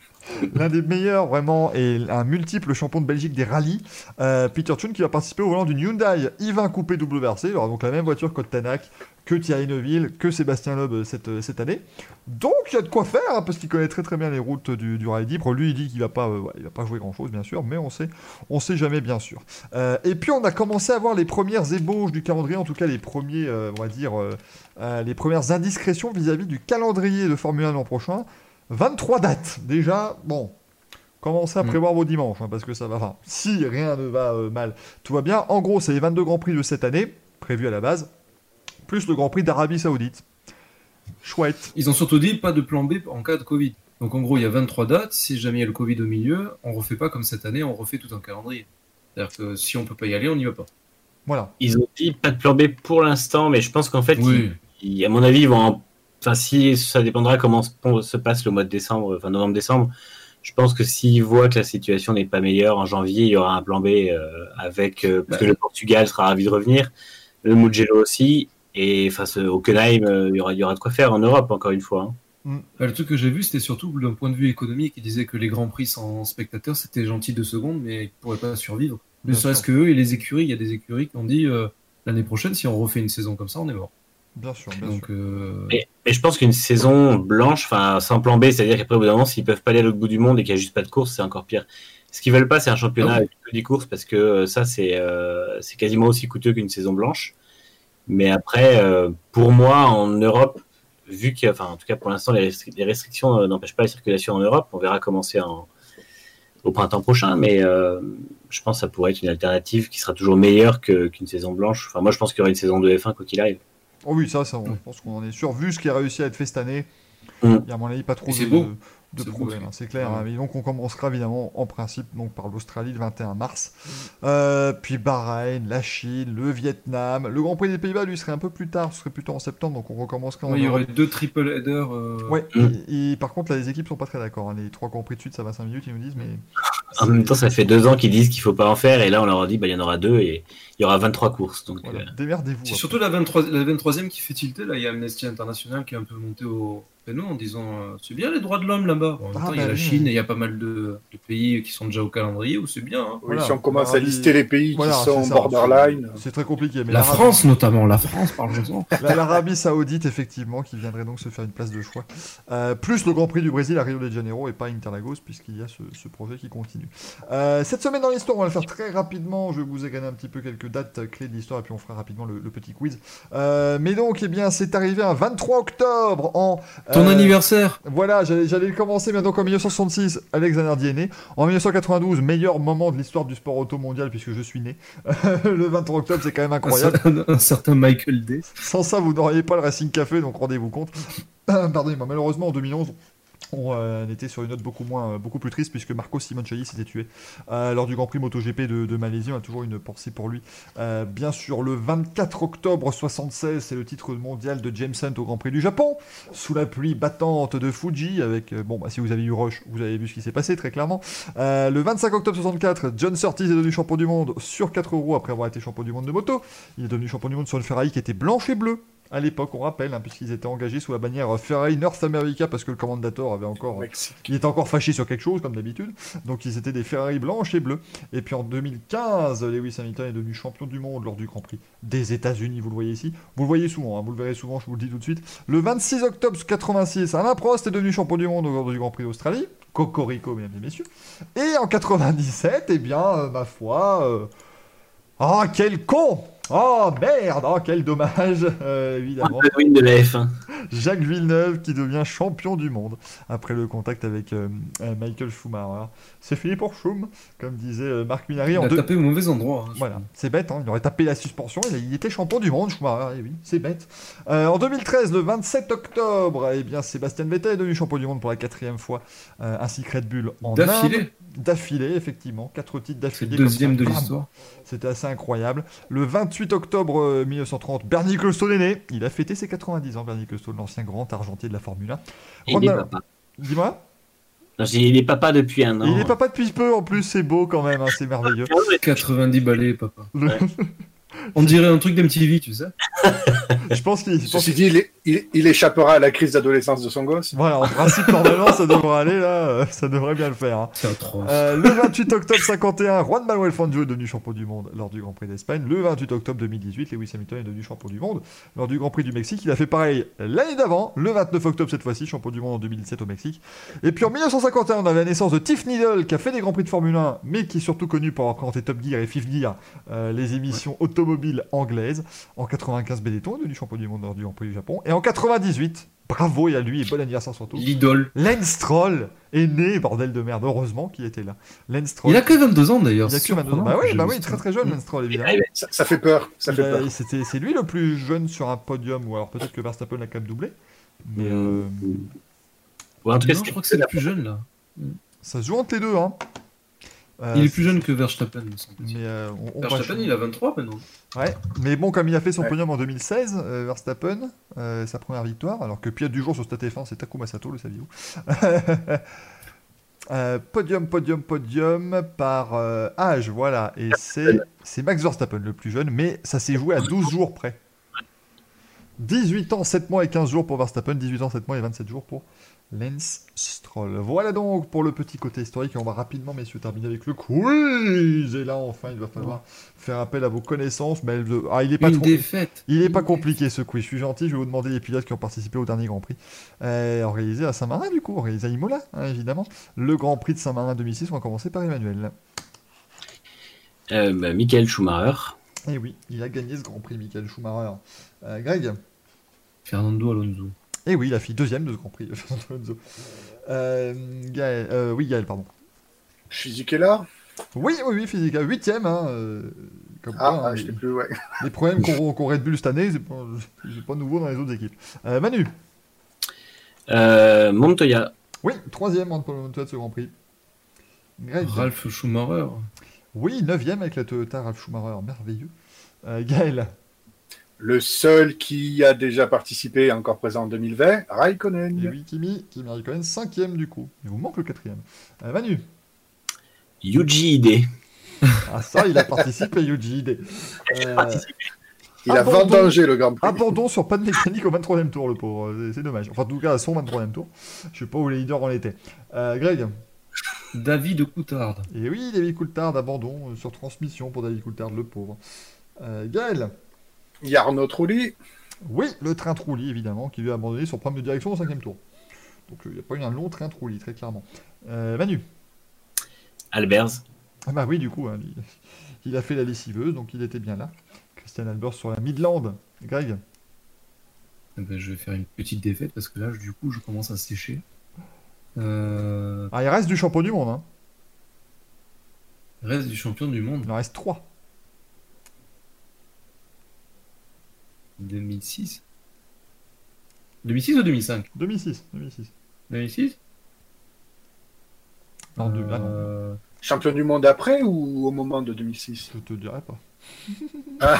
L'un des meilleurs vraiment et un multiple champion de Belgique des rallyes. Euh, Peter Chun qui va participer au volant d'une Hyundai i vingt coupé W R C. Il aura donc la même voiture que Tanak, que Thierry Neuville, que Sébastien Loeb cette, cette année. Donc il y a de quoi faire hein, parce qu'il connaît très très bien les routes du, du rallye libre. Lui il dit qu'il va pas, euh, ouais, il va pas jouer grand chose bien sûr, mais on sait, on sait jamais bien sûr. Euh, et puis on a commencé à voir les premières ébauches du calendrier, en tout cas les premiers, euh, on va dire, euh, euh, les premières indiscrétions vis-à-vis du calendrier de Formule un l'an prochain. vingt-trois dates déjà, bon. Commencez à prévoir mmh. vos dimanches hein, parce que ça va. Enfin, si rien ne va euh, mal, tout va bien. En gros, c'est les vingt-deux Grands Prix de cette année prévus à la base, plus le Grand Prix d'Arabie Saoudite. Chouette. Ils ont surtout dit pas de plan B en cas de Covid. Donc en gros, il y a vingt-trois dates. Si jamais il y a le Covid au milieu, on refait pas comme cette année, on refait tout un calendrier. C'est-à-dire que si on peut pas y aller, on n'y va pas. Voilà. Ils ont dit pas de plan B pour l'instant, mais je pense qu'en fait, oui. ils, ils, à mon avis, ils vont. En... Enfin, si ça dépendra comment se passe le mois de décembre, enfin novembre-décembre. Je pense que s'ils voient que la situation n'est pas meilleure en janvier, il y aura un plan B euh, avec euh, parce que le Portugal sera ravi de revenir, le Mugello aussi. Et face au Hockenheim, euh, il, y aura, il y aura de quoi faire en Europe, encore une fois. Hein. Mm. Le truc que j'ai vu, c'était surtout d'un point de vue économique. Ils disaient que les Grands Prix sans spectateurs, c'était gentil deux secondes, mais ils ne pourraient pas survivre. Ne serait-ce que eux et les écuries, il y a des écuries qui ont dit euh, l'année prochaine, si on refait une saison comme ça, on est mort. Bien sûr, bien Donc, sûr. Euh... Mais, mais je pense qu'une saison blanche, enfin sans plan B, c'est-à-dire qu'après, au bout d'un moment, s'ils peuvent pas aller à l'autre bout du monde et qu'il n'y a juste pas de course, c'est encore pire. Ce qu'ils veulent pas, c'est un championnat ah oui. avec que des courses, parce que euh, ça, c'est, euh, c'est quasiment aussi coûteux qu'une saison blanche. Mais après, euh, pour moi, en Europe, vu qu'il y a, enfin, en tout cas pour l'instant, les, restri- les restrictions euh, n'empêchent pas la circulation en Europe. On verra commencer en, au printemps prochain, mais euh, je pense que ça pourrait être une alternative qui sera toujours meilleure que, qu'une saison blanche. Enfin, moi, je pense qu'il y aura une saison de F un quoi qu'il arrive. Oh oui, ça, ça, on je pense qu'on en est sûr. Vu ce qui a réussi à être fait cette année, mm. il y a à mon avis pas trop de, de, de c'est problèmes, beau, hein, c'est clair. ouais. Hein, mais donc on commencera évidemment en principe donc par l'Australie le vingt et un mars, euh, puis Bahreïn, la Chine, le Vietnam, le Grand Prix des Pays-Bas lui serait un peu plus tard, ce serait plutôt en septembre, donc on recommencera en oui, il y aurait Europe. deux triple headers. Euh... Ouais. Mm. Et, et par contre là les équipes sont pas très d'accord. Hein, les trois Grands Prix de suite ça va cinq minutes ils nous disent, mais en même temps ça fait deux ans qu'ils disent qu'il faut pas en faire et là on leur a dit bah il y en aura deux et il y aura vingt-trois courses donc voilà, euh... démerdez-vous. C'est après. surtout la, vingt-trois, la vingt-troisième qui fait tilter. Là, il y a Amnesty International qui est un peu monté au péno en disant euh, c'est bien les droits de l'homme là-bas. En même Ah, temps, bah, il y a la oui, Chine oui. et il y a pas mal de, de pays qui sont déjà au calendrier où c'est bien. Hein. Oui, Voilà. si on commence L'Arabie- à lister les pays Voilà, qui sont c'est ça, borderline. C'est, c'est très compliqué. Mais La l'Arabie- France notamment, la France, parlons-en. La- L'Arabie Saoudite, effectivement, qui viendrait donc se faire une place de choix. Euh, plus le Grand Prix du Brésil à Rio de Janeiro et pas Interlagos, puisqu'il y a ce, ce projet qui continue. Euh, cette semaine dans l'histoire, on va le faire très rapidement. Je vais vous égrener un petit peu quelques dates clés de l'histoire et puis on fera rapidement le, le petit quiz. Euh, mais donc, eh bien, c'est arrivé un vingt-trois octobre en. Ton euh, anniversaire. Voilà, j'allais, j'allais le commencer, mais donc en dix-neuf cent soixante-six, Alexander Die est né. En dix-neuf cent quatre-vingt-douze, meilleur moment de l'histoire du sport auto mondial puisque je suis né. Le vingt-trois octobre, c'est quand même incroyable. Un, un certain Michael Day. Sans ça, vous n'auriez pas le Racing Café, donc rendez-vous compte. Pardonnez-moi, malheureusement, en deux mille onze, on euh, était sur une note beaucoup, moins, euh, beaucoup plus triste, puisque Marco Simoncelli s'était tué euh, lors du Grand Prix MotoGP de, de Malaisie. On a toujours une pensée pour lui. Euh, bien sûr, le vingt-quatre octobre soixante-seize, c'est le titre mondial de James Hunt au Grand Prix du Japon, sous la pluie battante de Fuji, avec, euh, bon, bah, si vous avez eu Rush, vous avez vu ce qui s'est passé, très clairement. Euh, le vingt-cinq octobre soixante-quatre, John Surtees est devenu champion du monde sur quatre roues après avoir été champion du monde de moto. Il est devenu champion du monde sur une Ferrari qui était blanche et bleue. À l'époque, on rappelle, hein, puisqu'ils étaient engagés sous la bannière Ferrari North America, parce que le commentateur avait encore, euh, il était encore fâché sur quelque chose, comme d'habitude. Donc, ils étaient des Ferrari blanches et bleues. Et puis en deux mille quinze, Lewis Hamilton est devenu champion du monde lors du Grand Prix des États-Unis. Vous le voyez ici. Vous le voyez souvent, hein, vous le verrez souvent, je vous le dis tout de suite. Le vingt-six octobre quatre-vingt-six, Alain Prost est devenu champion du monde lors du Grand Prix d'Australie. Cocorico, mesdames et messieurs. Et en quatre-vingt-dix-sept, eh bien, euh, ma foi. Euh... Oh, quel con! Oh merde, oh quel dommage, euh, évidemment. Le win de la F un. Jacques Villeneuve qui devient champion du monde après le contact avec euh, euh, Michael Schumacher. C'est fini pour Schum, comme disait euh, Marc Minary. Il en a deux... tapé au mauvais endroit. Hein, voilà, c'est bête, hein, il aurait tapé la suspension, il, il était champion du monde, Schumacher, et oui, c'est bête. Euh, en deux mille treize, le vingt-sept octobre, eh bien, Sébastien Vettel est devenu champion du monde pour la quatrième fois, euh, ainsi que Red Bull en D'affilée. Inde. D'affilée, effectivement, quatre titres d'affilée. C'est le deuxième comme ça. de l'histoire. C'était assez incroyable. Le vingt-huit octobre mille neuf cent trente, Bernie Ecclestone est né. Il a fêté ses quatre-vingt-dix ans, Bernie Ecclestone, l'ancien grand argentier de la Formule un. Et il est papa. Dis-moi. Non, il est papa depuis un an. Et il est papa depuis peu, en plus, c'est beau quand même, hein, c'est merveilleux. quatre-vingt-dix balais, papa. Ouais. On dirait un truc d'M T V, tu sais. Je pense qu'il. Ceci dit, il, est, il, il échappera à la crise d'adolescence de son gosse. Voilà, en principe, normalement, ça devrait aller, là, euh, ça devrait bien le faire. Hein. C'est atroce. Euh, le vingt-huit octobre cinquante et un, Juan Manuel Fangio est devenu champion du monde lors du Grand Prix d'Espagne. Le vingt-huit octobre deux mille dix-huit, Lewis Hamilton est devenu champion du monde lors du Grand Prix du Mexique. Il a fait pareil l'année d'avant, le vingt-neuf octobre cette fois-ci, champion du monde en deux mille dix-sept au Mexique. Et puis en mille neuf cent cinquante et un, on avait la naissance de Tiff Needle, qui a fait des Grands Prix de Formule un, mais qui est surtout connu pour avoir présenté Top Gear et Fifth Gear, euh, les émissions ouais. automobiles anglaises. En quatre-vingt-quinze, Benetton est devenu champion du monde lors du Grand Prix du Japon. Et en quatre-vingt-dix-huit, bravo et à lui, et bon anniversaire surtout. L'idole. Lance Stroll est né, bordel de merde. Heureusement qu'il était là. Lance Stroll. Il a que vingt-deux ans d'ailleurs. Il a que vingt-deux ans. Bah oui, bah oui, très très jeune, Lance Stroll, évidemment. Ça, ça fait peur. Ça fait bah, peur. C'était, c'est lui le plus jeune sur un podium, ou alors peut-être que Verstappen l'a quand même doublé. Mais. Euh... Ouais, en tout cas, non, je crois que c'est le plus jeune là. Ça se joue entre les deux, hein. Euh, il est plus jeune que Verstappen, me semble. Mais euh, on, on Verstappen, va... il a vingt-trois maintenant. Ouais, mais bon, comme il a fait son ouais. podium en deux mille seize, euh, Verstappen, euh, sa première victoire, alors que pilote du jour sur Stat F un, c'est Takuma Sato, le saviez-vous. euh, Podium, podium, podium par euh, âge, voilà. Et c'est, c'est Max Verstappen, le plus jeune, mais ça s'est joué à douze jours près. dix-huit ans, sept mois et quinze jours pour Verstappen, dix-huit ans, sept mois et vingt-sept jours pour Lance Stroll. Voilà donc pour le petit côté historique, et on va rapidement, messieurs, terminer avec le quiz. Et là, enfin, il va falloir faire appel à vos connaissances. Mais elle... ah, il est pas Une trop... défaite. Il est pas compliqué ce quiz. Je suis gentil, je vais vous demander les pilotes qui ont participé au dernier Grand Prix, euh, organisé à Saint-Marin, du coup, organisé à Imola, hein, évidemment. Le Grand Prix de Saint-Marin deux mille six. On va commencer par Emmanuel. Euh, bah, Michael Schumacher. Et oui, il a gagné ce Grand Prix, Michael Schumacher. Euh, Greg. Fernando Alonso. Et oui, il a fait deuxième de ce Grand Prix, Fernando Alonso. Euh, Gaël, euh, oui, Gaël, pardon. Fisichella. Oui, oui, oui, Fisichella, huitième. Hein, euh, comme ah, quoi, ah hein, je sais plus, ouais. Les problèmes qu'ont qu Red Bull cette année, c'est pas, pas nouveau dans les autres équipes. Euh, Manu. Euh, Montoya. Oui, troisième en Montoya de ce Grand Prix. Greg. Ralph Schumacher. Oui, neuvième avec la Toyota Ralph Schumacher, merveilleux. Euh, Gaël. Le seul qui a déjà participé, encore présent en deux mille vingt, Raikkonen. Et oui, Kimi, Kimi Raikkonen, cinquième du coup. Il vous manque le quatrième. Euh, Manu. Yuji Ide. Ah ça, il a participé, Yuji Ide. Euh, il a vendangé le Grand Prix. Abandon sur panne mécanique au vingt-troisième tour, le pauvre. C'est dommage. Enfin, en tout cas, à son vingt-troisième tour. Je sais pas où les leaders en étaient. Euh, Greg. David Coulthard. Et oui, David Coulthard, abandon euh, sur transmission pour David Coulthard, le pauvre. Euh, Gaël. Il y a Arnaud Trulli. Oui, le train Trulli, évidemment, qui lui a abandonné son problème de direction au cinquième tour. Donc il euh, n'y a pas eu un long train Trulli, très clairement. Euh, Manu. Albers. Ah bah oui, du coup, hein, il, il a fait la lessiveuse, donc il était bien là. Christian Albers sur la Midland. Greg. Eh ben, je vais faire une petite défaite, parce que là, du coup, je commence à sécher. Euh... Ah, il reste du champion du monde. Hein. Il reste du champion du monde. Il en reste trois. deux mille six deux mille six ou deux mille cinq deux mille six. deux mille six. deux mille six Non, euh... ah, non. Champion du monde après ou au moment de deux mille six? Je te dirais pas. ah,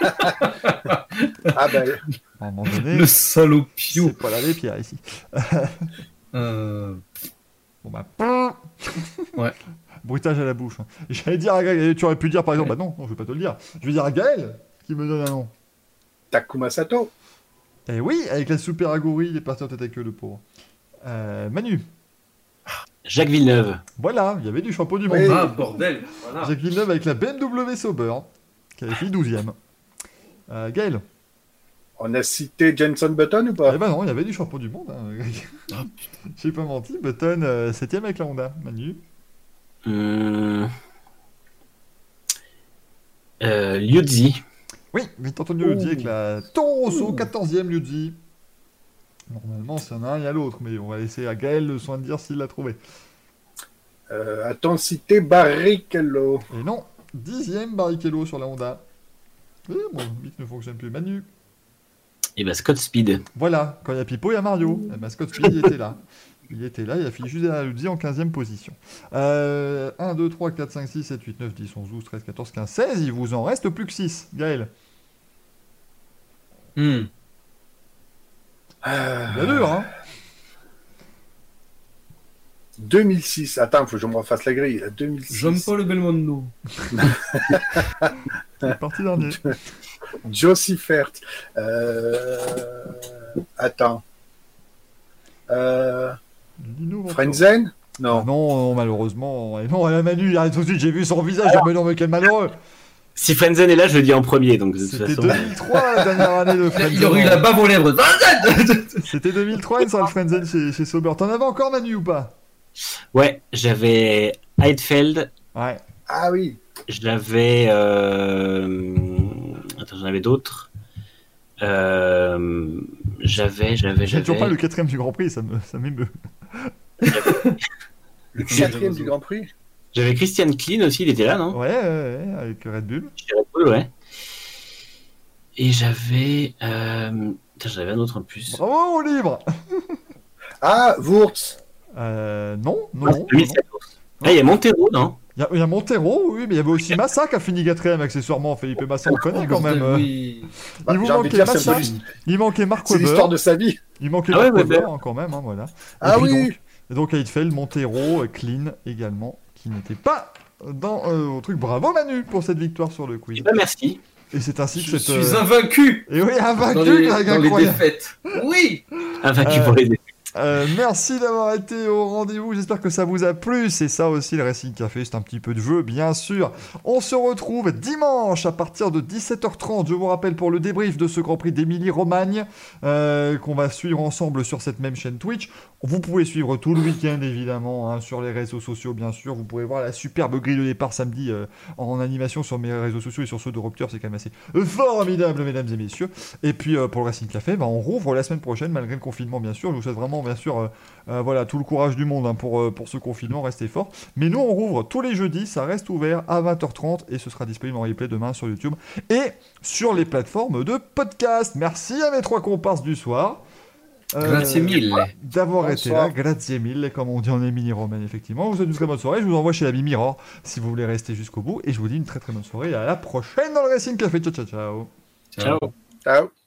ah ben... À un moment donné, le salopio. C'est pas la les pierres ici. euh... Bon bah... ouais. Bruitage à la bouche. J'allais dire à Gaël, tu aurais pu dire par exemple, ouais. Bah non, non, je vais pas te le dire. Je vais dire à Gaël qui me donne un nom. Takuma Sato. Eh oui, avec la Super Aguri, il est parti en tête avec eux, le pauvre. Euh, Manu. Jacques Villeneuve. Voilà, il y avait du champion du monde. Oui. Ah, bordel. Voilà. Jacques Villeneuve avec la B M W Sauber, qui avait fait douzième. Euh, Gaël. On a cité Jenson Button ou pas? Eh ben non, il y avait du champion du monde. Hein. Ah, j'ai pas menti. Button, euh, septième avec la Honda. Manu. Hum... Euh, Liuzzi. Oui, vite entendu Liuzzi avec la Toro Rosso, quatorzième Liuzzi. Normalement, s'il y en a un, il y a l'autre, mais on va laisser à Gaël le soin de dire s'il l'a trouvé. Euh, A-t-on cité Barrichello? Et non, dixième Barrichello sur la Honda. Eh, bon, vite ne fonctionne plus. Manu. Et bah Scott Speed. Voilà, quand il y a Pipo, il y a Mario. Et bah Scott Speed, il était là. Il était là, il a fini juste derrière Liuzzi en quinzième position. Euh, un, deux, trois, quatre, cinq, six, sept, huit, neuf, dix, onze, douze, treize, quatorze, quinze, seize. Il vous en reste plus que six. Gaël. Hmm. Euh... Bien dur, hein. deux mille six. Attends, il faut que je me refasse la grille. deux mille six. Jean-Paul Belmondo. C'est parti dernier. Josie Fert. Euh... Attends. Euh... Frenzen? Non. Ah non, non, malheureusement. Non, la Manu, arrête tout de suite, j'ai vu son visage, j'ai dit non, mais quel malheureux. Si Frenzen est là, je le dis en premier. Donc de toute C'était façon... deux mille trois, la dernière année de Frenzen. Il aurait eu la bave aux lèvres. C'était deux mille trois, une soirée Frenzen chez, chez Sauber. T'en avais encore, Manu, ou pas? Ouais, j'avais Heidfeld. Ouais. Ah oui. J'avais... Euh... Attends, j'en avais d'autres. Euh... J'avais, j'avais, J'ai toujours j'avais... pas le quatrième du Grand Prix, ça me, ça m'émeut. Le quatrième du Grand Prix. J'avais Christian Klein aussi, il était là, non? Ouais, ouais, ouais, avec Red Bull. Chez Red Bull, ouais. Et j'avais... Euh... Putain, j'avais un autre en plus. Bravo, au livre. Ah, Wurtz. Euh, non, non, Ah, non. deux mille sept. Ah, il y a Montero, non? Il y, a, il y a Montero, oui, mais il y avait aussi Massa qui a fini quatrième accessoirement. Felipe Massa, on le connaît quand même. Oui. Bah, il vous j'ai envie de manquait dire, Massa, c'est il manquait Mark C'est Webber. l'histoire de sa vie. Il manquait Ah Mark ouais, Webber Webber. hein, quand même, hein, voilà. Et Ah puis oui. donc, et donc Heidfeld, Montero, Klein également, qui n'était pas dans euh, au truc. Bravo Manu pour cette victoire sur le quiz. Eh ben, merci. Et c'est ainsi que Je cette. suis euh, invaincu. Et oui, invaincu, Dans les, Greg, dans les incroyable. défaites. Oui. Invaincu Euh, pour les... Euh, merci d'avoir été au rendez-vous, j'espère que ça vous a plu, c'est ça aussi le Racing Café, c'est un petit peu de jeu bien sûr. On se retrouve dimanche à partir de dix-sept heures trente, je vous rappelle pour le débrief de ce Grand Prix d'Émilie-Romagne euh, qu'on va suivre ensemble sur cette même chaîne Twitch. Vous pouvez suivre tout le week-end évidemment hein, sur les réseaux sociaux bien sûr, vous pouvez voir la superbe grille de départ samedi euh, en animation sur mes réseaux sociaux et sur ceux de Rupture, c'est quand même assez euh, formidable mesdames et messieurs. Et puis euh, pour le Racing Café, bah, on rouvre la semaine prochaine malgré le confinement bien sûr, je vous souhaite vraiment bien sûr euh, euh, voilà, tout le courage du monde hein, pour, euh, pour ce confinement, restez forts. Mais nous on rouvre tous les jeudis, ça reste ouvert à vingt heures trente et ce sera disponible en replay demain sur YouTube et sur les plateformes de podcast. Merci à mes trois comparses du soir. Euh, Grazie mille. D'avoir Bonsoir. été là, grazie mille, comme on dit en Émilie-Romagne, effectivement. Je vous souhaite une très bonne soirée. Je vous envoie chez l'ami Mirror si vous voulez rester jusqu'au bout. Et je vous dis une très très bonne soirée. À la prochaine dans le Racing Café. Ciao, ciao, ciao. Ciao. Ciao.